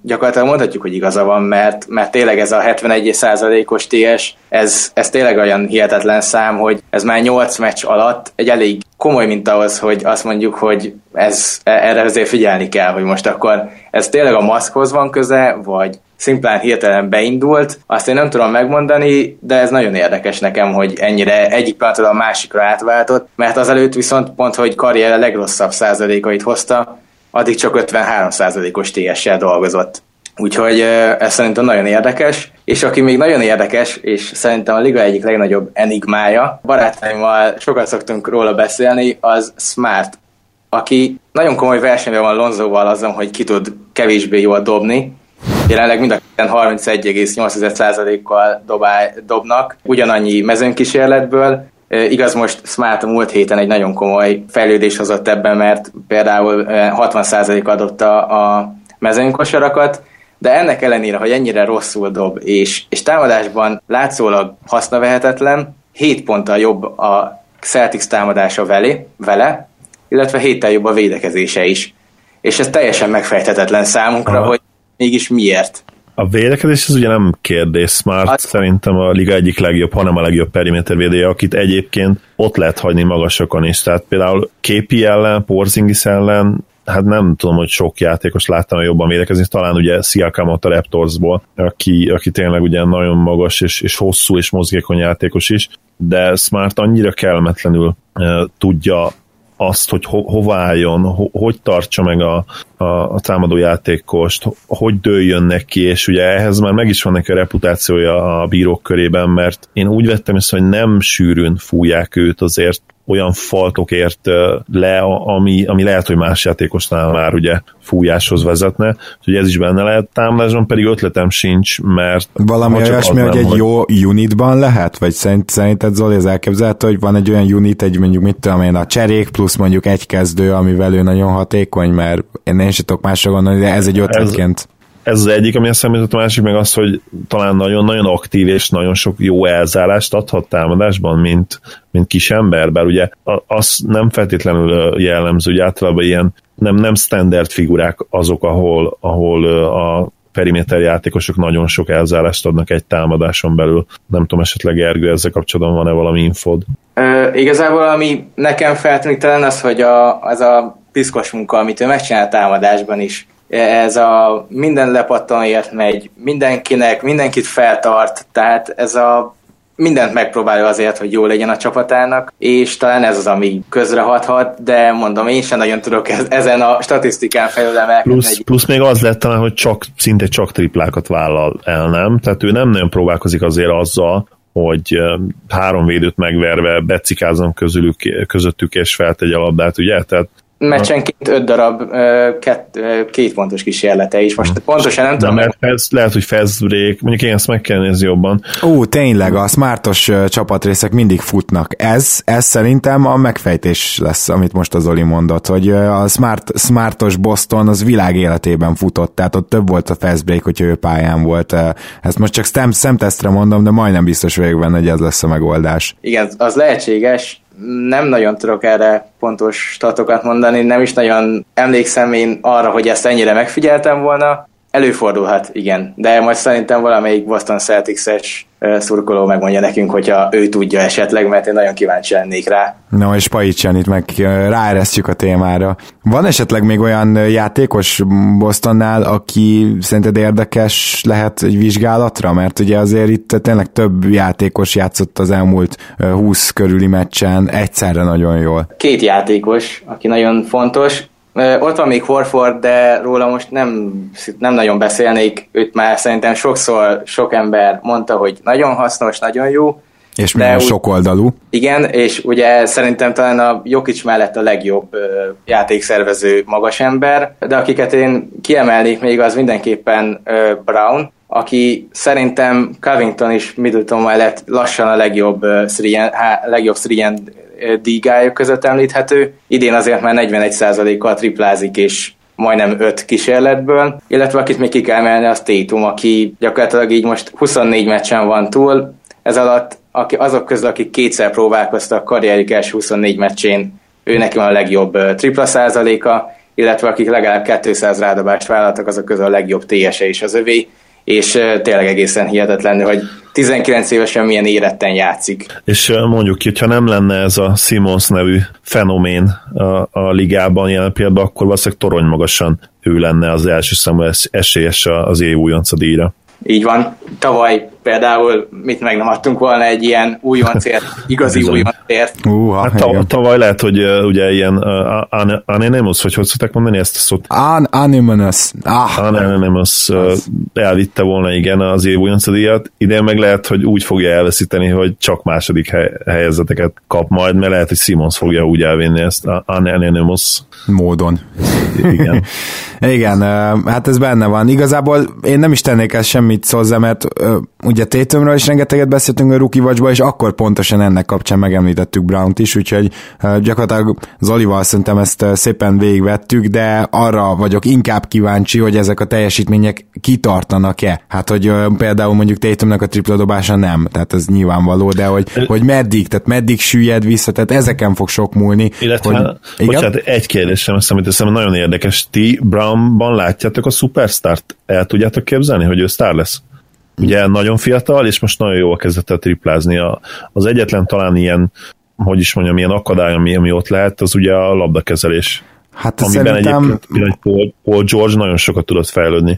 gyakorlatilag mondhatjuk, hogy igaza van, mert, mert tényleg ez a hetvenegy százalékos té es, ez, ez tényleg olyan hihetetlen szám, hogy ez már nyolc meccs alatt egy elég komoly mint ahhoz, hogy azt mondjuk, hogy ez, erre azért figyelni kell, hogy most akkor ez tényleg a maszkhoz van köze, vagy szimplán hirtelen beindult, azt én nem tudom megmondani, de ez nagyon érdekes nekem, hogy ennyire egyik pillanatról a másikra átváltott, mert azelőtt viszont pont, hogy karriere legrosszabb százalékait hozta, addig csak ötvenhárom százalékos té es-sel dolgozott. Úgyhogy ez szerintem nagyon érdekes, és aki még nagyon érdekes, és szerintem a liga egyik legnagyobb enigmája, barátaimmal sokat szoktunk róla beszélni, az Smart, aki nagyon komoly versenyben van Lonzóval azon, hogy ki tud kevésbé jól dobni. Jelenleg mind a ketten harmincegy egész nyolc százalékkal dobál, dobnak, ugyanannyi mezőnykísérletből. Igaz, most Smart a múlt héten egy nagyon komoly fejlődés hozott ebben, mert például hatvan százalékkal dobta a mezőnykosarakat, de ennek ellenére, hogy ennyire rosszul dob, és, és támadásban látszólag hasznavehetetlen, hét ponttal jobb a Celtics támadása vele, vele, illetve héttel jobb a védekezése is. És ez teljesen megfejthetetlen számunkra, Aha. hogy mégis miért. A védekezés az ugye nem kérdés, Smart az... szerintem a liga egyik legjobb, hanem a legjobb perimétervédője, akit egyébként ott lehet hagyni magasokon is. Tehát például ká pé ellen, Porzingis ellen, hát nem tudom, hogy sok játékos láttam jobban védekezni, talán ugye Siakamot a Raptorsból, aki, aki tényleg ugye nagyon magas és, és hosszú és mozgékony játékos is, de Smart annyira kellemetlenül uh, tudja azt, hogy ho- hova álljon, ho- hogy tartsa meg a, a, a támadó játékost, hogy dőljön neki, és ugye ehhez már meg is van neki a reputációja a bírók körében, mert én úgy vettem ezt, hogy nem sűrűn fújják őt azért olyan faltokért le, ami, ami lehet, hogy más játékosnál már ugye fújáshoz vezetne, úgyhogy ez is benne lehet. Támadásban pedig ötletem sincs, mert... Valami olyasmi, hogy egy hogy... jó unitban lehet? Vagy szerint, szerinted Zoli az elképzelhető, hogy van egy olyan unit, egy mondjuk mit tudom én, a cserék plusz mondjuk egy kezdő, amivel ő nagyon hatékony, mert én nem is tudok másra gondolni, de ez egy ötletként. Ez... Ez az egyik, ami eszembe jutott, a másik meg az, hogy talán nagyon-nagyon aktív és nagyon sok jó elzállást adhat támadásban, mint, mint kis ember, bár ugye az nem feltétlenül jellemző, hogy általában ilyen nem, nem standard figurák azok, ahol, ahol a periméter játékosok nagyon sok elzállást adnak egy támadáson belül. Nem tudom, esetleg Ergő, ezzel kapcsolatban van-e valami infód? Ö, igazából ami nekem feltűnik talán az, hogy a, az a piszkos munka, amit ő megcsinál támadásban is, ez a minden lepattanért megy, mindenkinek, mindenkit feltart, tehát ez a mindent megpróbálja azért, hogy jó legyen a csapatának, és talán ez az, ami közrehathat, de mondom, én sem nagyon tudok ezen a statisztikán felül emelkedni. Plusz, plusz még az lett talán, hogy csak, szinte csak triplákat vállal el, nem? Tehát ő nem nagyon próbálkozik azért azzal, hogy három védőt megverve becikázom közülük, közöttük és feltegye a labdát, ugye? Tehát meccsenként öt darab két, két pontos kísérlete is. Most pontosan nem tudom. Mert ez lehet, hogy fastbreak, mondjuk én ezt meg kell nézni jobban. Ó, tényleg, a smartos csapatrészek mindig futnak. Ez, ez szerintem a megfejtés lesz, amit most az Oli mondott, hogy a smart, smartos Boston az világ életében futott, tehát ott több volt a fastbreak, hogyha ő pályán volt. Ezt most csak szem, szemtesztre mondom, de majdnem biztos vagyok benne, hogy ez lesz a megoldás. Igen, az lehetséges. Nem nagyon tudok erre pontos statokat mondani, nem is nagyon emlékszem én arra, hogy ezt ennyire megfigyeltem volna. Előfordulhat, igen, de majd szerintem valamelyik Boston Celtics-es szurkoló megmondja nekünk, hogyha ő tudja esetleg, mert én nagyon kíváncsi lennék rá. No, és Pajicsen itt meg ráeresztjük a témára. Van esetleg még olyan játékos Bostonnál, aki szerinted érdekes lehet egy vizsgálatra? Mert ugye azért itt tényleg több játékos játszott az elmúlt húsz körüli meccsen egyszerre nagyon jól. Két játékos, aki nagyon fontos. Ott van még Horford, de róla most nem, nem nagyon beszélnék, őt már szerintem sokszor sok ember mondta, hogy nagyon hasznos, nagyon jó. És milyen sokoldalú. Igen, és ugye szerintem talán a Jokic mellett a legjobb játékszervező magas ember, de akiket én kiemelnék még, az mindenképpen Brown, aki szerintem Covington és Middleton mellett lassan a legjobb three-and D-gályok között említhető. Idén azért már negyvenegy százalékkal triplázik, és majdnem öt kísérletből, illetve akit még ki kell emelni, az Tatum, aki gyakorlatilag így most huszonnégy meccsen van túl, ez alatt aki, azok közül, akik kétszer próbálkoztak karrierjük első huszonnégy meccsén, ő neki van a legjobb tripla százaléka, illetve akik legalább kétszáz rádobást vállaltak, azok közül a legjobb té es-e is az övé, és tényleg egészen hihetetlen, hogy tizenkilenc évesen milyen éretten játszik. És mondjuk ki, hogyha nem lenne ez a Simmons nevű fenomén a, a ligában jelen pillanatban, akkor valószínűleg torony magasan ő lenne az első számú esélyes az év újonca díjra. Így van. Tavaly például mit meg nem adtunk volna egy ilyen újoncért, igazi újoncért. Uh, hát tav- tavaly lehet, hogy uh, ugye ilyen uh, Anonymous, vagy hogy szokták mondani ezt a szót? An- Anonymous. Ah. Anonymous uh, elvitte volna igen az év újonca díjat. Idén meg lehet, hogy úgy fogja elveszíteni, hogy csak második hely- helyezeteket kap majd, mert lehet, hogy Simmons fogja úgy elvinni ezt Anonymous módon. Igen. Igen, hát ez benne van. Igazából én nem is tennék ezt semmit hozzá, mert ugye Tatumról is rengeteget beszéltünk a Rookie Watchba, és akkor pontosan ennek kapcsán megemlítettük Brownt is, úgyhogy gyakorlatilag Zolival szerintem ezt szépen végigvettük, de arra vagyok inkább kíváncsi, hogy ezek a teljesítmények kitartanak-e. Hát, hogy például mondjuk Tatumnak a tripla dobása nem, tehát ez nyilvánvaló, de hogy, hogy meddig, tehát meddig süllyed vissza, tehát ezeken fog sok múlni. Illetve, hogy, bocsánat, egy kérdésem, azt amit hiszem, nagyon érdekes. Ti Brownban látjátok a szupersztárt? El tudjátok képzelni, hogy ő sztár lesz? Ugye nagyon fiatal, és most nagyon jól kezdett el triplázni. Az egyetlen talán ilyen, hogy is mondjam, ilyen akadály, ami, ami ott lehet, az ugye a labdakezelés. Hát amiben szerintem... egyébként Paul, Paul George nagyon sokat tudott fejlődni.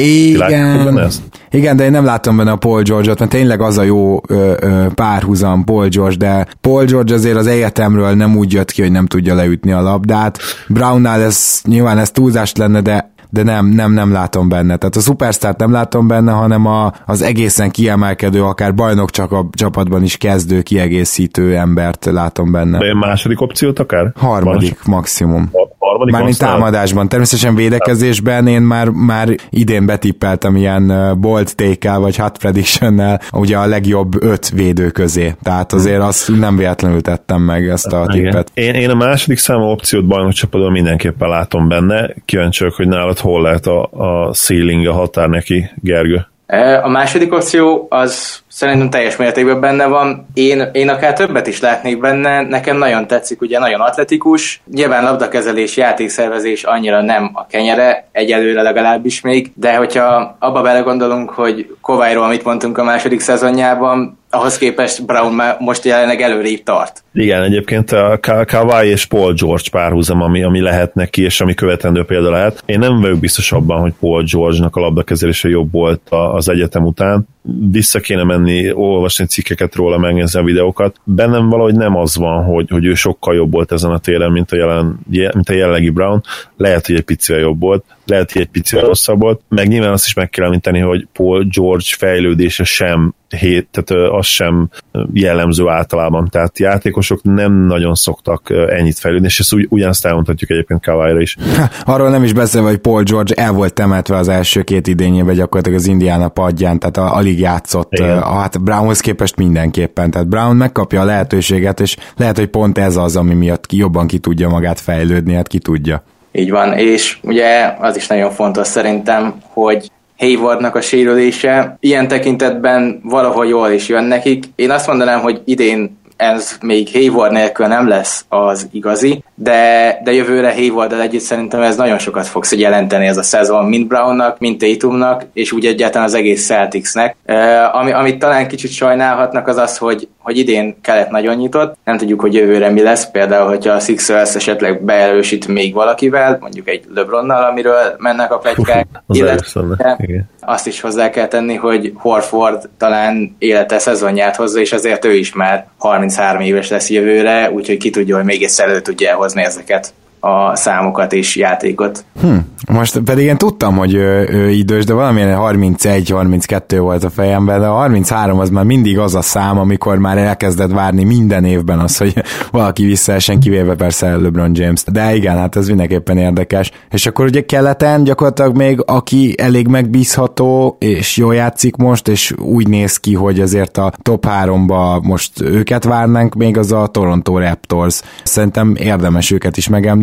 Igen, igen, de én nem látom benne a Paul George-ot, mert tényleg az a jó ö, ö, párhuzam Paul George, de Paul George azért az egyetemről nem úgy jött ki, hogy nem tudja leütni a labdát. Brownnál ez nyilván ez túlzást lenne, de de nem, nem, nem látom benne. Tehát a szupersztárt nem látom benne, hanem a, az egészen kiemelkedő, akár bajnok csak a csapatban is kezdő, kiegészítő embert látom benne. De második opciót akár? Harmadik Van maximum. Harmadik Mármint támadásban. Természetesen védekezésben én már, már idén betippeltem ilyen bold take-kel, vagy hot prediction-nel ugye a legjobb öt védő közé. Tehát azért azt nem véletlenül tettem meg ezt a tippet. Én, én a második számú opciót bajnok csapatban mindenképpen látom benne. Kíváncsiak, hogy nálad hol lehet a, a ceiling, a határ neki, Gergő. A második opció az szerintem teljes mértékben benne van. Én, én akár többet is látnék benne, nekem nagyon tetszik, ugye nagyon atletikus, nyilván labdakezelés, játékszervezés annyira nem a kenyere, egyelőre legalábbis még, de hogyha abba belegondolunk, hogy Kawhiról mit mondtunk a második szezonjában, ahhoz képest Brown már most jelenleg előrébb tart. Igen, egyébként a Kawhi és Paul George párhuzam, ami, ami lehet neki, és ami követendő példa lehet. Én nem vagyok biztos abban, hogy Paul George-nak a labdakezelése jobb volt az egyetem után. Vissza kéne menni, olvasni cikkeket róla, megnézni a videókat. Bennem valahogy nem az van, hogy, hogy ő sokkal jobb volt ezen a téren, mint a, jelen, mint a jelenlegi Brown. Lehet, hogy egy picivel jobb volt, lehet, hogy egy picivel rosszabb volt. Meg nyilván azt is meg kell említeni, hogy Paul George fejlődése sem hét, tehát az sem jellemző általában. Tehát játékosok nem nagyon szoktak ennyit fejlődni, és ezt ugy, ugyanazt elmondhatjuk egyébként Kawhira is. Ha, arról nem is beszélve, hogy Paul George el volt temetve az első két idényében gyakorlatilag az Indiana padján, tehát alig játszott. Igen. Hát Brownhoz képest mindenképpen. Tehát Brown megkapja a lehetőséget, és lehet, hogy pont ez az, ami miatt ki, jobban ki tudja magát fejlődni, hát ki tudja. Így van, és ugye az is nagyon fontos szerintem, hogy Haywardnak a sérülése ilyen tekintetben valahol jól is jön nekik. Én azt mondanám, hogy idén ez még Hayward nélkül nem lesz az igazi, de, de jövőre Haywarddal együtt szerintem ez nagyon sokat fog jelenteni ez a szezon, mind Brownnak, mind Tatumnak, és úgy egyáltalán az egész Celticsnek. Uh, ami, amit talán kicsit sajnálhatnak az az, hogy, hogy idén kelet nagyon nyitott, nem tudjuk, hogy jövőre mi lesz, például, hogyha a Sixers esetleg beerősít még valakivel, mondjuk egy LeBronnal, amiről mennek a pletykák, illetve azt is hozzá kell tenni, hogy Horford talán élete szezonját hozza, és azért ő is már harminchárom éves lesz jövőre, úgyhogy ki tudja, hogy még egyszer elő tudja elhozni ezeket a számokat és játékot. Hm, most pedig én tudtam, hogy ő, ő idős, de valamilyen harmincegy harminckettő volt a fejemben, de a harminchárom az már mindig az a szám, amikor már elkezdett várni minden évben az, hogy valaki visszaesen, kivéve persze LeBron James. De igen, hát ez mindenképpen érdekes. És akkor ugye keleten gyakorlatilag még aki elég megbízható, és jól játszik most, és úgy néz ki, hogy azért a top háromba most őket várnánk, még az a Toronto Raptors. Szerintem érdemes őket is megemlíteni,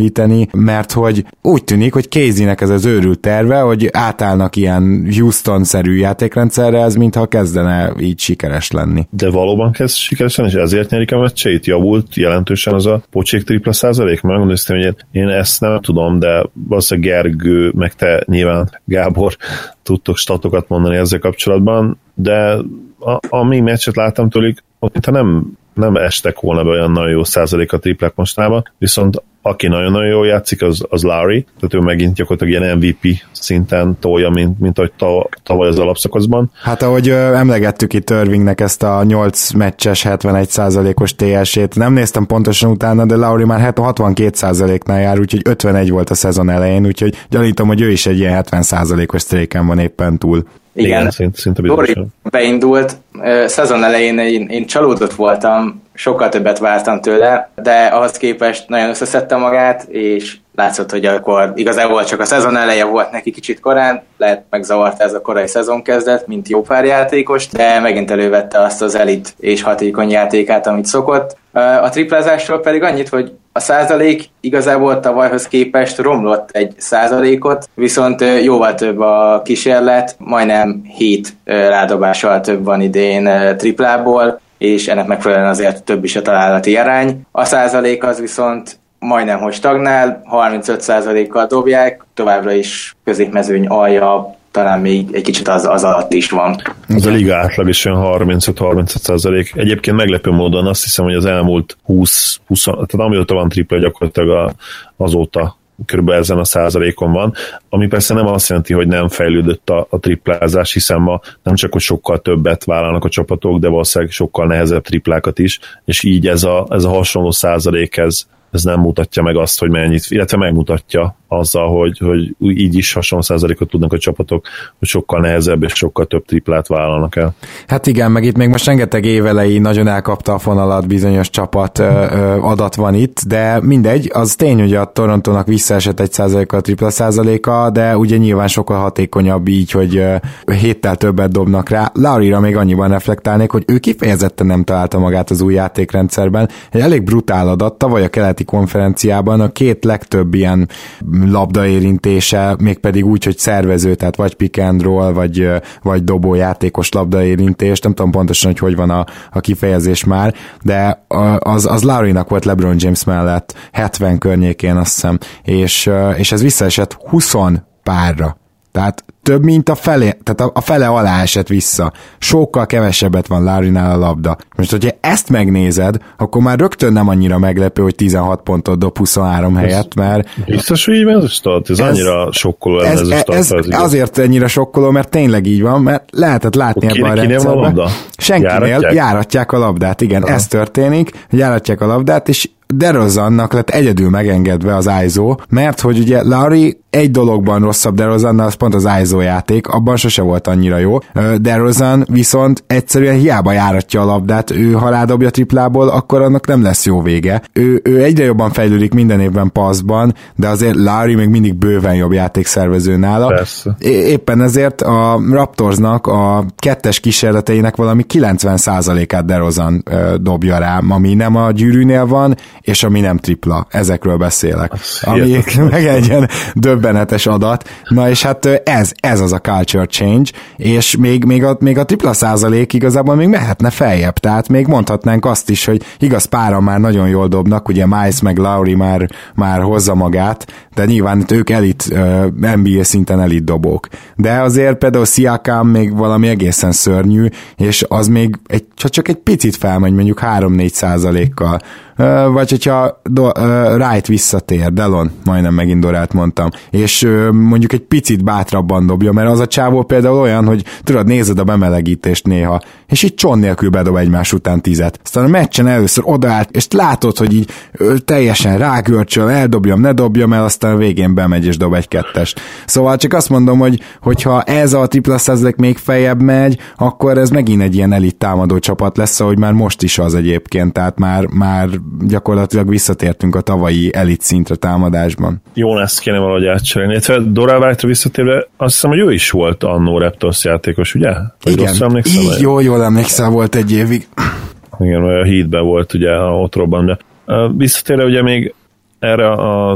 említeni, mert hogy úgy tűnik, hogy Casey-nek ez az őrült terve, hogy átállnak ilyen Houston-szerű játékrendszerre, ez mintha kezdene így sikeres lenni. De valóban kezd sikeres lenni, és ezért nyerik a meccseit? Javult jelentősen az a pocsék tripla százalék? Mert gondoltam, hogy én ezt nem tudom, de valószínűleg Gergő, meg te nyilván, Gábor, tudtok statokat mondani ezzel kapcsolatban, de a, a mi meccset láttam tőlük, ott mintha nem, nem estek volna be olyan nagyon jó százalék a triplák mostában, viszont aki nagyon-nagyon jól játszik, az, az Lowry, tehát ő megint gyakorlatilag ilyen em vé pé szinten tolja, mint, mint ahogy tavaly az alapszakaszban. Hát ahogy ö, emlegettük itt Irvingnek ezt a nyolc meccses hetvenegy százalékos té es-ét, nem néztem pontosan utána, de Lowry már hatvankét százaléknál jár, úgyhogy ötvenegy volt a szezon elején, úgyhogy gyanítom, hogy ő is egy ilyen hetven százalékos streaken van éppen túl. Igen, Igen, szinte, szinte bizonyosan. Beindult, szezon elején én, én csalódott voltam, sokkal többet vártam tőle, de ahhoz képest nagyon összeszedte magát, és látszott, hogy akkor igazából csak a szezon eleje volt neki kicsit korán, lehet megzavarta ez a korai szezonkezdet, mint jó pár játékos, de megint elővette azt az elit és hatékony játékát, amit szokott. A triplázásról pedig annyit, hogy a százalék igazából tavalyhoz képest romlott egy százalékot, viszont jóval több a kísérlet, majdnem hét rádobással több van idén triplából, és ennek megfelelően azért több is a találati arány. A százalék az viszont majdnem hogy stagnál, harmincöt százalékkal dobják, továbbra is középmezőny alja, talán még egy kicsit az, az alatt is van. Ez a liga átlag is olyan harmincöt-harmincöt százalék. Egyébként meglepő módon azt hiszem, hogy az elmúlt húsz húsz, tehát amióta van tripla, gyakorlatilag azóta körülbelül ezen a százalékon van, ami persze nem azt jelenti, hogy nem fejlődött a, a triplázás, hiszen ma nem csak, hogy sokkal többet vállalnak a csapatok, de valószínűleg sokkal nehezebb triplákat is, és így ez a, ez a hasonló százalék, ez, ez nem mutatja meg azt, hogy mennyit, illetve megmutatja azzal, hogy, hogy így is hasonló százalékot tudnak a csapatok, hogy sokkal nehezebb és sokkal több triplát vállalnak el. Hát igen, meg itt még most rengeteg évelei nagyon elkapta a fonalat, bizonyos csapat ö, ö, adat van itt, de mindegy, az tény, hogy a Torontónak visszaesett egy százalékkal a tripla százaléka, de ugye nyilván sokkal hatékonyabb így, hogy ö, héttel többet dobnak rá. Lowryra még annyiban reflektálnék, hogy ő kifejezetten nem találta magát az új játékrendszerben. Egy elég brutál adat, tavaly a keleti konferenciában a két legtöbb ilyen labdaérintése, mégpedig úgy, hogy szervező, tehát vagy pick and roll, vagy, vagy dobójátékos labdaérintés, nem tudom pontosan, hogy hogy van a, a kifejezés már, de az, az Lowrynak volt LeBron James mellett hetven környékén, azt hiszem, és, és ez visszaesett húsz párra. Tehát több, mint a fele, tehát a fele alá esett vissza. Sokkal kevesebbet van Lowrynál a labda. Most, hogyha ezt megnézed, akkor már rögtön nem annyira meglepő, hogy tizenhat pontot dob huszonhárom helyett, mert... Biztos, hogy így van ez a start? Ez, ez annyira sokkoló ez, ez a start. Ez, ez azért ennyire sokkoló, mert tényleg így van, mert lehetett látni ebben a rendszerben. A Senkinél járatják? járatják a labdát, igen, aha. Ez történik, járatják a labdát, és DeRozannak lett egyedül megengedve az i es o, mert hogy ugye Lowry egy dologban rosszabb DeRozannal, az pont az i es o játék, abban sose volt annyira jó. DeRozan viszont egyszerűen hiába járatja a labdát, ő ha rádobja triplából, akkor annak nem lesz jó vége. Ő, ő egyre jobban fejlődik minden évben passzban, de azért Lowry még mindig bőven jobb játékszervező nála. Persze. Éppen ezért a Raptorsnak a kettes kísérleteinek valami kilencven százalékát DeRozan dobja rá, ami nem a gyűrűnél van, és ami nem tripla. Ezekről beszélek. Az ami meg egy ilyen döbbenetes adat. Na és hát ez, ez az a culture change, és még, még, a, még a tripla százalék igazából még mehetne feljebb, tehát még mondhatnánk azt is, hogy igaz, páran már nagyon jól dobnak, ugye Miles meg Lowry már, már hozza magát, de nyilván ők elit, uh, en bé á szinten elit dobók. De azért például Siakam még valami egészen szörnyű, és az még egy, csak egy picit felmegy, mondjuk három-négy százalékkal. Uh, vagy hogyha do, uh, Wright visszatér, Delon, majdnem megint Dorát mondtam, és uh, mondjuk egy picit bátrabban dobja, mert az a csávó például olyan, hogy tudod, nézed a bemelegítést néha, és így cson nélkül bedob egymás után tizet. Aztán a meccsen először odaállt, és látod, hogy így uh, teljesen rágörcsöl, eldobjam, ne dobjam el, aztán a végén bemegy és dob egy kettest. Szóval csak azt mondom, hogy hogyha ez a tripla százalék még feljebb megy, akkor ez megint egy ilyen elit támadó csapat lesz, ahogy már most is az egyébként, tehát már, már gyakorlatilag visszatértünk a tavalyi elit szintre támadásban. Jó, ezt kéne valahogy átcserélni. Illetve Dora White-ra visszatérve, azt hiszem, hogy ő is volt annó Raptors játékos, ugye? Vagy igen, így jó, jól emlékszel, volt egy évig. Igen, a Heatben volt ugye a Otrobban, de visszatérve ugye még erre a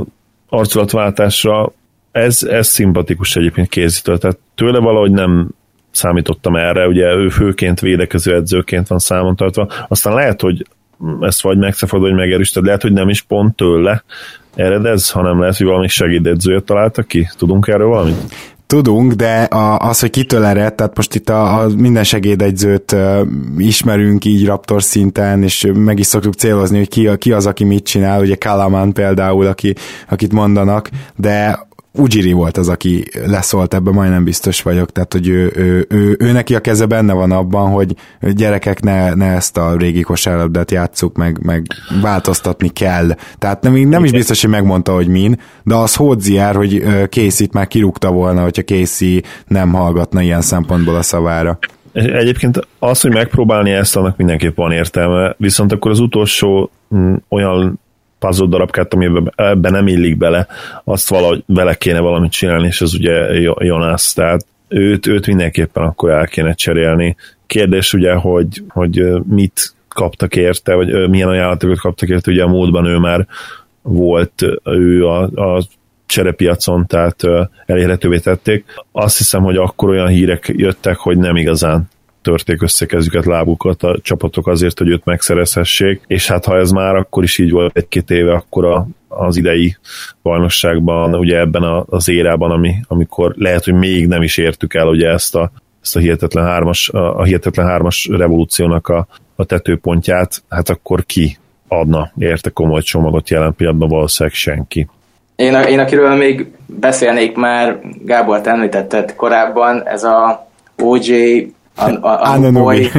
arculatváltásra ez, ez szimpatikus egyébként készítő, tehát tőle valahogy nem számítottam erre, ugye ő főként védekező edzőként van számon tartva, aztán lehet, hogy ezt vagy megszafad, vagy megerősíted, lehet, hogy nem is pont tőle ered ez, hanem lehet, hogy valami segédedzőjét találtak ki. Tudunk erről valamit? Tudunk, de a, az, hogy kitől ered, tehát most itt a, a minden segédegyzőt uh, ismerünk így Raptors szinten, és meg is szoktuk célozni, hogy ki, ki az, aki mit csinál, ugye Kalaman például, aki, akit mondanak, de Ujiri volt az, aki leszólt, ebben majdnem biztos vagyok, tehát hogy ő, ő, ő, ő neki a keze benne van abban, hogy gyerekek ne, ne ezt a régi kosárlabdát játsszuk, meg, meg változtatni kell. Tehát nem, nem is biztos, hogy megmondta, hogy min, de az Hodzier, hogy Casey-t már kirúgta volna, hogyha Casey nem hallgatna ilyen szempontból a szavára. Egyébként az, hogy megpróbálni ezt, annak mindenképp van értelme, viszont akkor az utolsó m, olyan puzzle darabkát, amiben ebben nem illik bele, azt valahogy vele kéne valamit csinálni, és az ugye Jonas, tehát őt, őt mindenképpen akkor el kéne cserélni. Kérdés ugye, hogy, hogy mit kaptak érte, vagy milyen ajánlatokat kaptak érte, ugye a múltban ő már volt ő a, a cserepiacon, tehát elérhetővé tették. Azt hiszem, hogy akkor olyan hírek jöttek, hogy nem igazán törték össze kezüket, lábukat a csapatok azért, hogy őt megszerezhessék, és hát ha ez már akkor is így volt egy-két éve, akkor a, az idei bajnokságban, ugye ebben a, az érában, ami, amikor lehet, hogy még nem is értük el ugye ezt a, ezt a hihetetlen hármas, a, a hihetetlen hármas revolúciónak a, a tetőpontját, hát akkor ki adna érte komoly csomagot jelen pillanatban? Valószínűleg senki. Én, a, én akiről még beszélnék már, Gábor, te említetted korábban, ez a o jé Anunoby.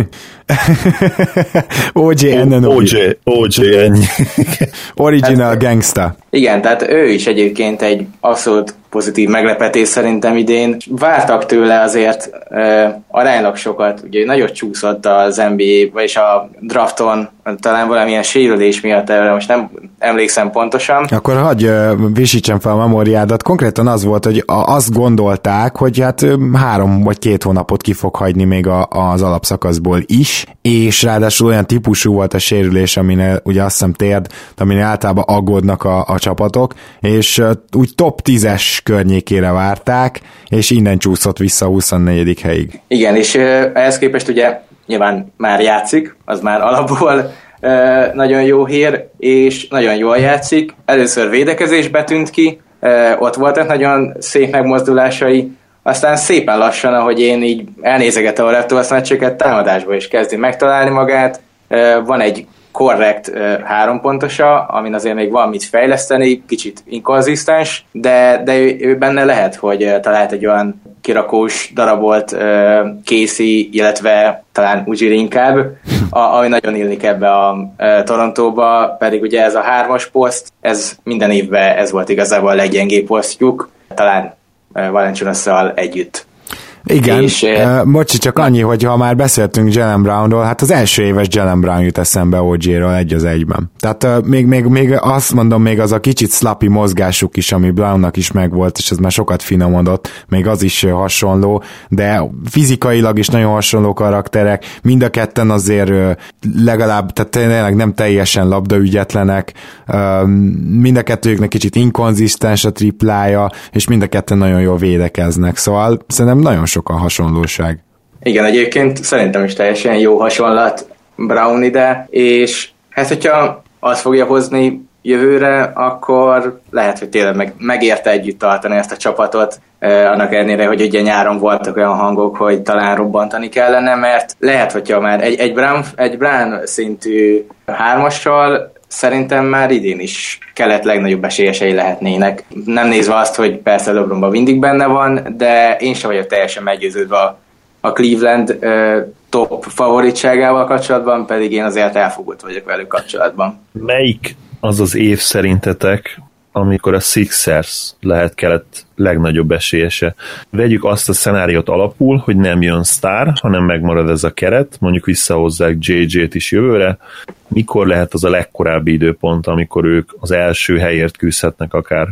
o jé Anunoby. o jé ennyi. Original hát, gangsta. Igen, tehát ő is egyébként egy abszolút pozitív meglepetés szerintem idén. Vártak tőle azért uh, aránylag sokat, ugye nagyot csúszott az en bé á, vagyis a drafton, talán valamilyen sérülés miatt, erre most nem emlékszem pontosan. Akkor hagyj uh, visítsem fel a memóriádat. Konkrétan az volt, hogy a, azt gondolták, hogy hát három vagy két hónapot ki fog hagyni még a, az alapszakaszból is, és ráadásul olyan típusú volt a sérülés, aminél ugye azt hiszem térd, aminél általában aggódnak a, a csapatok, és uh, úgy top tízes környékére várták, és innen csúszott vissza a huszonnegyedik helyig. Igen, és uh, ehhez képest ugye nyilván már játszik, az már alapból uh, nagyon jó hír, és nagyon jól játszik. Először védekezésbe tűnt ki, uh, ott voltak nagyon szép megmozdulásai, aztán szépen lassan, ahogy én így elnézegetem a Raptors meccseket, támadásba is kezdi megtalálni magát. Uh, van egy korrekt uh, hárompontosa, amin azért még van mit fejleszteni, kicsit inkonzisztens, de, de ő, ő benne lehet, hogy uh, talált egy olyan kirakós darabolt uh, Casey, illetve talán Ujiri inkább, a, ami nagyon illik ebbe a uh, Torontóba, pedig ugye ez a hármas poszt, ez minden évben ez volt igazából a leggyengébb posztjuk, talán uh, Valanciunasszal együtt. Igen, és, uh, bocsi, csak annyi, hogy ha már beszéltünk Jaylen Brownról, hát az első éves Jaylen Brown jut eszembe o jé-ről egy az egyben. Tehát uh, még, még, még azt mondom, még az a kicsit slappy mozgásuk is, ami Brownnak is megvolt, és ez már sokat finomodott, még az is uh, hasonló, de fizikailag is nagyon hasonló karakterek, mind a ketten azért uh, legalább, tehát tényleg nem teljesen labdaügyetlenek, uh, mind a kettőjüknek kicsit inkonzisztens a triplája, és mind a ketten nagyon jól védekeznek, szóval szerintem nagyon sok a hasonlóság. Igen, egyébként szerintem is teljesen jó hasonlat Brown ide, és hát hogyha azt fogja hozni jövőre, akkor lehet, hogy tényleg meg, megérte együtt tartani ezt a csapatot, eh, annak ellenére, hogy ugye nyáron voltak olyan hangok, hogy talán robbantani kellene, mert lehet, hogyha már egy, egy, Brown, egy Brown szintű hármassal szerintem már idén is kelet legnagyobb esélyesei lehetnének. Nem nézve azt, hogy persze LeBronban mindig benne van, de én sem vagyok teljesen meggyőződve a, a Cleveland uh, top favoritságával kapcsolatban, pedig én azért elfogult vagyok velük kapcsolatban. Melyik az az év szerintetek, amikor a Sixers lehet kelet legnagyobb esélyese? Vegyük azt a szenáriót alapul, hogy nem jön sztár, hanem megmarad ez a keret, mondjuk visszahozzák jé jé-t is jövőre. Mikor lehet az a legkorábbi időpont, amikor ők az első helyért küzdhetnek akár?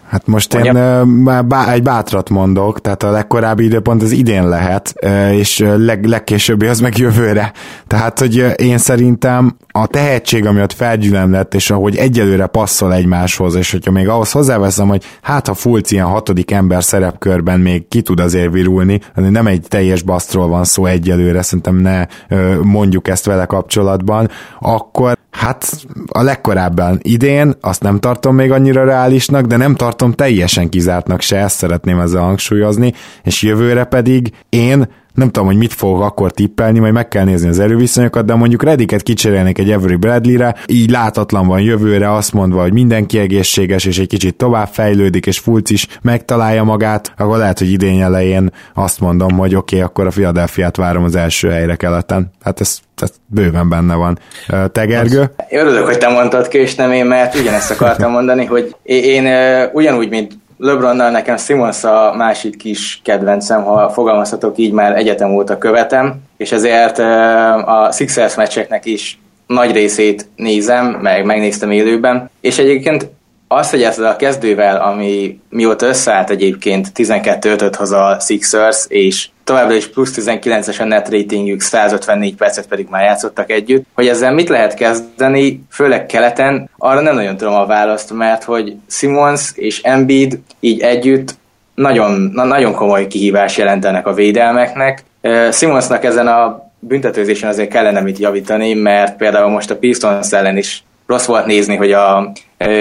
Hát most én uh, bá- egy bátrat mondok, tehát a legkorábbi időpont az idén lehet, uh, és leg- legkésőbbi az meg jövőre. Tehát, hogy uh, én szerintem a tehetség, ami ott felgyülemlett, és ahogy egyelőre passzol egymáshoz, és hogyha még ahhoz hozzáveszem, hogy hát ha Fulc ilyen hatodik ember szerepkörben még ki tud azért virulni, nem egy teljes basztról van szó egyelőre, szerintem ne uh, mondjuk ezt vele kapcsolatban, akkor hát a legkorábban idén, azt nem tartom még annyira reálisnak, de nem tartom teljesen kizártnak se, ezt szeretném ezzel hangsúlyozni, és jövőre pedig én nem tudom, hogy mit fogok akkor tippelni, majd meg kell nézni az erőviszonyokat, de mondjuk Redicket kicserélnék egy Avery Bradley-re, így látatlan van jövőre, azt mondva, hogy mindenki egészséges, és egy kicsit tovább fejlődik, és Fulc is megtalálja magát, akkor lehet, hogy idén elején azt mondom, hogy oké, okay, akkor a Philadelphiát várom az első helyre keleten. Hát ez, ez bőven benne van. Te, Gergő? Én örülök, hogy te mondtad ki, és nem én, mert ugyanezt akartam mondani, hogy én, én ugyanúgy, mint LeBronnal nekem Simmons a másik kis kedvencem, ha fogalmazhatok így, már egyetem óta követem, és ezért a Sixers meccseknek is nagy részét nézem, meg megnéztem élőben, és egyébként azt, hogy ezzel a kezdővel, ami mióta összeállt egyébként tizenkettő ötöt hoz a Sixers, és továbbra is plusz tizenkilences a net ratingjük, száz ötvennégy percet pedig már játszottak együtt, hogy ezzel mit lehet kezdeni, főleg keleten, arra nem nagyon tudom a választ, mert hogy Simmons és Embiid így együtt nagyon, na, nagyon komoly kihívás jelentenek a védelmeknek. Simmonsnak ezen a büntetőzésen azért kellene mit javítani, mert például most a Pistons ellen is rossz volt nézni, hogy a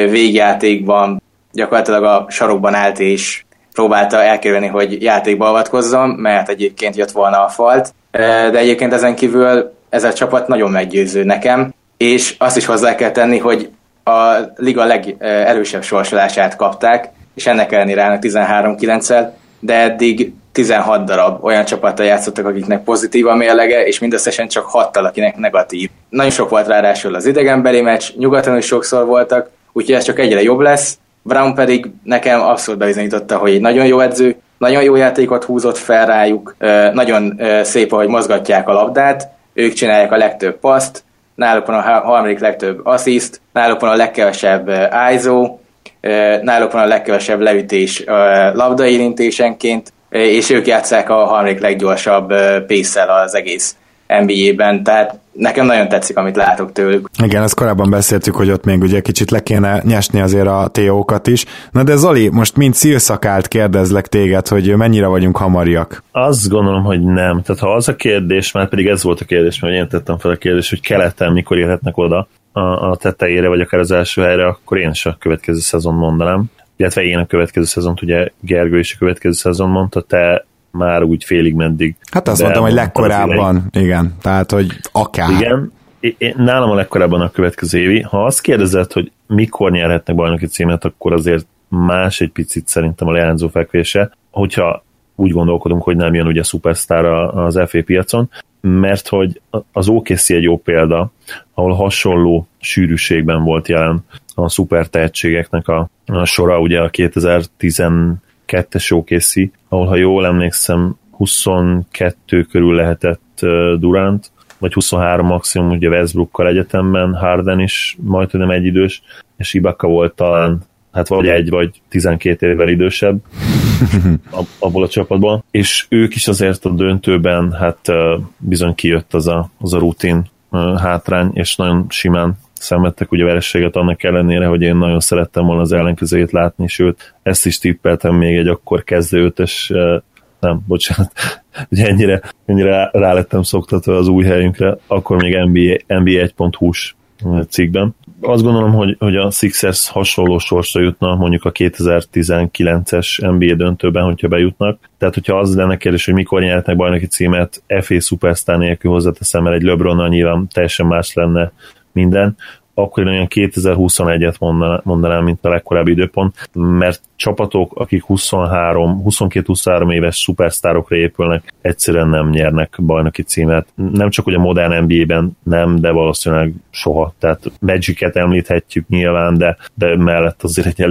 végjátékban gyakorlatilag a sarokban állt és próbálta elkerülni, hogy játékba avatkozzon, mert egyébként jött volna a falt. De egyébként ezen kívül ez a csapat nagyon meggyőző nekem, és azt is hozzá kell tenni, hogy a liga legerősebb sorsolását kapták, és ennek ellenére állnak tizenhárom kilenccel, de eddig tizenhat darab olyan csapattal játszottak, akiknek pozitív a mérlege, és mindösszesen csak hattal, akinek negatív. Nagyon sok volt ráadásul az idegenbeli meccs, nyugaton is sokszor voltak, úgyhogy ez csak egyre jobb lesz. Brown pedig nekem abszolút bebizonyította, hogy egy nagyon jó edző, nagyon jó játékot húzott fel rájuk, nagyon szép, ahogy mozgatják a labdát, ők csinálják a legtöbb paszt, náluk van a harmadik legtöbb assziszt, náluk van a legkevesebb i es o, náluk van a legkevesebb leütés labdaérintésenként, és ők játsszák a harmadik leggyorsabb pace-szel az egész en bé á-ben, tehát nekem nagyon tetszik, amit látok tőlük. Igen, ezt korábban beszéltük, hogy ott még ugye kicsit le kéne nyesni azért a té ó-kat is. Na de Zoli, most mint szílszakált kérdezlek téged, hogy mennyire vagyunk hamariak? Azt gondolom, hogy nem. Tehát ha az a kérdés, már pedig ez volt a kérdés, mert én tettem fel a kérdést, hogy keleten mikor érhetnek oda a, a tetejére, vagy akár az első helyre, akkor én is a következő szezon mondanám. Illetve én a következő szezont, ugye Gergő is a következő szezon mondta, te már úgy félig meddig. Hát azt mondtam, hogy legkorábban, igen, tehát, hogy akár. Igen, én, nálam a legkorábban a következő évi. Ha azt kérdezed, hogy mikor nyerhetnek bajnoki címet, akkor azért más egy picit szerintem a leányzó fekvése, hogyha úgy gondolkodunk, hogy nem jön ugye szupersztár az ef á piacon, mert hogy az o ká cé egy jó példa, ahol hasonló sűrűségben volt jelen a szuper tehetségeknek a, a sora, ugye a kétezer-tizenkettes o ká cé, ahol, ha jól emlékszem, huszonkettő körül lehetett Durant, vagy huszonhárom maximum, ugye Westbrookkal egyetemben, Harden is majdnem nem egyidős, és Ibaka volt talán, hát vagy egy, vagy tizenkét évvel idősebb abból a csapatból, és ők is azért a döntőben hát bizony kijött az a, az a rutin hátrány, és nagyon simán szenvedtek ugye verességet annak ellenére, hogy én nagyon szerettem volna az ellenkezőjét látni, sőt, ezt is tippeltem még egy akkor kezdő ötös, nem, bocsánat, ugye ennyire, ennyire rá lettem szoktatva az új helyünkre, akkor még en bé á, en bé á egy pont hú-s cikkben. Azt gondolom, hogy, hogy a Sixers hasonló sorsra jutna mondjuk a kétezer-tizenkilences en bé á döntőben, hogyha bejutnak. Tehát, hogyha az lenne kérdés, hogy mikor nyerhetnek bajnoki címet, ef á szupersztár nélkül hozzáteszem, mert egy LeBronnal nyilván teljesen más lenne minden, akkor én olyan kétezer-huszonegyet mondanám, mint a legkorábbi időpont, mert csapatok, akik huszonhárom, huszonkettő-huszonhárom éves szupersztárokra épülnek, egyszerűen nem nyernek bajnoki címet. Nem csak hogy a modern en bé á-ben nem, de valószínűleg soha. Tehát Magic-et említhetjük nyilván, de, de mellett azért egy elég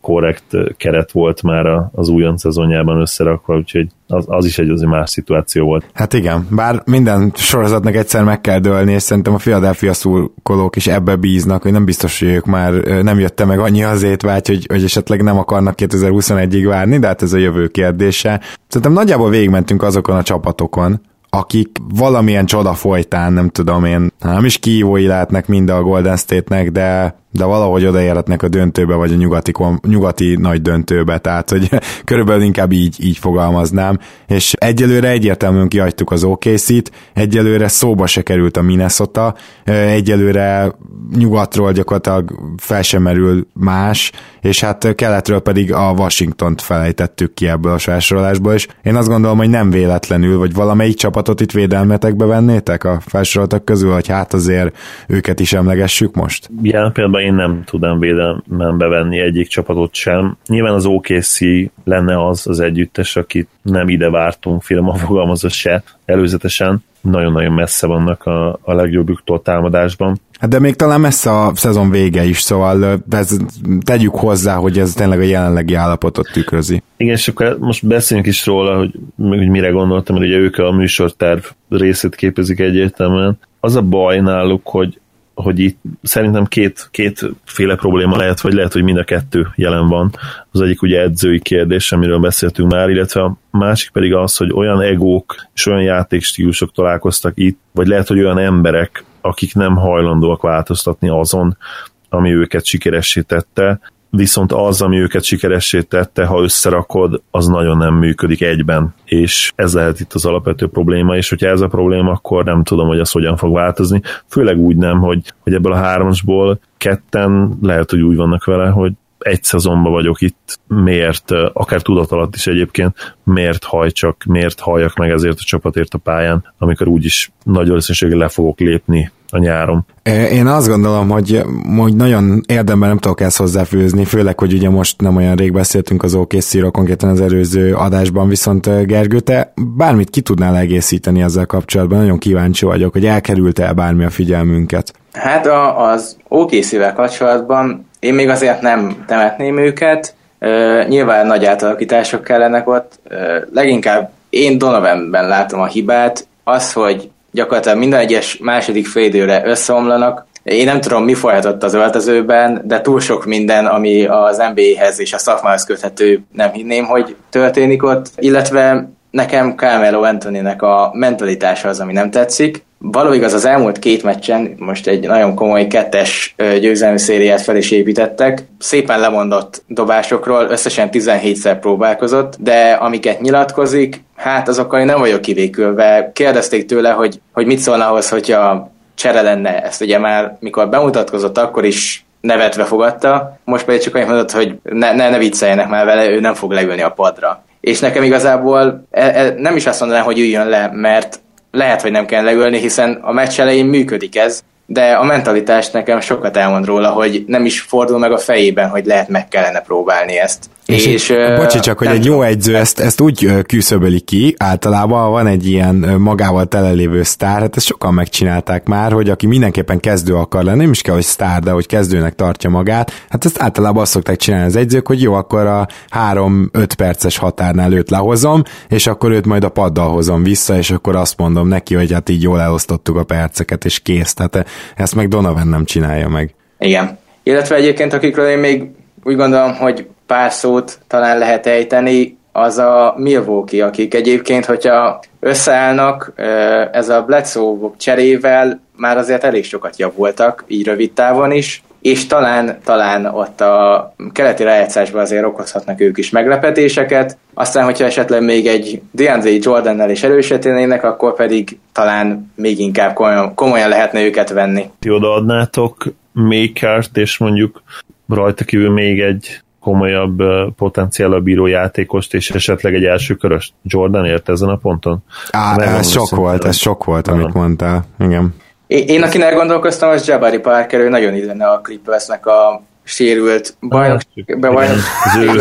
korrekt keret volt már az újon szezonjában összerakva, úgyhogy az, az is egy azért más szituáció volt. Hát igen, bár minden sorozatnak egyszer meg kell dőlni, és szerintem a Philadelphia szurkolók is ebbe bíznak, hogy nem biztos, hogy ők már nem jötte meg annyi azért vágy, hogy, hogy esetleg nem akarnak kétezer-huszonegyig várni, de hát ez a jövő kérdése. Szerintem nagyjából végigmentünk azokon a csapatokon, akik valamilyen csoda folytán, nem tudom én, nem is kihívói lehetnek mind a Golden State-nek, de, de valahogy odaérhetnek a döntőbe, vagy a nyugati, nyugati nagy döntőbe, tehát hogy körülbelül inkább így, így fogalmaznám, és egyelőre egyértelműen kihagytuk az o ká cé-t, egyelőre szóba se került a Minnesota, egyelőre nyugatról gyakorlatilag fel sem merül más, és hát keletről pedig a Washingtont felejtettük ki ebből a felsorolásból, és én azt gondolom, hogy nem véletlenül, vagy valamelyik csapatot itt védelmetekbe vennétek a felsoroltak közül, hogy hát azért őket is emlegessük most? Jelen pillanatban én nem tudom védelmembe venni egyik csapatot sem. Nyilván az o ká cé lenne az az együttes, akit nem ide vártunk, finoman fogalmazva se előzetesen. Nagyon-nagyon messze vannak a, a legjobbjuktól támadásban. Hát de még talán messze a szezon vége is, szóval ez, tegyük hozzá, hogy ez tényleg a jelenlegi állapotot tükrözi. Igen, és akkor most beszéljünk is róla, hogy, hogy mire gondoltam, hogy ugye ők a műsorterv részét képezik egyértelműen. Az a baj náluk, hogy hogy itt szerintem két, kétféle probléma lehet, vagy lehet, hogy mind a kettő jelen van. Az egyik ugye edzői kérdés, amiről beszéltünk már, illetve a másik pedig az, hogy olyan egók és olyan játékstílusok találkoztak itt, vagy lehet, hogy olyan emberek, akik nem hajlandóak változtatni azon, ami őket sikeressé tette, viszont az, ami őket sikeressé tette, ha összerakod, az nagyon nem működik egyben, és ez lehet itt az alapvető probléma, és hogyha ez a probléma, akkor nem tudom, hogy az hogyan fog változni, főleg úgy nem, hogy, hogy ebből a hármasból ketten lehet, hogy úgy vannak vele, hogy egy szezonban vagyok itt, miért, akár tudat alatt is egyébként, miért hajtsak, miért halljak meg ezért a csapatért a pályán, amikor úgyis nagy valószínűséggel le fogok lépni a nyáron. Én azt gondolom, hogy, hogy nagyon érdemben nem tudok ezt hozzáfűzni, főleg, hogy ugye most nem olyan rég beszéltünk az o ká cé-ről konkrétan az előző adásban, viszont Gergő, te bármit ki tudnál egészíteni ezzel kapcsolatban, nagyon kíváncsi vagyok, hogy elkerült-e bármi a figyelmünket. Hát a, az o ká cé-vel kapcsolatban én még azért nem temetném őket, uh, nyilván nagy átalakítások kellenek ott, uh, leginkább én Donovanben látom a hibát, az, hogy gyakorlatilag minden egyes második félidőre összeomlanak. Én nem tudom, mi folyhatott az öltözőben, de túl sok minden, ami az en bé á-hez és a szakmához köthető, nem hinném, hogy történik ott. Illetve nekem Carmelo Anthonynek a mentalitása az, ami nem tetszik. Való igaz, az elmúlt két meccsen most egy nagyon komoly kettes győzelmi szériát fel is építettek. Szépen lemondott dobásokról, összesen tizenhétszer próbálkozott, de amiket nyilatkozik, hát azokkal én nem vagyok kivékülve. Kérdezték tőle, hogy, hogy mit szólna ahhoz, hogyha csere lenne. Ezt ugye már mikor bemutatkozott, akkor is nevetve fogadta. Most pedig csak annyit mondott, hogy ne, ne, ne vicceljenek már vele, ő nem fog leülni a padra. És nekem igazából e, e, nem is azt mondanám, hogy üljön le, mert lehet, hogy nem kell leülni, hiszen a meccs elején működik ez, de a mentalitás nekem sokat elmond róla, hogy nem is fordul meg a fejében, hogy lehet meg kellene próbálni ezt. És, és bocsi csak, hogy egy jó edző ezt, ezt úgy küszöböli ki, általában van egy ilyen magával telelévő sztár, hát ezt sokan megcsinálták már, hogy aki mindenképpen kezdő akar lenni, nem is kell, hogy sztár, de hogy kezdőnek tartja magát, hát ezt általában azt szokták csinálni az edzők, hogy jó, akkor a három-öt perces határnál őt lehozom, és akkor őt majd a paddal hozom vissza, és akkor azt mondom neki, hogy hát így jól elosztottuk a perceket, és kész. Tehát ezt meg Donovan nem csinálja meg. Igen. Illetve egyébként, akikről én még úgy gondolom, hogy pár szót talán lehet ejteni, az a Milwaukee, akik egyébként, hogyha összeállnak, ez a Bledsoe cserével már azért elég sokat javultak, így rövid távon is, és talán, talán ott a keleti rájátszásban azért okozhatnak ők is meglepetéseket, aztán, hogyha esetleg még egy DeAndre Jordannel is erősítenének, akkor pedig talán még inkább komolyan, komolyan lehetne őket venni. Ti odaadnátok Makert, és mondjuk rajta kívül még egy komolyabb potenciállal bíró játékost, és esetleg egy első körös Jordanért ezen a ponton? Á, ez sok volt, ez sok volt, amit mondtál. Igen. Én, én akinek gondolkoztam, az Jabari Parker, ő nagyon illene a Clippersnek a sérült bajnokság. Ő...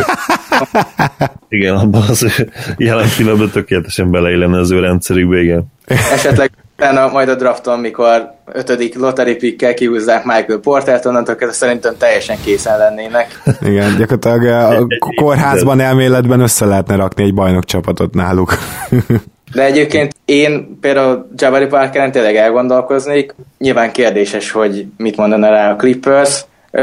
Igen, abban az ő jelen pillanatban tökéletesen beleillene az ő rendszerükbe, igen. Esetleg Utána majd a drafton, mikor ötödik lottery pickkel kihúzzák Michael Portert, onnantól kezdve szerintem teljesen készen lennének. Igen, gyakorlatilag a kórházban elméletben össze lehetne rakni egy bajnokcsapatot náluk. De egyébként én például Jabari Parkeren tényleg elgondolkoznék. Nyilván kérdéses, hogy mit mondana rá a Clippers.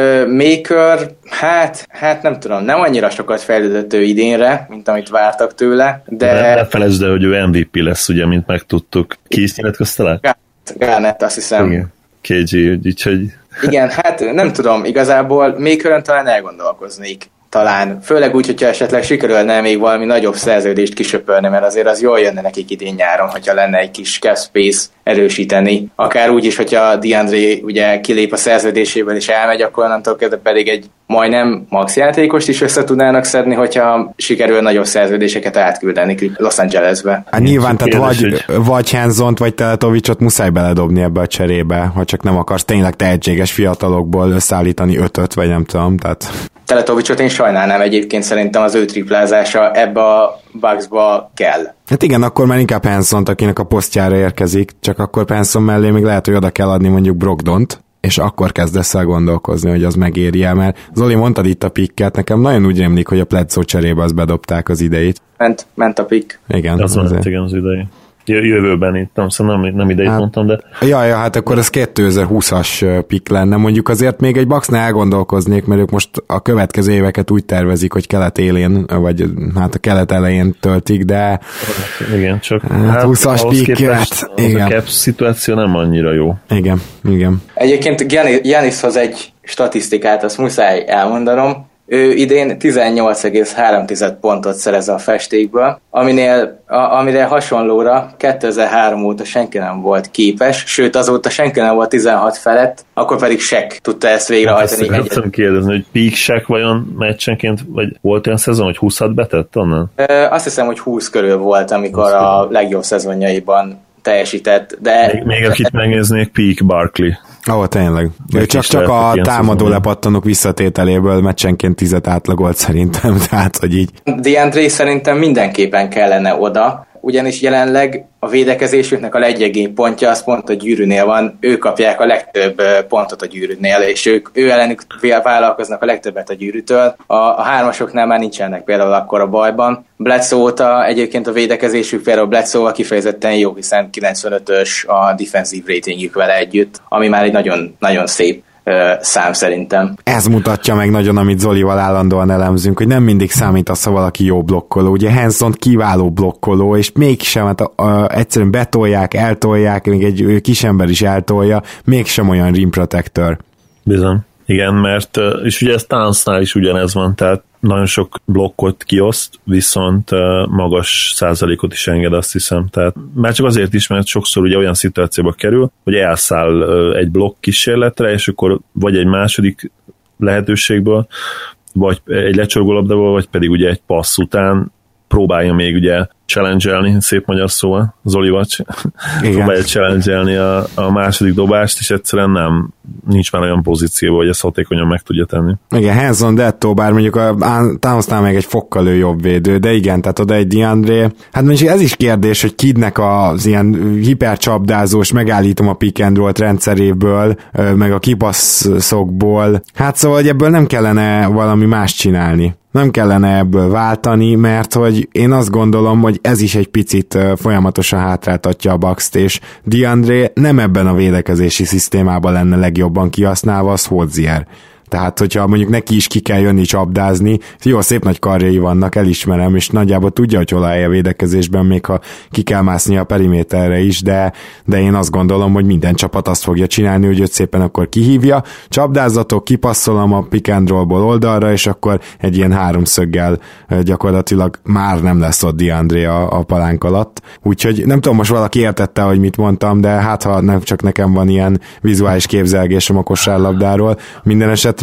Maker, hát, hát nem tudom, nem annyira sokat fejlődött ő idénre, mint amit vártak tőle, de... de ne felejtsd el, hogy ő em vé pé lesz, ugye, mint megtudtuk. Ki is nyilatkozta le? Garnett, azt hiszem. Igen. ká gé, úgyhogy... Igen, hát nem tudom, igazából Makeren talán elgondolkoznék. Talán, főleg úgy, hogyha esetleg sikerülne még valami nagyobb szerződést kisöpölni, mert azért az jól jönne nekik idén nyáron, hogyha lenne egy kis cap space erősíteni. Akár úgy is, hogyha DeAndre ugye kilép a szerződéséből és elmegy, akkor onnantól kezdve pedig egy majdnem max játékost is össze tudnának szedni, hogyha sikerül nagyobb szerződéseket átküldeni Los Angelesbe. Hát nyilván, tehát vagy, vagy Hanzont, vagy Teletovicsot muszáj beledobni ebbe a cserébe, ha csak nem akarsz tényleg tehetséges fiatalokból összeállítani ötöt, vagy nem tudom, tehát... Teletovicsot én sajnálnám egyébként, szerintem az ő triplázása ebbe a Bucksba kell. Hát igen, akkor már inkább Hansont, akinek a posztjára érkezik, csak akkor Hanson mellé még lehet, hogy oda kell adni mondjuk Brogdont, és akkor kezdesz el gondolkozni, hogy az megéri el, mert Zoli, mondtad itt a picket, nekem nagyon úgy rémlik, hogy a Bledsoe cserébe azt bedobták az idejét. Ment, ment a pick. Igen. Az ment, igen, az idejét. Jövőben itt, nem, szóval nem, nem idejét hát, mondtam, de... Jaj, ja, hát akkor ez kétezer-húszas pick lenne. Mondjuk azért még egy Bucksnál elgondolkoznék, mert ők most a következő éveket úgy tervezik, hogy kelet élén, vagy hát a kelet elején töltik, de... Igen, csak... Hát húszas pick, hát, igen. A cap szituáció nem annyira jó. Igen, igen. Egyébként Giannishoz egy statisztikát, azt muszáj elmondanom. Ő idén tizennyolc egész három pontot szerez a festékből, aminél, a, amire hasonlóra kétezer-három óta senki nem volt képes, sőt azóta senki nem volt tizenhat felett, akkor pedig Shaq tudta ezt végrehajtani. Hát ezt kérdezni, hogy peak Shaq vajon meccsenként, vagy volt olyan szezon, hogy húszat betett onnan? Ö, azt hiszem, hogy húsz körül volt, amikor húsz a legjobb szezonjaiban teljesített, de... Még, még akit megnéznék, peak Barkley. Ó, oh, tényleg. Csak, csak a támadó lepattanók visszatételéből meccsenként tizet átlagolt szerintem, tehát, hogy így. DeAndre szerintem mindenképpen kellene oda, ugyanis jelenleg a védekezésüknek a leggyengébb pontja az pont a gyűrűnél van, ők kapják a legtöbb pontot a gyűrűnél, és ők ő ellenük vállalkoznak a legtöbbet a gyűrűtől. A, a hármasoknál már nincsenek például akkor a bajban. Bledsoe óta egyébként a védekezésük például Bledsoe kifejezetten jó, hiszen kilencvenötös a defensív ratingjük vele együtt, ami már egy nagyon, nagyon szép szám szerintem. Ez mutatja meg nagyon, amit Zolival állandóan elemzünk, hogy nem mindig számít az, ha valaki jó blokkoló. Ugye Hanson kiváló blokkoló, és mégsem, hát a, a, egyszerűen betolják, eltolják, még egy kisember is eltolja, mégsem olyan rim protector. Bizony. Igen, mert, és ugye ez Townsnál is ugyanez van, tehát nagyon sok blokkot kioszt, viszont magas százalékot is enged, azt hiszem. Tehát már csak azért is, mert sokszor ugye olyan szituációba kerül, hogy elszáll egy blokk kísérletre, és akkor vagy egy második lehetőségből, vagy egy lecsorgólabdából, vagy pedig ugye egy passz után próbálja még ugye challenge-elni, szép magyar szóval, Zolival próbálja challenge-elni a, a második dobást, és egyszerűen nem, nincs már olyan pozícióban, hogy ezt hatékonyan meg tudja tenni. Igen, Hanson Detto, bár mondjuk a Townsnál meg egy fokkal ő jobb védő, de igen, tehát oda egy DeAndre, hát mondjuk ez is kérdés, hogy Kidnek az ilyen hipercsapdázós, megállítom a pick and roll rendszeréből, meg a kipasszokból, hát szóval, hogy ebből nem kellene valami más csinálni. Nem kellene ebből váltani, mert hogy én azt gondolom, hogy ez is egy picit folyamatosan hátráltatja a Bucks-t, és DeAndre nem ebben a védekezési szisztémában lenne legjobban kihasználva, az Hozier. Tehát, hogyha mondjuk neki is ki kell jönni csapdázni, jó, szép nagy karjai vannak, elismerem, és nagyjából tudja, hogy hol állja a védekezésben, még ha ki kell mászni a periméterre is, de, de én azt gondolom, hogy minden csapat azt fogja csinálni, hogy őt szépen akkor kihívja, csapdázatok, kipasszolom a pick and rollból oldalra, és akkor egy ilyen háromszöggel gyakorlatilag már nem lesz ott DeAndre a, a palánk alatt. Úgyhogy nem tudom, most valaki értette, hogy mit mondtam, de hát ha nem csak nekem van ilyen vizuális képzelgésem a kosárlabdáról, minden esetre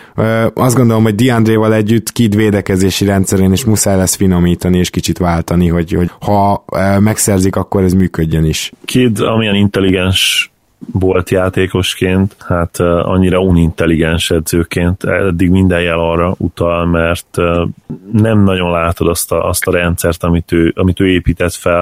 azt gondolom, hogy DeAndre-val együtt Kid védekezési rendszerén is muszáj lesz finomítani és kicsit váltani, hogy, hogy ha megszerzik, akkor ez működjön is. Kid, amilyen intelligens volt játékosként, hát annyira unintelligens edzőként, eddig minden jel arra utal, mert nem nagyon látod azt a, azt a rendszert, amit ő, amit ő épített fel,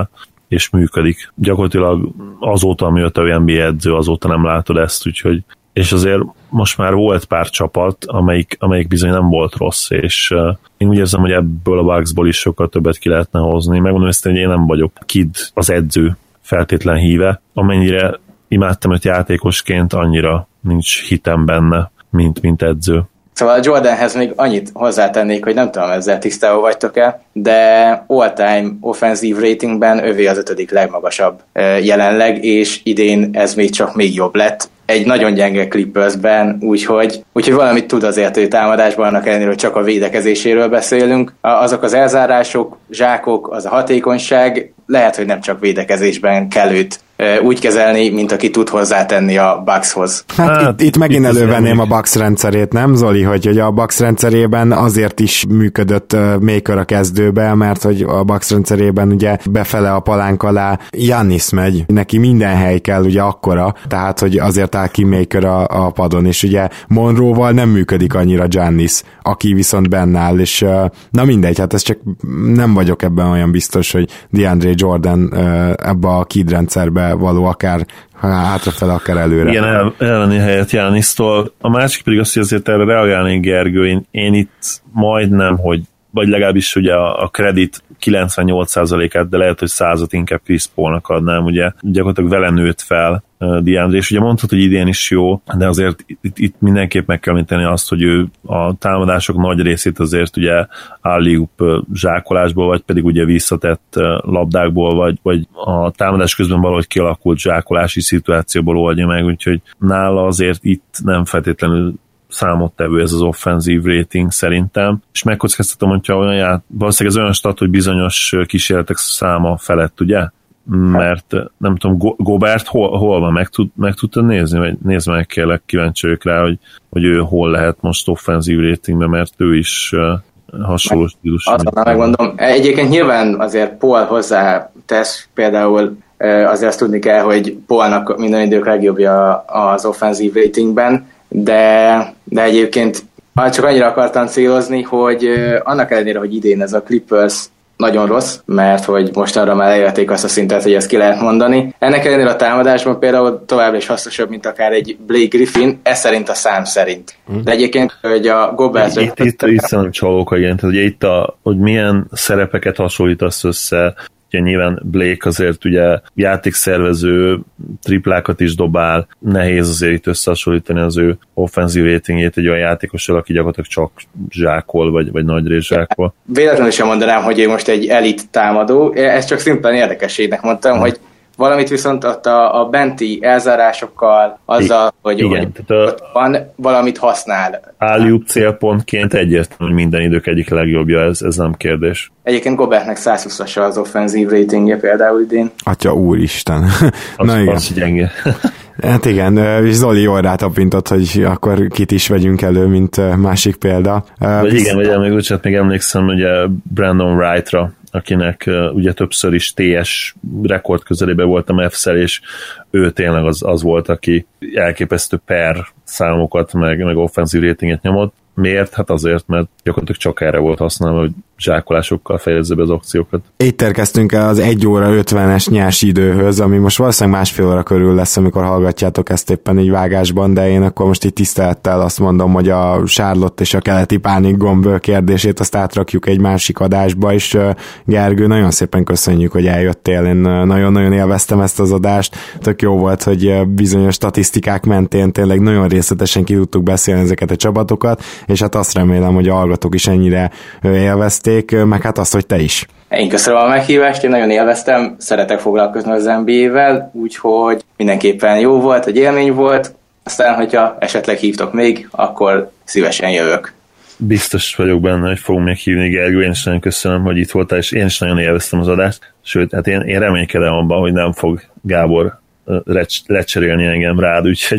és működik. Gyakorlatilag azóta, amióta ő en bé á edző, azóta nem látod ezt, úgyhogy és azért most már volt pár csapat, amelyik, amelyik bizony nem volt rossz, és uh, én úgy érzem, hogy ebből a Bucksból is sokkal többet ki lehetne hozni. Megmondom ezt, hogy én nem vagyok Kidd az edző feltétlen híve, amennyire imádtam őt játékosként, annyira nincs hitem benne, mint, mint edző. Szóval Jordanhez még annyit hozzátennék, hogy nem tudom, ezzel tisztában vagytok-e, de all-time offenzív ratingben övé az ötödik legmagasabb jelenleg, és idén ez még csak még jobb lett. Egy nagyon gyenge Clippersben, úgyhogy, úgyhogy valamit tud azért ő támadásban, annak ellenére, hogy csak a védekezéséről beszélünk. Azok az elzárások, zsákok, az a hatékonyság, lehet, hogy nem csak védekezésben kell őt úgy kezelni, mint aki tud hozzátenni a Buckshoz. Hát, hát itt, itt megint itt elővenném a Bucks rendszerét, nem Zoli? Hogy, hogy a Bucks rendszerében azért is működött uh, Maker a kezdőbe, mert hogy a Bucks rendszerében ugye befele a palánk alá Giannis megy, neki minden hely kell ugye akkora, tehát hogy azért áll ki Maker a, a padon, és ugye Monroe-val nem működik annyira Giannis, aki viszont benne áll, és uh, na mindegy, hát ez csak nem vagyok ebben olyan biztos, hogy DeAndre Jordan uh, ebbe a Kidd rendszerbe való akár hátrafele, akár előre. Igen, el, elvenni helyet Giannisztól. A másik pedig azt, hogy azért erre reagálnék, Gergő, én, én itt majdnem, hogy vagy legalábbis ugye a, a kredit kilencvennyolc százalékát, de lehet, hogy százat inkább Chris Paulnak adnám, ugye gyakorlatilag vele nőtt fel uh, DeAndre, és ugye mondtad, hogy idén is jó, de azért itt, itt mindenképp meg kell említeni azt, hogy ő a támadások nagy részét azért ugye alley-oop zsákolásból, vagy pedig ugye visszatett uh, labdákból, vagy, vagy a támadás közben valahogy kialakult zsákolási szituációból oldja meg, úgyhogy nála azért itt nem feltétlenül számottevő ez az offenzív rating szerintem, és megkockáztatom, hogyha olyan ját, valószínűleg ez olyan stat, hogy bizonyos kísérletek száma felett, ugye? Mert nem tudom, Go- Gobert hol, hol van, meg, tud, meg tudtad nézni, vagy nézd meg, kérlek, kíváncsi vagyok rá, hogy, hogy ő hol lehet most offenzív ratingben, mert ő is uh, hasonló stílusú. Azonnal megmondom. Egyébként nyilván azért Paul hozzá tesz, például azért azt tudni kell, hogy Paulnak minden idők legjobbja az offenzív ratingben, de, de egyébként csak annyira akartam célozni, hogy annak ellenére, hogy idén ez a Clippers nagyon rossz, mert hogy mostanra már elérték azt a szintet, hogy ezt ki lehet mondani. Ennek ellenére a támadásban például továbbra is hasznosabb, mint akár egy Blake Griffin, ez szerint a szám szerint. De egyébként, hogy a Gobert... Itt, itt, itt szerintem csalók, igen, tehát ugye itt a, hogy milyen szerepeket hasonlítasz össze, ugye nyilván Blake azért ugye játékszervező, triplákat is dobál, nehéz azért itt összehasonlítani az ő offenzív ratingjét egy olyan játékossal, aki gyakorlatilag csak zsákol, vagy, vagy nagy rész zsákol. Véletlenül sem mondanám, hogy ő most egy elit támadó, ezt csak szimplán érdekességnek mondtam, hmm. hogy valamit viszont ott a, a benti elzárásokkal, azzal, hogy, igen, hogy ott van, valamit használ. Alley-oop célpontként egyértelmű, hogy minden idők egyik legjobbja, ez, ez nem kérdés. Egyébként Gobertnek száz húszas az offenzív ratingje például idén. Atya úristen. Az, Na igen. Az gyenge. Hát igen, és Zoli jól rátapintott, hogy akkor kit is vegyünk elő, mint másik példa. Vagy Visz... igen, vagy még úgy csak még emlékszem, ugye Brandon Wrightra, akinek uh, ugye többször is té es rekord közelében volt a Mavs-szel, és ő tényleg az, az volt, aki elképesztő per számokat, meg, meg offenzív ratinget nyomott. Miért? Hát azért, mert gyakorlatilag csak erre volt használva, hogy zsákolásokkal fejezze be az akciókat. Itt érkeztünk el az egy óra ötvenes nyers időhöz, ami most valószínűleg másfél óra körül lesz, amikor hallgatjátok ezt éppen így vágásban, de én akkor most itt tisztelettel azt mondom, hogy a Charlotte és a keleti pánik gomb kérdését azt átrakjuk egy másik adásba, és Gergő, nagyon szépen köszönjük, hogy eljöttél, én nagyon-nagyon élveztem ezt az adást, tök jó volt, hogy bizonyos statisztikák mentén tényleg nagyon részletesen ki tudtuk beszélni ezeket a csapatokat, és hát azt remélem, hogy a hallgatók is ennyire élvezték, meg hát azt, hogy te is. Én köszönöm a meghívást, én nagyon élveztem, szeretek foglalkozni az en bé á-vel, úgyhogy mindenképpen jó volt, egy élmény volt, aztán, hogyha esetleg hívtok még, akkor szívesen jövök. Biztos vagyok benne, hogy fogunk még hívni, Gergő, én is nagyon köszönöm, hogy itt voltál, és én is nagyon élveztem az adást, sőt, hát én, én reménykedem abban, hogy nem fog Gábor lecs- lecserélni engem rád, úgyhogy...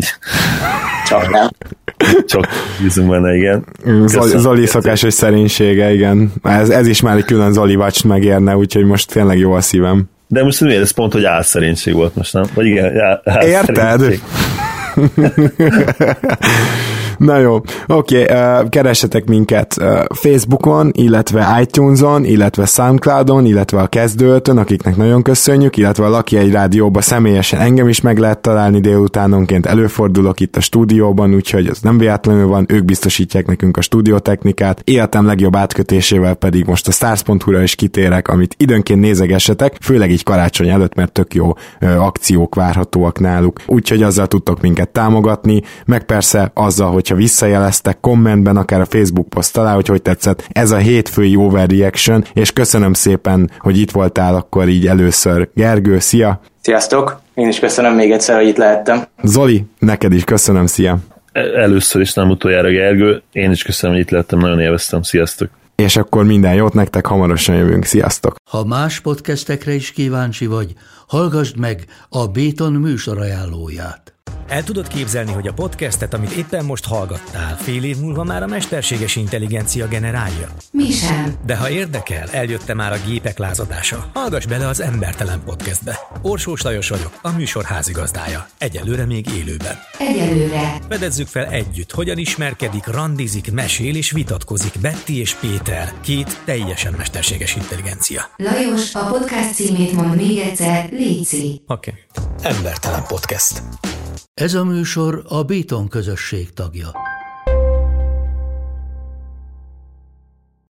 Csak nem. Csak bízunk benne, igen. Zoli, Zoli szokásos szerénysége, igen. Ez, ez is már egy külön Zoli Watch megérne, úgyhogy most tényleg jó a szívem. De most miért ez pont, hogy álszerénység volt most, nem? Vagy igen, érted? Na jó, oké, okay, keressetek minket Facebookon, illetve iTunes-on, illetve Soundcloud-on, illetve a Kezdőtön, akiknek nagyon köszönjük, illetve a Laki egy Rádióban személyesen engem is meg lehet találni délutánonként, előfordulok itt a stúdióban, úgyhogy ez nem véletlenül van, ők biztosítják nekünk a stúdiótechnikát, életem legjobb átkötésével pedig most a stars pont hu-ra is kitérek, amit időnként nézegessetek, főleg így karácsony előtt, mert tök jó ö, akciók várhatóak náluk, úgyhogy azzal tudtok minket támogatni, meg persze azzal, hogyha visszajeleztek kommentben, akár a Facebook poszt alá, hogy hogy tetszett ez a hétfői overreaction, és köszönöm szépen, hogy itt voltál akkor így először. Gergő, szia! Sziasztok! Én is köszönöm még egyszer, hogy itt lehettem. Zoli, neked is köszönöm, szia! Először is, nem utoljára, Gergő. Én is köszönöm, hogy itt lehettem, nagyon élveztem. Sziasztok! És akkor minden jót nektek, hamarosan jövünk. Sziasztok! Ha más podcastekre is kíváncsi vagy, hallgassd meg a Béton műsor ajánlóját. El tudod képzelni, hogy a podcastet, amit éppen most hallgattál, fél év múlva már a mesterséges intelligencia generálja? Mi sem. De ha érdekel, eljött már a gépek lázadása. Hallgass bele az Embertelen Podcastbe. Orsós Lajos vagyok, a műsor házigazdája. Egyelőre még élőben. Egyelőre. Fedezzük fel együtt, hogyan ismerkedik, randizik, mesél és vitatkozik Betty és Péter, két teljesen mesterséges intelligencia. Lajos, a podcast címét mond még egyszer, léci. Oké. Okay. Embertelen Podcast. Ez a műsor a Béton közösség tagja.